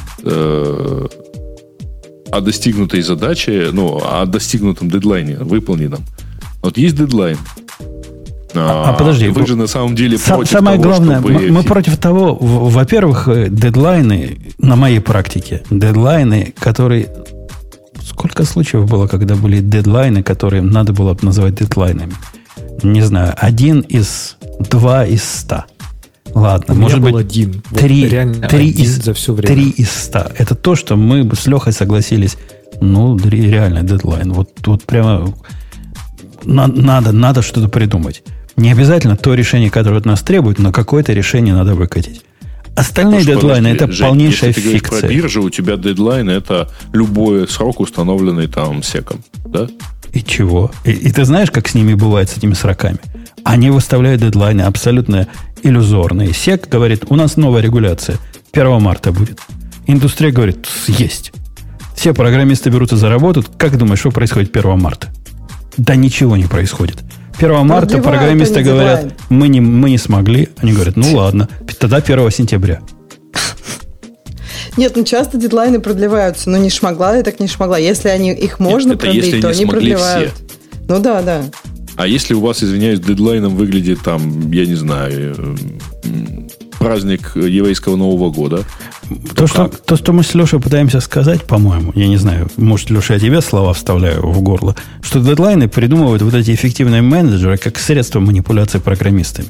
о достигнутой задаче, о достигнутом дедлайне, выполненном. Вот есть дедлайн. Подожди. Вы же на самом деле против самое того, главное, чтобы... мы против того, во-первых, дедлайны, на моей практике, дедлайны, которые... Сколько случаев было, когда были дедлайны, которые надо было называть дедлайнами? Не знаю, 1 из 2 из 100. Ладно, может быть, 3 за все время. 3 из 100. Это то, что мы с Лехой согласились. Ну, реально дедлайн. Вот прямо надо что-то придумать. Не обязательно то решение, которое от нас требует, но какое-то решение надо выкатить. Остальные дедлайны это Жень, полнейшая фикция. Если ты говоришь про биржу, у тебя дедлайн это любой срок, установленный там секом, да? И чего? И ты знаешь, как с ними бывает, с этими сроками? Они выставляют дедлайны абсолютно иллюзорные. Сек говорит, у нас новая регуляция, 1 марта будет. Индустрия говорит, есть. Все программисты берутся за работу. Как думаешь, что происходит 1 марта? Да ничего не происходит. 1 марта программисты говорят, мы не смогли. Они говорят, ну ладно, тогда 1 сентября. Нет, часто дедлайны продлеваются. Но не шмогла, так не шмогла. Если их можно продлить, то они продлевают. Все. Ну да. А если у вас, извиняюсь, дедлайном выглядит там, я не знаю, праздник еврейского Нового года. То, что мы с Лешей пытаемся сказать, по-моему, я не знаю, может, Леша, я тебе слова вставляю в горло, что дедлайны придумывают вот эти эффективные менеджеры как средство манипуляции программистами.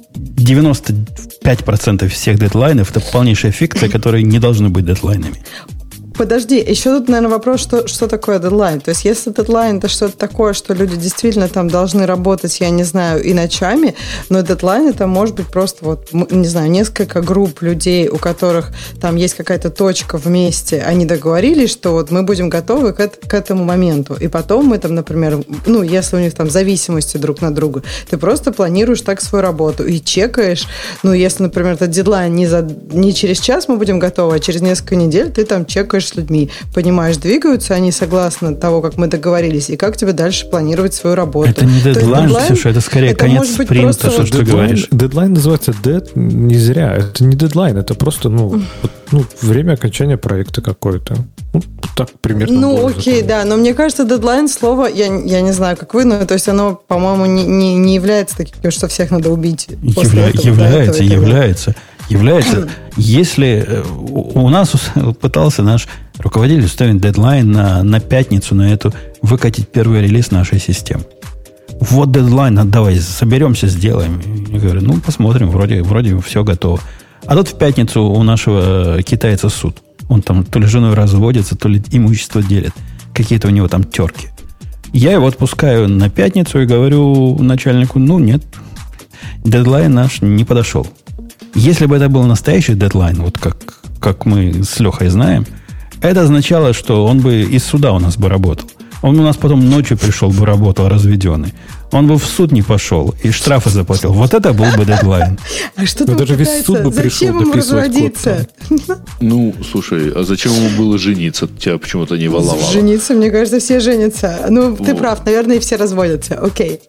95% всех дедлайнов – это полнейшая фикция, которые не должны быть дедлайнами. Подожди, еще тут, наверное, вопрос, что такое дедлайн. То есть, если дедлайн – это что-то такое, что люди действительно там должны работать, я не знаю, и ночами, но дедлайн – это может быть просто, не знаю, несколько групп людей, у которых там есть какая-то точка вместе, они договорились, что мы будем готовы к этому моменту. И потом мы там, например, если у них там зависимости друг на друга, ты просто планируешь так свою работу и чекаешь, если, например, этот дедлайн не через час мы будем готовы, а через несколько недель ты там чекаешь с людьми, понимаешь, двигаются они согласно того, как мы договорились, и как тебе дальше планировать свою работу. Это не дедлайн, Ксюша, это скорее конец спринта, что ты говоришь. Дедлайн называется dead не зря. Это не дедлайн, это просто время окончания проекта какое-то. Так примерно. Окей, да, но мне кажется, дедлайн слово, я не знаю, как вы, но то есть оно, по-моему, не является таким, что всех надо убить. Является. Если у нас пытался наш руководитель ставить дедлайн на пятницу, на эту, выкатить первый релиз нашей системы. Вот дедлайн, давай соберемся, сделаем. Я говорю, посмотрим, вроде все готово. А тут в пятницу у нашего китайца суд. Он там то ли женой разводится, то ли имущество делит. Какие-то у него там терки. Я его отпускаю на пятницу и говорю начальнику, нет, дедлайн наш не подошел. Если бы это был настоящий дедлайн, вот как мы с Лехой знаем, это означало, что он бы из суда у нас бы работал. Он у нас потом ночью пришел бы, работал разведенный. Он бы в суд не пошел и штрафы заплатил. Вот это был бы дедлайн. А что ты даже весь суд бы пришел дописывать код. Слушай, а зачем ему было жениться? Тебя почему-то не волновало. Жениться, мне кажется, все женятся. Ты прав, наверное, и все разводятся. Окей.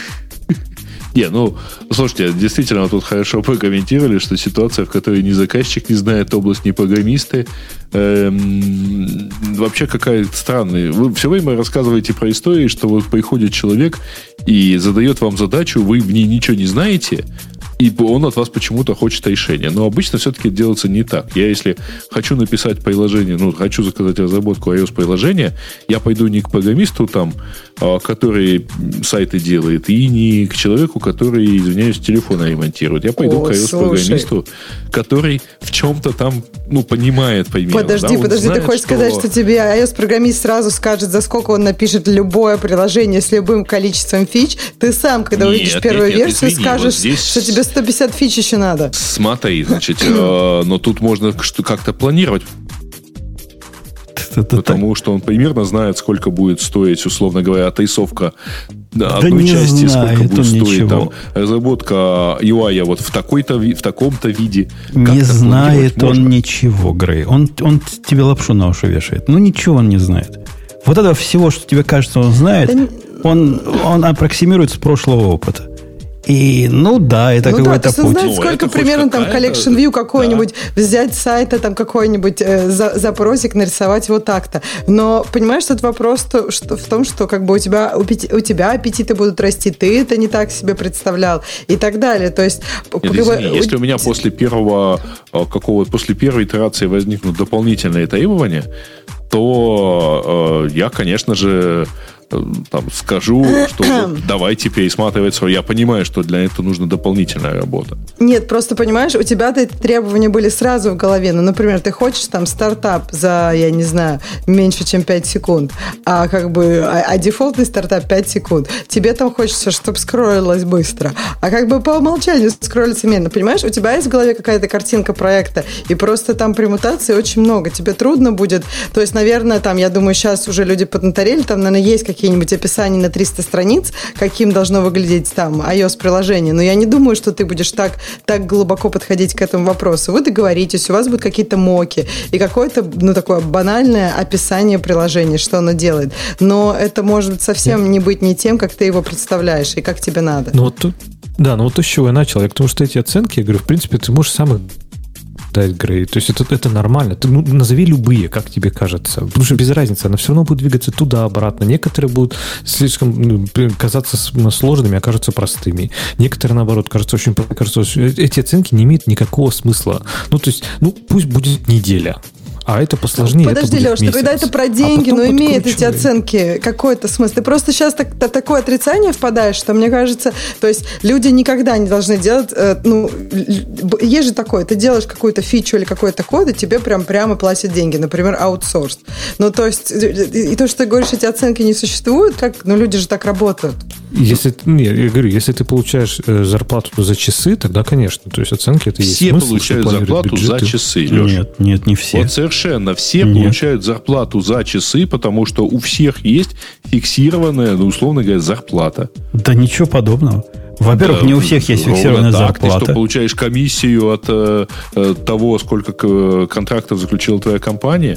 Слушайте, действительно, тут хорошо прокомментировали, что ситуация, в которой ни заказчик не знает область, ни программисты, вообще какая-то странная. Вы все время рассказываете про истории, что вот приходит человек и задает вам задачу, вы в ней ничего не знаете, И он от вас почему-то хочет решения. Но обычно все-таки делается не так. Я, если хочу написать приложение, хочу заказать разработку iOS-приложения, я пойду не к программисту, который сайты делает, и не к человеку, который, извиняюсь, телефоны ремонтирует. Я пойду к iOS-программисту, который в чем-то там, понимает примерно. Подожди, ты хочешь сказать, что тебе iOS-программист сразу скажет, за сколько он напишет любое приложение с любым количеством фич? Ты сам, когда увидишь первую версию, скажешь, что тебе 150 фич еще надо. Смотри, значит, но тут можно как-то планировать. Потому что он примерно знает, сколько будет стоить, условно говоря, отрисовка одной части, сколько будет стоить там разработка UI вот в таком-то виде. Не знает он ничего, Грей. Он тебе лапшу на уши вешает. Ничего он не знает. Вот этого всего, что тебе кажется, он знает, он аппроксимирует с прошлого опыта. И, это какой-то путь. Он знает, сколько примерно там collection view какой-нибудь, взять с сайта там какой-нибудь запросик, нарисовать вот так-то. Но, понимаешь, тут вопрос в том, что как бы у тебя аппетиты будут расти, ты это не так себе представлял и так далее. То есть... Если у меня после первой итерации возникнут дополнительные требования, то я, конечно же, скажу, что давайте пересматривать свое. Я понимаю, что для этого нужна дополнительная работа. Нет, просто понимаешь, у тебя-то эти требования были сразу в голове. Например, ты хочешь там стартап за, я не знаю, меньше, чем 5 секунд, а дефолтный стартап 5 секунд. Тебе там хочется, чтобы скроллилось быстро. А по умолчанию скроллится медленно. Понимаешь, у тебя есть в голове какая-то картинка проекта, и просто там пермутаций очень много. Тебе трудно будет. То есть, наверное, я думаю, сейчас уже люди поднаторели, там, наверное, есть какие-нибудь описания на 300 страниц, каким должно выглядеть там iOS-приложение. Но я не думаю, что ты будешь так глубоко подходить к этому вопросу. Вы договоритесь, у вас будут какие-то моки и какое-то, такое банальное описание приложения, что оно делает. Но это может совсем не быть не тем, как ты его представляешь и как тебе надо. То, с чего я начал. Потому что эти оценки, я говорю, в принципе, ты можешь сам их дать, Грей. То есть это нормально. Ты назови любые, как тебе кажется. Потому что без разницы, она все равно будет двигаться туда-обратно. Некоторые будут слишком казаться сложными, а кажутся простыми. Некоторые, наоборот, кажутся очень... Эти оценки не имеют никакого смысла. Пусть будет неделя. А это посложнее. Подожди, Леш, когда это про деньги, имеет эти оценки какой-то смысл. Ты просто сейчас такое отрицание впадаешь, что мне кажется, то есть люди никогда не должны делать, есть же такое, ты делаешь какую-то фичу или какой-то код, и тебе прямо платят деньги, например, аутсорс. То есть, и то, что ты говоришь, эти оценки не существуют, люди же так работают. Я говорю, если ты получаешь зарплату за часы, тогда, конечно, то есть оценки это есть. Все получают зарплату за часы, Леша. Нет, не все. Вот совершенно все получают зарплату за часы, потому что у всех есть фиксированная, условно говоря, зарплата. Да ничего подобного. Во-первых, не у всех есть фиксированная зарплата. Ты что, получаешь комиссию от того, сколько контрактов заключила твоя компания?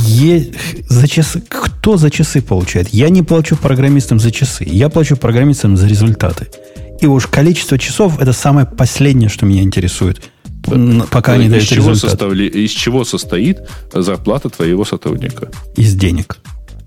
За часы. Кто за часы получает? Я не плачу программистам за часы. Я плачу программистам за результаты. И уж количество часов – это самое последнее, что меня интересует. Пока они дают результат. Из чего состоит зарплата твоего сотрудника? Из денег.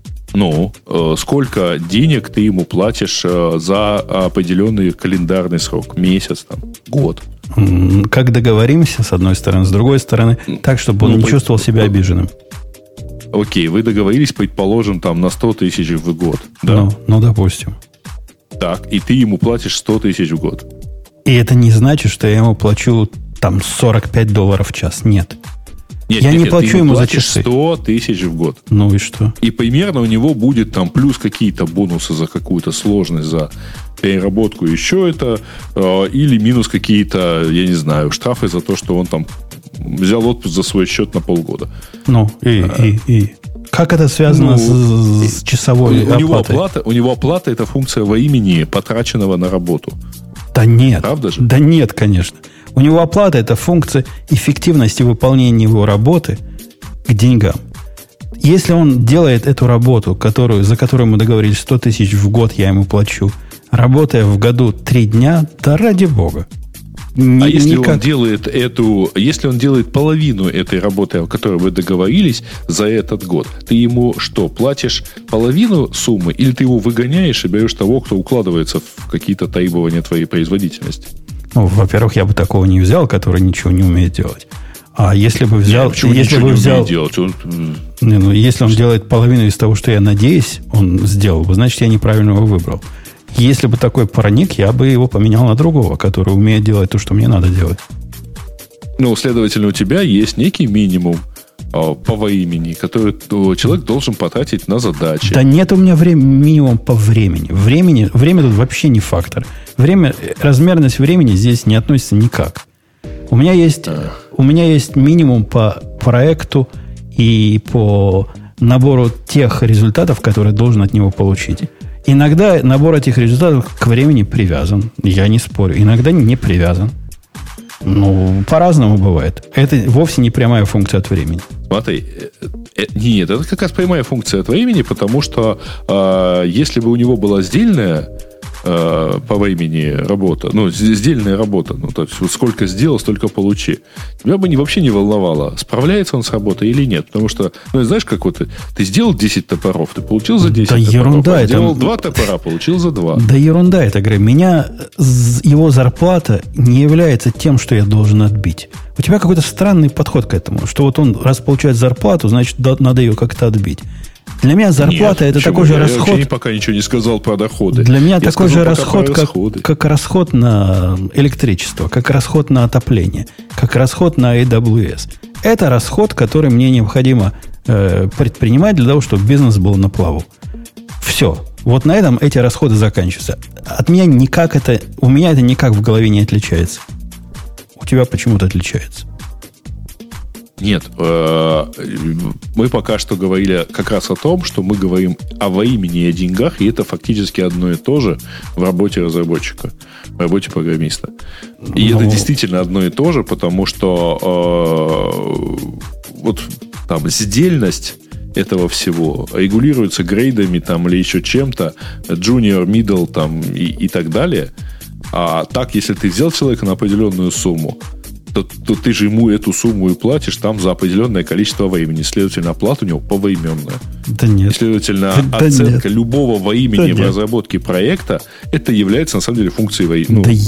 Сколько денег ты ему платишь за определенный календарный срок? Месяц, год? Как договоримся, с одной стороны. С другой стороны, так, чтобы он не чувствовал себя обиженным. Окей, вы договорились, предположим, на 100 тысяч в год. Да? Допустим. Так, и ты ему платишь 100 тысяч в год. И это не значит, что я ему плачу $45 в час. Нет. Я не плачу ему за часы. 100 тысяч в год. Ну и что? И примерно у него будет плюс какие-то бонусы за какую-то сложность, за переработку еще это, или минус какие-то, я не знаю, штрафы за то, что он взял отпуск за свой счет на полгода. И как это связано с часовой оплатой? У него оплата – это функция во имени потраченного на работу. Да нет. Правда же? Да нет, конечно. У него оплата – это функция эффективности выполнения его работы к деньгам. Если он делает эту работу, за которую мы договорились 100 тысяч в год, я ему плачу, работая в году 3 дня, да ради бога. Если он делает половину этой работы, о которой вы договорились за этот год, ты ему что, платишь половину суммы, или ты его выгоняешь и берешь того, кто укладывается в какие-то требования твоей производительности? Во-первых, я бы такого не взял, который ничего не умеет делать. А если бы взял... Если он делает половину из того, что я надеюсь, он сделал бы, значит, я неправильно его выбрал. Если бы такой проник, я бы его поменял на другого, который умеет делать то, что мне надо делать. Ну, следовательно, у тебя есть некий минимум по времени, который человек должен потратить на задачи. Да нет у меня минимум по времени. Время тут вообще не фактор. Размерность времени здесь не относится никак. У меня есть минимум по проекту и по набору тех результатов, которые должен от него получить. Иногда набор этих результатов к времени привязан. Я не спорю. Иногда не привязан. Ну, по-разному бывает. Это вовсе не прямая функция от времени. Смотри, нет, это как раз прямая функция от времени, потому что если бы у него была сдельная по времени работа, сдельная работа, то есть сколько сделал, столько получи. Тебя бы вообще не волновало, справляется он с работой или нет. Потому что, знаешь, как вот ты сделал 10 топоров, ты получил за 10 топоров. Ерунда. Сделал 2 топора, получил за 2. Да ерунда это, говорю. Его зарплата не является тем, что я должен отбить. У тебя какой-то странный подход к этому, что вот он, раз получает зарплату, значит, надо ее как-то отбить. Для меня зарплата это такой же расход. Я пока ничего не сказал про доходы. Для меня такой же расход, как расход на электричество, как расход на отопление, как расход на AWS. Это расход, который мне необходимо предпринимать для того, чтобы бизнес был на плаву. Все. Вот на этом эти расходы заканчиваются. У меня это никак в голове не отличается. У тебя почему-то отличается. Нет, мы пока что говорили как раз о том, что мы говорим о времени и о деньгах, и это фактически одно и то же в работе разработчика, в работе программиста. И это действительно одно и то же, потому что вот там сдельность этого всего регулируется грейдами там, или еще чем-то, junior, middle там, и так далее. А так, если ты взял человека на определенную сумму, то ты же ему эту сумму и платишь там за определенное количество времени. Следовательно, оплата у него повременная. Да нет. Следовательно, оценка любого времени в разработке проекта, это является, на самом деле, функцией времени. Да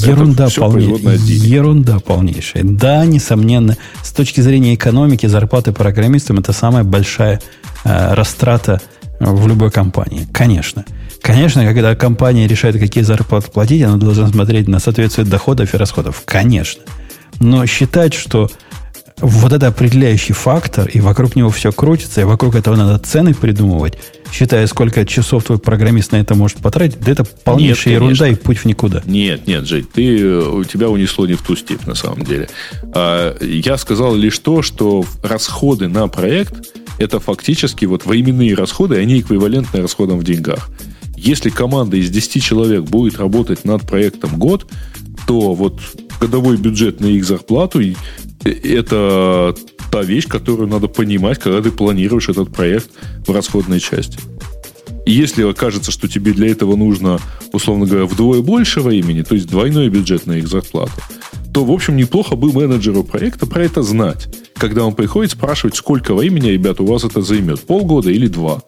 ерунда полнейшая. Да, несомненно, с точки зрения экономики, зарплаты программистам это самая большая растрата в любой компании. Конечно. Конечно, когда компания решает, какие зарплаты платить, она должна смотреть на соответствие доходов и расходов. Конечно. Но считать, что вот это определяющий фактор, и вокруг него все крутится, и вокруг этого надо цены придумывать, считая, сколько часов твой программист на это может потратить, да это полнейшая ерунда и путь в никуда. Нет, Жень, тебя унесло не в ту степь на самом деле. Я сказал лишь то, что расходы на проект это фактически вот временные расходы, они эквивалентны расходам в деньгах. Если команда из 10 человек будет работать над проектом год, то вот годовой бюджет на их зарплату – это та вещь, которую надо понимать, когда ты планируешь этот проект в расходной части. И если окажется, что тебе для этого нужно, условно говоря, вдвое больше времени, то есть двойной бюджет на их зарплату, то, в общем, неплохо бы менеджеру проекта про это знать, когда он приходит спрашивать, сколько времени, ребята, у вас это займет, полгода или 2.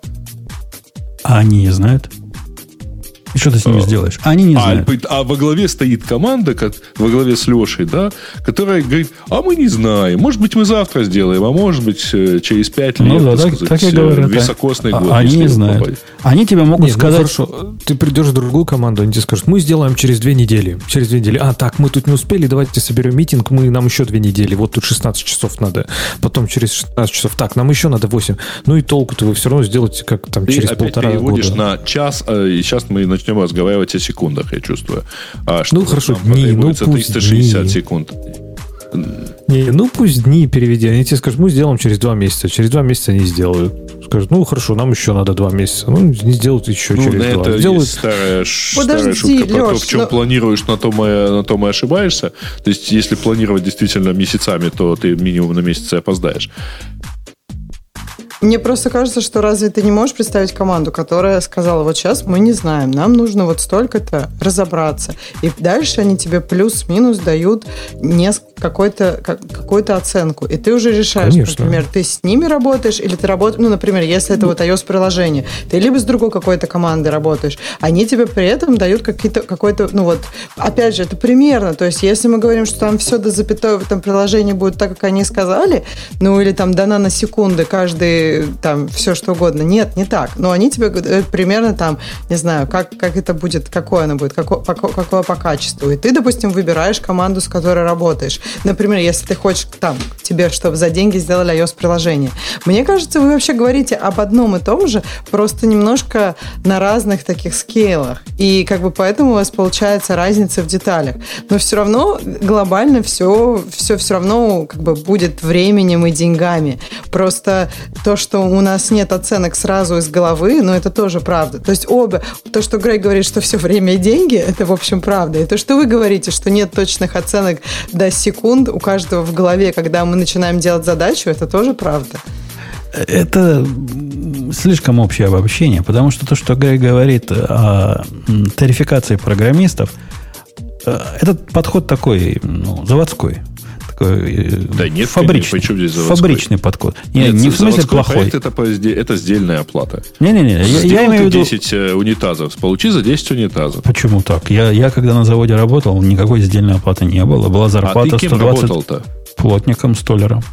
А они не знают? И что ты с ними сделаешь? Они не знают. А во главе стоит команда, во главе с Лешей, да, которая говорит, а мы не знаем. Может быть, мы завтра сделаем, а может быть, через 5 лет, так я говорю, високосный год. Они не знают. Они тебе могут сказать... хорошо, ты придешь в другую команду, они тебе скажут, мы сделаем через 2 недели. Через 2 недели. Так, мы тут не успели, давайте соберем митинг, нам еще 2 недели. Вот тут 16 часов надо. Потом через 16 часов. Так, нам еще надо 8. Ну и толку-то вы все равно сделаете как там через 1,5 года. Ты опять переводишь на час, и сейчас мы начнем разговаривать о секундах, я чувствую. Хорошо, дни, пусть 360 секунд. Пусть дни переведи. Они тебе скажут, мы сделаем через 2 месяца. Через 2 месяца они сделают. Скажут, хорошо, нам еще надо 2 месяца. Не сделают еще через 2. Это сделают... старая шутка про то, в чем планируешь, на том и ошибаешься. То есть, если планировать действительно месяцами, то ты минимум на месяц опоздаешь. Мне просто кажется, что разве ты не можешь представить команду, которая сказала, вот сейчас мы не знаем, нам нужно вот столько-то разобраться. И дальше они тебе плюс-минус дают какую-то оценку. И ты уже решаешь, конечно, например, ты с ними работаешь, или ты работаешь, например, если это вот iOS-приложение, ты либо с другой какой-то командой работаешь, они тебе при этом дают какой-то, опять же, это примерно, то есть если мы говорим, что там все до запятой в этом приложении будет так, как они сказали, или там до наносекунды каждый там все что угодно. Нет, не так. Но они тебе говорят примерно там, не знаю, как это будет, какое оно будет, какое по качеству. И ты, допустим, выбираешь команду, с которой работаешь. Например, если ты хочешь тебе, чтобы за деньги сделали iOS-приложение. Мне кажется, вы вообще говорите об одном и том же, просто немножко на разных таких скейлах. И поэтому у вас получается разница в деталях. Но все равно глобально все равно будет временем и деньгами. Просто то, что у нас нет оценок сразу из головы, это тоже правда. То есть то, что Грей говорит, что все время и деньги, это, в общем, правда. И то, что вы говорите, что нет точных оценок до секунд у каждого в голове, когда мы начинаем делать задачу, это тоже правда. Это слишком общее обобщение, потому что то, что Грей говорит о тарификации программистов, этот подход такой, заводской. Да нет, фабричный подход. Не в смысле плохой. Это сдельная оплата. Не-не-не. Я имею в виду 10 унитазов. Получи за 10 унитазов. Почему так? Я когда на заводе работал, никакой сдельной оплаты не было. Была зарплата 120 работал-то? Плотником, столяром.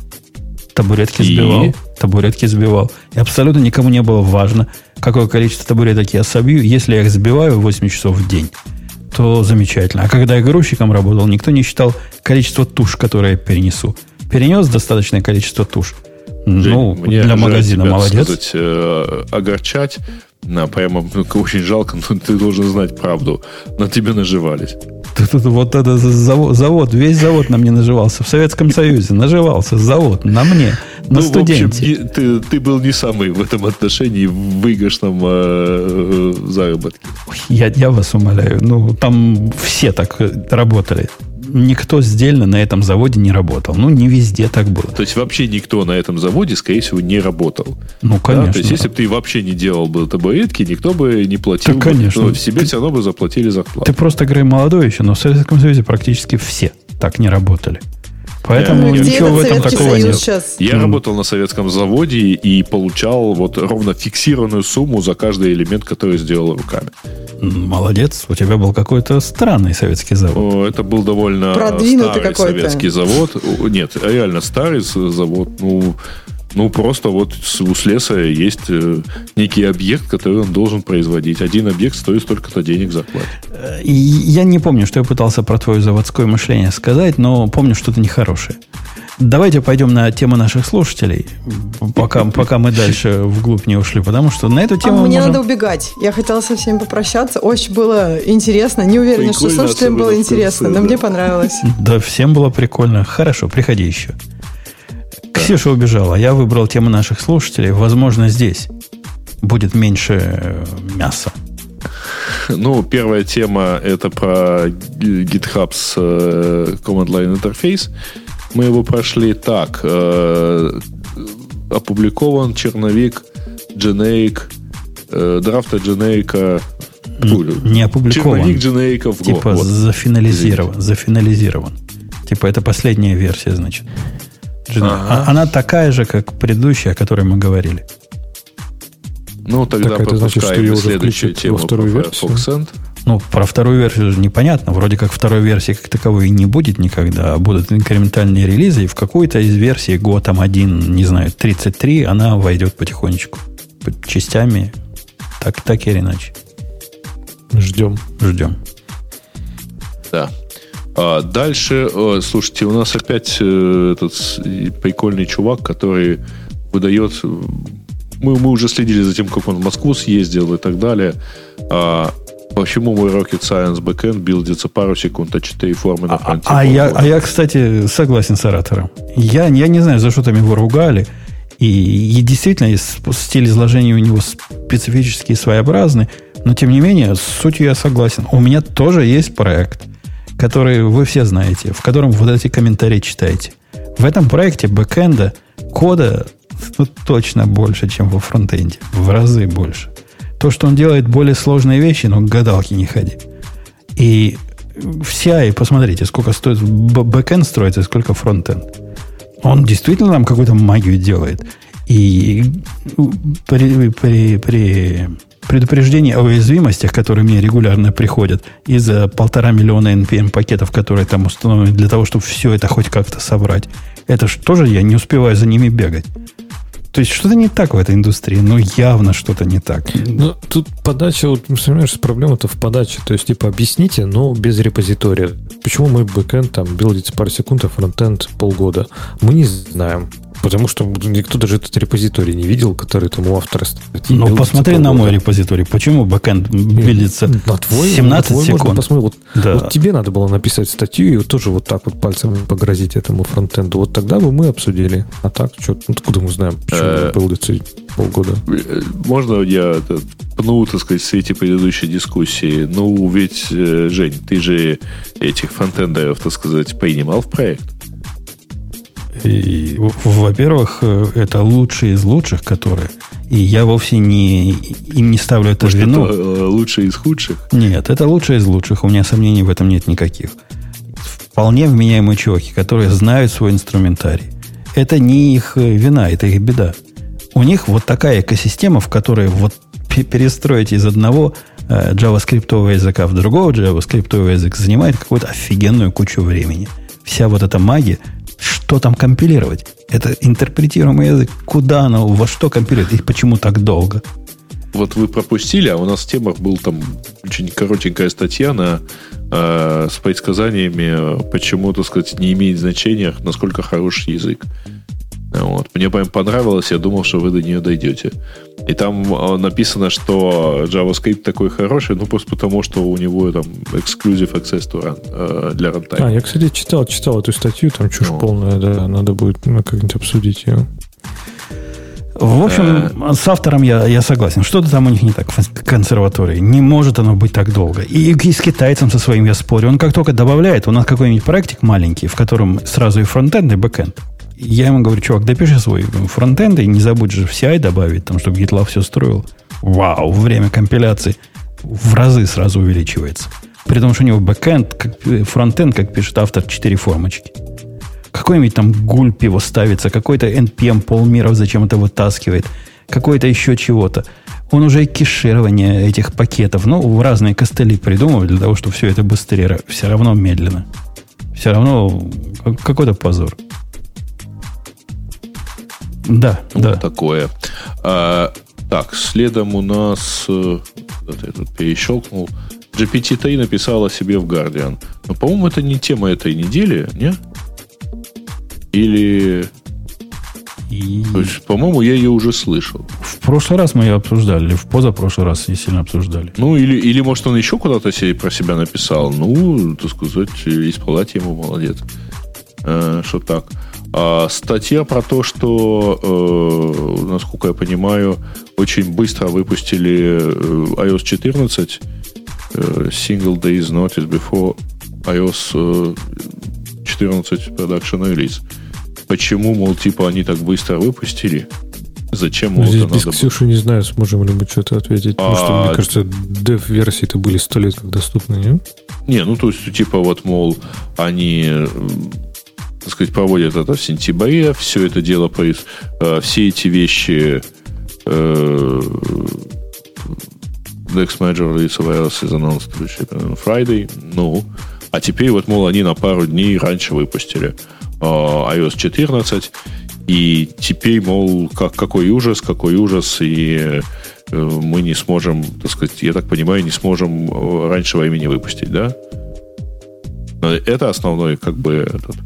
Табуретки сбивал. И абсолютно никому не было важно, какое количество табуреток я собью. Если я их сбиваю 8 часов в день, то замечательно. А когда я грузчиком работал, никто не считал количество туш, которые я перенесу. Перенес достаточное количество туш. Жень, для магазина тебя, молодец. Огорчать. Прямо очень жалко, но ты должен знать правду. На тебе наживались. Вот это завод, весь завод на мне наживался. В Советском Союзе наживался завод на мне, на студенте. В общем, ты был не самый в этом отношении в выигрышном заработке. Я вас умоляю. Там все так работали. Никто сдельно на этом заводе не работал. Не везде так было. То есть вообще никто на этом заводе, скорее всего, не работал. Конечно. Да? То есть если бы ты вообще не делал бы табуретки, никто бы не платил. Да, конечно. Но себе все равно бы заплатили зарплату. Ты просто, Грей, молодой еще, но в Советском Союзе практически все так не работали. Поэтому ничего в этом такого нет. Я работал на советском заводе и получал ровно фиксированную сумму за каждый элемент, который сделал руками. Молодец, у тебя был какой-то странный советский завод. Это был довольно старый советский завод. Нет, реально старый завод. Просто у слесаря есть некий объект, который он должен производить. Один объект стоит столько-то денег зарплаты. Я не помню, что я пытался про твое заводское мышление сказать, но помню что-то нехорошее. Давайте пойдем на тему наших слушателей, пока мы дальше вглубь не ушли, потому что на эту тему мне надо убегать. Я хотела со всеми попрощаться. Очень было интересно. Не уверена, что слушателям было интересно, но мне понравилось. Да, всем было прикольно. Хорошо, приходи еще. Ксюша убежала. Я выбрал тему наших слушателей. Возможно, здесь будет меньше мяса. Первая тема это про GitHub с Command Line Interface. Мы его прошли так. Опубликован черновик generic, драфта generic. Не опубликован. Черновик generic в Go. Зафинализирован. Это последняя версия, значит. Она такая же, как предыдущая, о которой мы говорили. Тогда пропускаем следующую тему про Firefox End. Про вторую версию же непонятно. Вроде как второй версии как таковой и не будет никогда. Будут инкрементальные релизы, и в какой-то из версий Go 1, не знаю, 33, она войдет потихонечку. Частями. Так или иначе. Ждем. Да. Дальше, слушайте, у нас опять этот прикольный чувак, который выдает... Мы уже следили за тем, как он в Москву съездил и так далее. Почему мой Rocket Science Backend билдится пару секунд, а 4 формы на фронте? Я, кстати, согласен с оратором. Я не знаю, за что там его ругали. И действительно, стиль изложения у него специфический, своеобразный. Но, тем не менее, с сутью я согласен. У меня тоже есть проект, который вы все знаете, в котором вот эти комментарии читаете. В этом проекте бэкэнда кода точно больше, чем во фронтенде. В разы больше. То, что он делает более сложные вещи, но к гадалке не ходи. И в CI, посмотрите, сколько стоит бэкэнд строится, сколько фронтенд. Он действительно там какую-то магию делает. И при предупреждении о уязвимостях, которые мне регулярно приходят из-за 1,5 миллиона NPM пакетов, которые там установлены для того, чтобы все это хоть как-то собрать, это же тоже я не успеваю за ними бегать. То есть что-то не так в этой индустрии. Ну, явно что-то не так. Ну, тут подача, вот, понимаешь, проблема-то в подаче. То есть, типа, объясните, но без репозитория. Почему мой бэкэнд там билдится пару секунд, а фронтенд полгода? Мы не знаем. Потому что никто даже этот репозиторий не видел, который там у автора статьи. Ну, посмотри на мой репозиторий. Почему бэкэнд билдится 17 секунд? Посмотри, вот тебе надо было написать статью и вот тоже вот так вот пальцем погрозить этому фронтенду. Вот тогда бы мы обсудили. А так, что, откуда мы знаем, почему билдится полгода? Можно я пну, так сказать, в свете предыдущей дискуссии? Ну, ведь, Жень, ты же этих фронтендеров, так сказать, принимал в проект? И, во-первых, это лучшие из лучших, которые... И я вовсе им не ставлю это в вину. Это лучшие из худших? Нет, это лучшие из лучших. У меня сомнений в этом нет никаких. Вполне вменяемые чуваки, которые знают свой инструментарий. Это не их вина, это их беда. У них вот такая экосистема, в которой вот перестроить из одного JavaScript языка в другого JavaScript язык занимает какую-то офигенную кучу времени. Вся вот эта магия... Что там компилировать? Это интерпретируемый язык. Куда оно, во что компилирует? И почему так долго? Вот вы пропустили, а у нас в темах был там очень коротенькая статья с предсказаниями, почему, так сказать, не имеет значения, насколько хороший язык. Вот. Мне прям понравилось, я думал, что вы до нее дойдете. И там написано, что JavaScript такой хороший, ну просто потому, что у него там exclusive access to run, для runtime. Я, кстати, читал эту статью, там чушь полная, да, надо будет как-нибудь обсудить ее. В общем, с автором я согласен. Что-то там у них не так в консерватории. Не может оно быть так долго. И с китайцем со своим я спорю. Он как только добавляет, у нас какой-нибудь проектик маленький, в котором сразу и фронтенд, и бэкенд. Я ему говорю, чувак, допиши свой фронтенд и не забудь же в CI добавить, там, чтобы GitLab все строил. Вау, время компиляции в разы сразу увеличивается. При том, что у него бэкенд, фронтенд, как пишет автор, 4 формочки. Какой-нибудь там гульп его ставится, какой-то NPM полмира зачем это вытаскивает, какой-то еще чего-то. Он уже и кеширование этих пакетов, разные костыли придумывает для того, чтобы все это быстрее, все равно медленно. Все равно какой-то позор. Да, вот да. Такое. Так, следом у нас... я тут перещелкнул. GPT-3 написала себе в Guardian. Но, по-моему, это не тема этой недели, не? Или... То есть, по-моему, я ее уже слышал. В прошлый раз мы ее обсуждали, или в позапрошлый раз ее сильно обсуждали. Ну, или может, он еще куда-то про себя написал. Ну, так сказать, исполнять ему молодец. Что так. Статья про то, что, насколько я понимаю, очень быстро выпустили iOS 14 single days notice before iOS 14 production release. Почему, мол, типа, они так быстро выпустили? Зачем, мол, здесь это без надо Ксюши не знаю, сможем ли мы что-то ответить. Потому что, мне кажется, дев-версии-то были 100 лет как доступны, не? Не, ну, то есть, типа, вот, мол, они... так сказать, проводят это в сентябре, все это дело, все эти вещи Next Major Release of iOS is announced on Friday, а теперь вот, мол, они на пару дней раньше выпустили iOS 14, и теперь, мол, какой ужас, и мы не сможем, так сказать, я так понимаю, не сможем раньше времени выпустить, да? Это основной, как бы,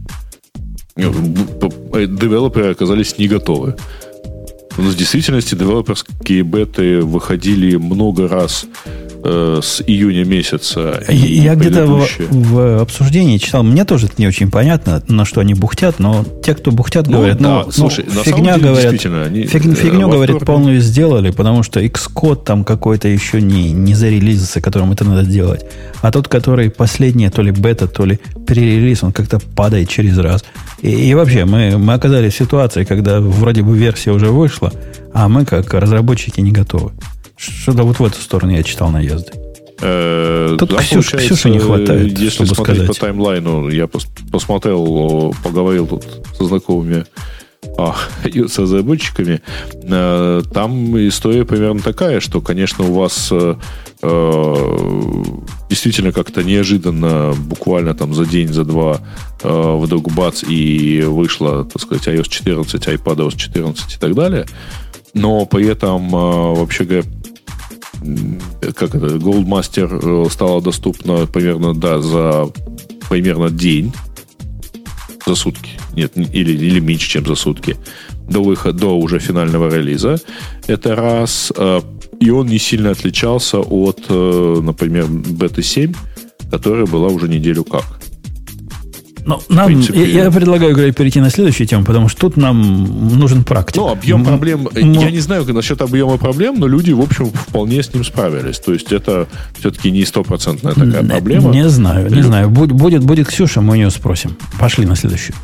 девелоперы оказались не готовы. Но в действительности девелоперские беты выходили много раз с июня месяца. Я где-то в обсуждении читал, мне тоже это не очень понятно, на что они бухтят, но те, кто бухтят, говорят, слушай, фигня, говорят, фигню, говорит, полную сделали, потому что Xcode там какой-то еще не зарелизился, которым это надо делать. А тот, который последний, то ли бета, то ли перерелиз, он как-то падает через раз. И вообще, мы оказались в ситуации, когда вроде бы версия уже вышла, а мы, как разработчики, не готовы. Что-то вот в эту сторону я читал наезды. Тут Ксюши не хватает, если чтобы смотреть сказать. по таймлайну, я посмотрел, поговорил тут со знакомыми с разработчиками, там история примерно такая, что, конечно, у вас действительно как-то неожиданно, буквально там за день, за два вдруг бац, и вышло, так сказать, iOS 14, iPadOS 14 и так далее. Но при этом, вообще говоря, как это, Goldmaster стало доступно примерно, за примерно день, за сутки, нет, или меньше, чем за сутки, до уже финального релиза. Это раз. И он не сильно отличался от, например, бета 7, которая была уже неделю как. Но я предлагаю, Грей, перейти на следующую тему, потому что тут нам нужен практик. Объем проблем... Я не знаю насчет объема проблем, но люди, в общем, вполне с ним справились. То есть это все-таки не стопроцентная такая проблема. Не знаю. Будет Ксюша, мы у нее спросим. Пошли на следующую.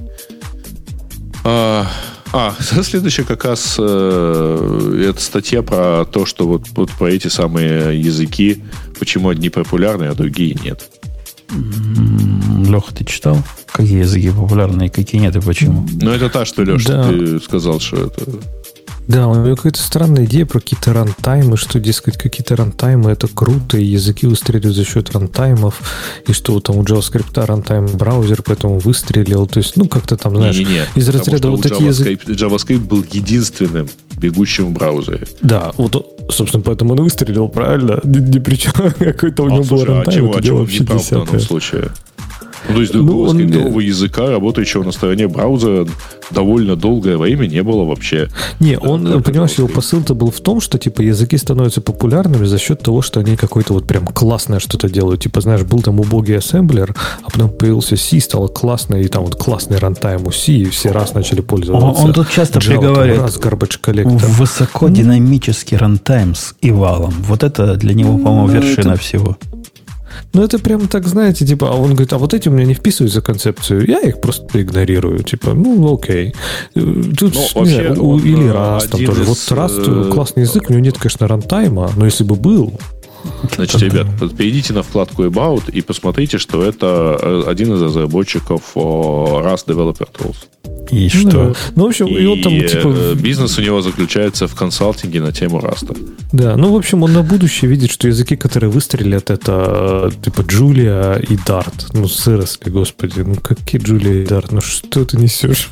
Следующая как раз это статья про то, что вот про эти самые языки, почему одни популярны, а другие нет. Леха, ты читал, какие языки популярны и какие нет, и почему? Это та, что, Леша, да. Ты сказал, что это... Да, у него какая-то странная идея про какие-то рантаймы, что, дескать, какие-то рантаймы это круто, и языки выстреливают за счет рантаймов, и что там у JavaScript рантайм браузер, поэтому выстрелил. То есть, как-то там, знаешь, из разряда вот такие языки... JavaScript был единственным бегущим в браузере. Да, собственно, поэтому он выстрелил, правильно? Ни при чем, какой-то у него был рантайм. А чего вообще в данном случае? То есть другого языка, работающего на стороне браузера, довольно долгое время не было вообще. Понимаешь, его посыл-то был в том, что типа языки становятся популярными за счет того, что они какое-то вот прям классное что-то делают. Типа, знаешь, был там убогий ассемблер, а потом появился C, стало классно, и там вот классный рантайм у C, и все раз начали пользоваться. Он тут часто приговаривает высокодинамический рантайм с ивалом. Вот это для него, по-моему, вершина всего. Это прям так, знаете, типа, а он говорит, а вот эти у меня не вписываются в концепцию, я их просто игнорирую. Типа, окей. Тут, вообще, или Rust там тоже. Вот Rust классный язык, у него нет, конечно, рантайма, но если бы был... Значит, ребят, перейдите на вкладку About и посмотрите, что это один из разработчиков Rust Developer Tools. И что? В общем, и он там, типа... бизнес у него заключается в консалтинге на тему Rust. Да, в общем, он на будущее видит, что языки, которые выстрелят, это типа Julia и Dart. Сыросли, господи. Какие Julia и Dart? Что ты несешь?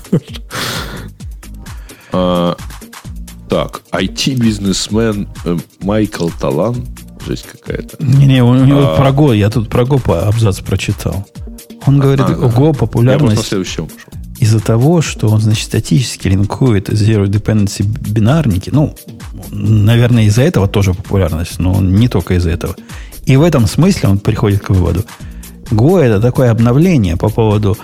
Так, IT-бизнесмен Майкл Талан. Жесть какая-то. Не, у него про Go, я тут про Go абзац прочитал. Он говорит, Go популярность из-за того, что он, значит, статически линкует Zero Dependency бинарники. Наверное, из-за этого тоже популярность, но не только из-за этого. И в этом смысле он приходит к выводу. Go это такое обновление по поводу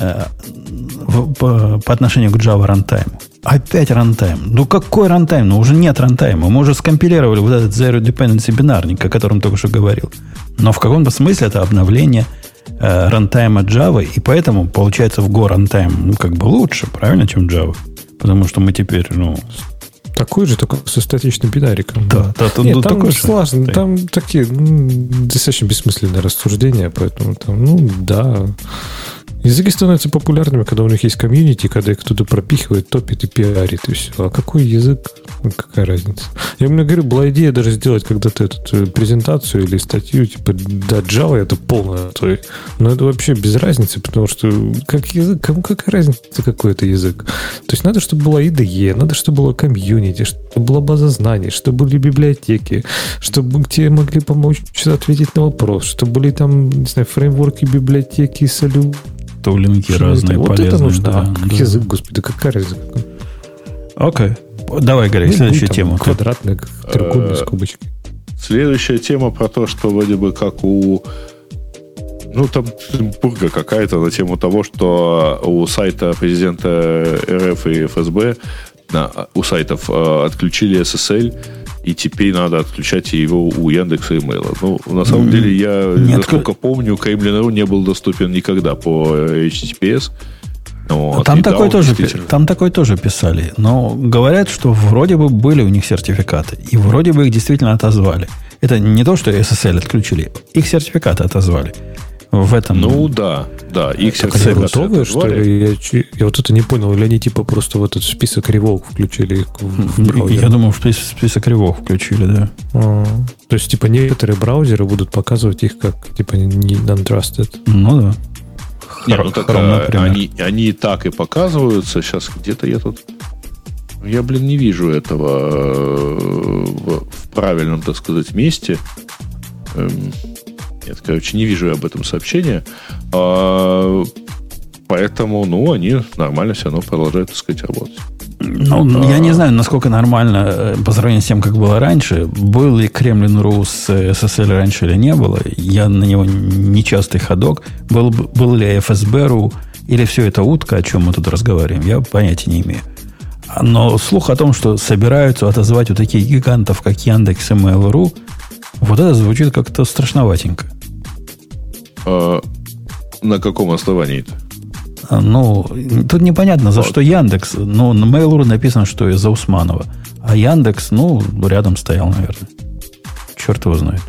по отношению к Java рантайму. Опять рантайм. Какой рантайм? Уже нет рантайма. Мы уже скомпилировали вот этот Zero Dependency бинарник, о котором только что говорил. Но в каком-то смысле это обновление рантайма Java, и поэтому получается в Go рантайм лучше, правильно, чем Java. Потому что мы теперь, такой же, только со статичным бинариком. Да. Нет, там сложно, там такие достаточно бессмысленные рассуждения, поэтому да. Языки становятся популярными, когда у них есть комьюнити, когда их кто-то пропихивает, топит и пиарит, и все. А какой язык? Какая разница? Я мне говорю, была идея даже сделать когда-то эту презентацию или статью, типа, да, Java это полное отстой. Но это вообще без разницы, потому что как язык, кому какая разница, какой это язык? То есть надо, чтобы была IDE, надо, чтобы было комьюнити, чтобы была база знаний, чтобы были библиотеки, чтобы тебе могли помочь ответить на вопрос, чтобы были там, не знаю, фреймворки, библиотеки, салют. Тулинги разные, вот полезные. Это нужно. Язык, господи, какая разница? Окей. Давай, Гарри, следующую тему. Квадратный, треугольный, скобочки. Следующая тема про то, что вроде бы как у... Ну, там пурга какая-то на тему того, что у сайта президента РФ и ФСБ, у сайтов отключили SSL, и теперь надо отключать его у Яндекса и Мейла. Ну, на самом деле, я, насколько помню, Кремлин.ру не был доступен никогда по HTTPS. Вот, там такой тоже писали. Но говорят, что вроде бы были у них сертификаты. И вроде бы их действительно отозвали. Это не то, что SSL отключили. Их сертификаты отозвали. В этом... Ну, да. Их сертификаты готовы, что ли? Я вот это не понял. Или они типа просто в этот список ревок включили их Я думаю, в список ревок включили, да. То есть, типа, некоторые браузеры будут показывать их как, типа, не untrusted. Ну, да. Они и так и показываются. Сейчас где-то я тут... Я, не вижу этого в правильном, так сказать, месте. Нет, короче, не вижу я об этом сообщения. Поэтому, они нормально все равно продолжают, так сказать, работать. Я не знаю, насколько нормально по сравнению с тем, как было раньше. Был ли Кремлин.ру с SSL раньше или не было? Я на него нечастый ходок. Был ли ФСБ.ру или все это утка, о чем мы тут разговариваем, я понятия не имею. Но слух о том, что собираются отозвать вот таких гигантов, как Яндекс и Mail.ru, вот это звучит как-то страшноватенько. На каком основании-то? Тут непонятно, за что Яндекс. На Mail.ru написано, что из-за Усманова. А Яндекс, рядом стоял, наверное. Черт его знает.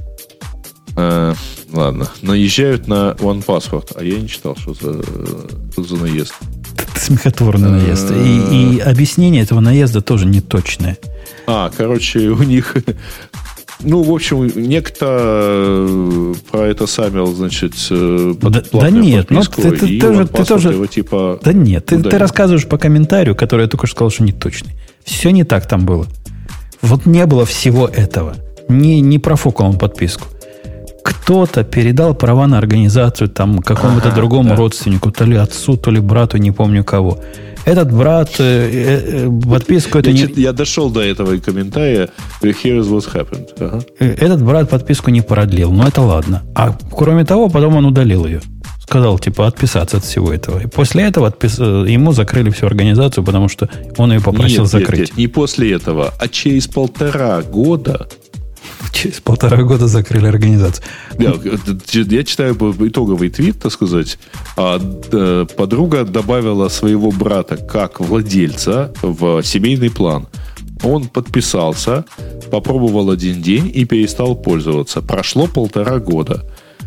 Ладно. Наезжают на OnePassword. А я не читал, что за наезд. Это смехотворный наезд. И объяснение этого наезда тоже неточное. Короче, у них... в общем, некто про это самил, значит, да нет, ты тоже его типа... Да нет, ты рассказываешь по комментарию, который я только что сказал, что неточный. Все не так там было. Вот не было всего этого. Не профукал он подписку. Кто-то передал права на организацию там какому-то другому родственнику, то ли отцу, то ли брату, не помню кого. Этот брат подписку... Я дошел до этого комментария. Here's what happened. Этот брат подписку не продлил. Но это ладно. А кроме того, потом он удалил ее. Сказал, отписаться от всего этого. И после этого ему закрыли всю организацию, потому что он ее попросил закрыть. Нет, не после этого, а через 1,5 года... Через 1,5 года закрыли организацию. Я читаю итоговый твит, так сказать. Подруга добавила своего брата как владельца в семейный план. Он подписался, попробовал 1 день и перестал пользоваться. Прошло 1,5 года.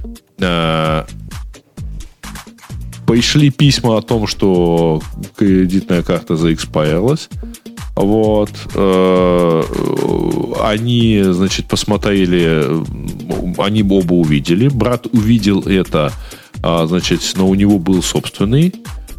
Пришли письма о том, что кредитная карта заэкспайрилась. Вот. Они, значит, посмотрели, они оба увидели. Брат увидел это, значит, но у него был собственный.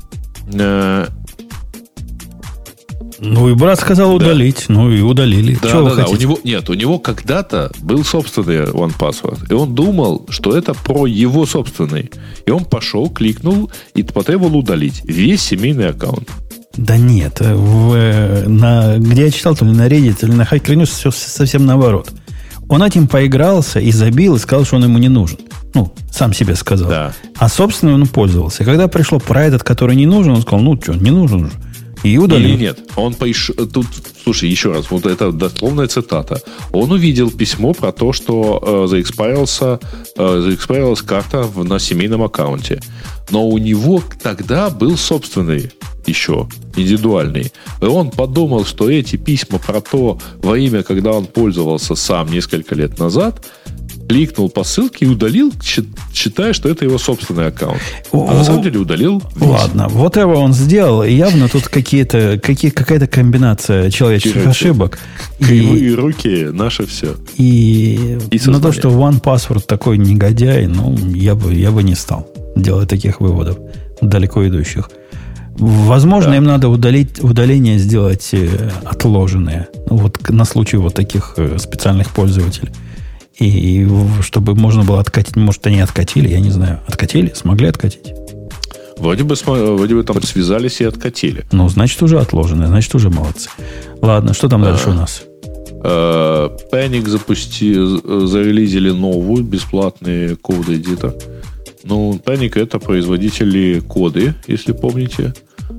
И брат сказал удалить. И удалили. Да. У него когда-то был собственный OnePassword. И он думал, что это про его собственный. И он пошел, кликнул и потребовал удалить весь семейный аккаунт. Да нет, где я читал, то ли на Reddit, то ли на Hacker News, все совсем наоборот. Он этим поигрался и забил, и сказал, что он ему не нужен. Сам себе сказал. Да. А, собственно, он пользовался. Когда пришло про этот, который не нужен, он сказал, не нужен же. И удалил. Или нет. Тут, слушай, еще раз, вот это дословная цитата. Он увидел письмо про то, что заэкспайрилась карта на семейном аккаунте. Но у него тогда был собственный еще индивидуальный. И он подумал, что эти письма про то во имя, когда он пользовался сам несколько лет назад, кликнул по ссылке и удалил, считая, что это его собственный аккаунт. А на самом деле удалил весь. Ладно, вот это он сделал. И явно тут какая-то комбинация человеческих ошибок. Кривые руки, наше все. И на то, что OnePassword такой негодяй, я бы не стал делать таких выводов далеко идущих. Возможно, им надо удаление сделать отложенное. На случай вот таких специальных пользователей. И чтобы можно было откатить. Может, они откатили, я не знаю. Откатили? Смогли откатить? Вроде бы там связались и откатили. Значит, уже отложено. Значит, уже молодцы. Ладно, что там дальше у нас? Panic зарелизили новую, бесплатный код-эдитор. Ну, Panic — это производители коды, если помните.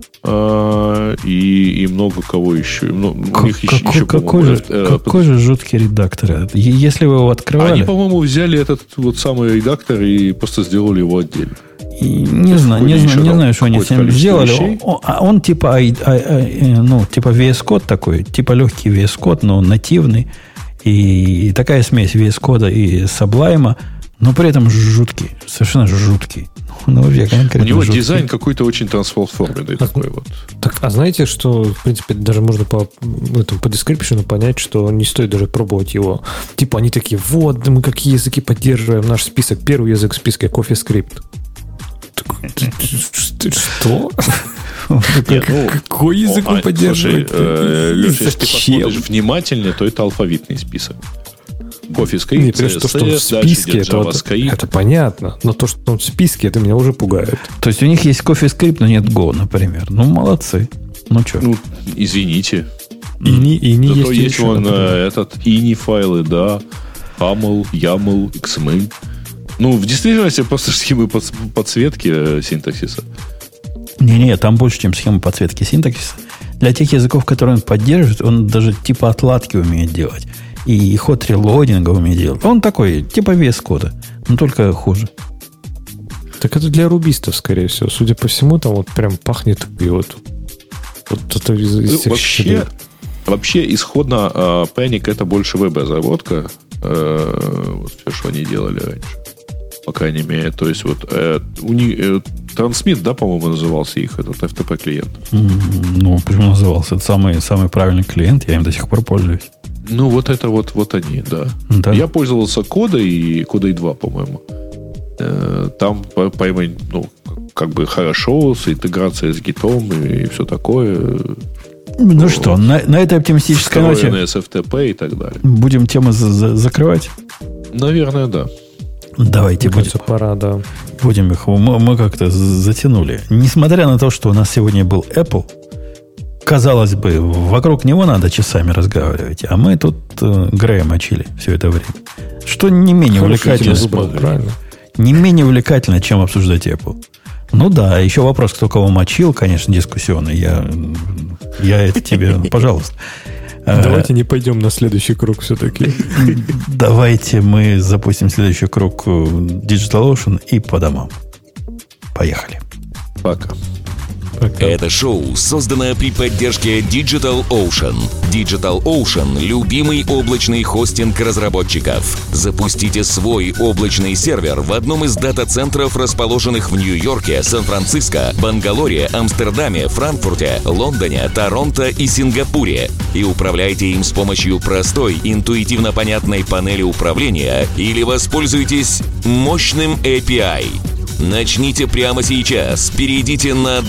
И много кого еще. Какой же жуткий редактор. Если вы его открывали... Они, по-моему, взяли этот вот самый редактор и просто сделали его отдельно. Не знаю, что они с ним сделали. Он типа VS Code такой, типа легкий VS Code, но нативный. И такая смесь VS Code и Sublime, но при этом жуткий, совершенно жуткий. Ну, вообще, у него жуткий дизайн какой-то очень трансформерный такой вот. Так, а знаете, что, в принципе, даже можно по description понять, что не стоит даже пробовать его. Типа они такие, вот, мы какие языки поддерживаем, наш список, первый язык в списке CoffeeScript. Что? Какой язык вы поддерживаете? Леша, если ты посмотришь внимательнее, то это алфавитный список. CoffeeScript, CSS, что в списке, это понятно. Но то, что он в списке, это меня уже пугает. То есть у них есть CoffeeScript, но нет Go, например. Ну, молодцы. Ну, что? Ну, извините. Зато есть вон этот ini файлы, да. HAML, YAML, XML. Ну, в действительности просто схемы подсветки синтаксиса. Не, там больше, чем схема подсветки синтаксиса. Для тех языков, которые он поддерживает, он даже типа отладки умеет делать. И ход релодинга умеет делать. Он такой, типа VS Code, но только хуже. Так это для рубистов, скорее всего. Судя по всему, там вот прям пахнет и вот это из вообще исходно Panic — это больше веб-разработка. Вот все, что они делали раньше. По крайней мере. То есть вот у них Transmit, да, по-моему, назывался их, этот FTP-клиент. Ну, почему назывался? Это самый правильный клиент, я им до сих пор пользуюсь. Ну, вот это вот они, да. Я пользовался кодой 2, по-моему. Там, пойми, ну, как бы хорошо, с интеграцией с гитом и все такое. Ну что, на этой оптимистической ноте с FTP и так далее. Будем тему закрывать? Наверное, да. Давайте пора, да. Будем их. Мы как-то затянули. Несмотря на то, что у нас сегодня был Apple, казалось бы, вокруг него надо часами разговаривать, а мы тут Грея мочили все это время. Что не менее увлекательно. Не менее увлекательно, чем обсуждать Apple. Ну да, еще вопрос, кто кого мочил, конечно, дискуссионный. Я это тебе, пожалуйста. Давайте не пойдем на следующий круг все-таки. Давайте мы запустим следующий круг DigitalOcean и по домам. Поехали. Пока. Это шоу создано при поддержке DigitalOcean. DigitalOcean – любимый облачный хостинг разработчиков. Запустите свой облачный сервер в одном из дата-центров, расположенных в Нью-Йорке, Сан-Франциско, Бангалоре, Амстердаме, Франкфурте, Лондоне, Торонто и Сингапуре. И управляйте им с помощью простой, интуитивно понятной панели управления или воспользуйтесь мощным API. Начните прямо сейчас. Перейдите на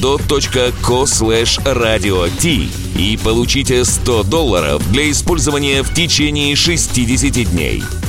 dot.co/radio-t и получите $100 для использования в течение 60 дней.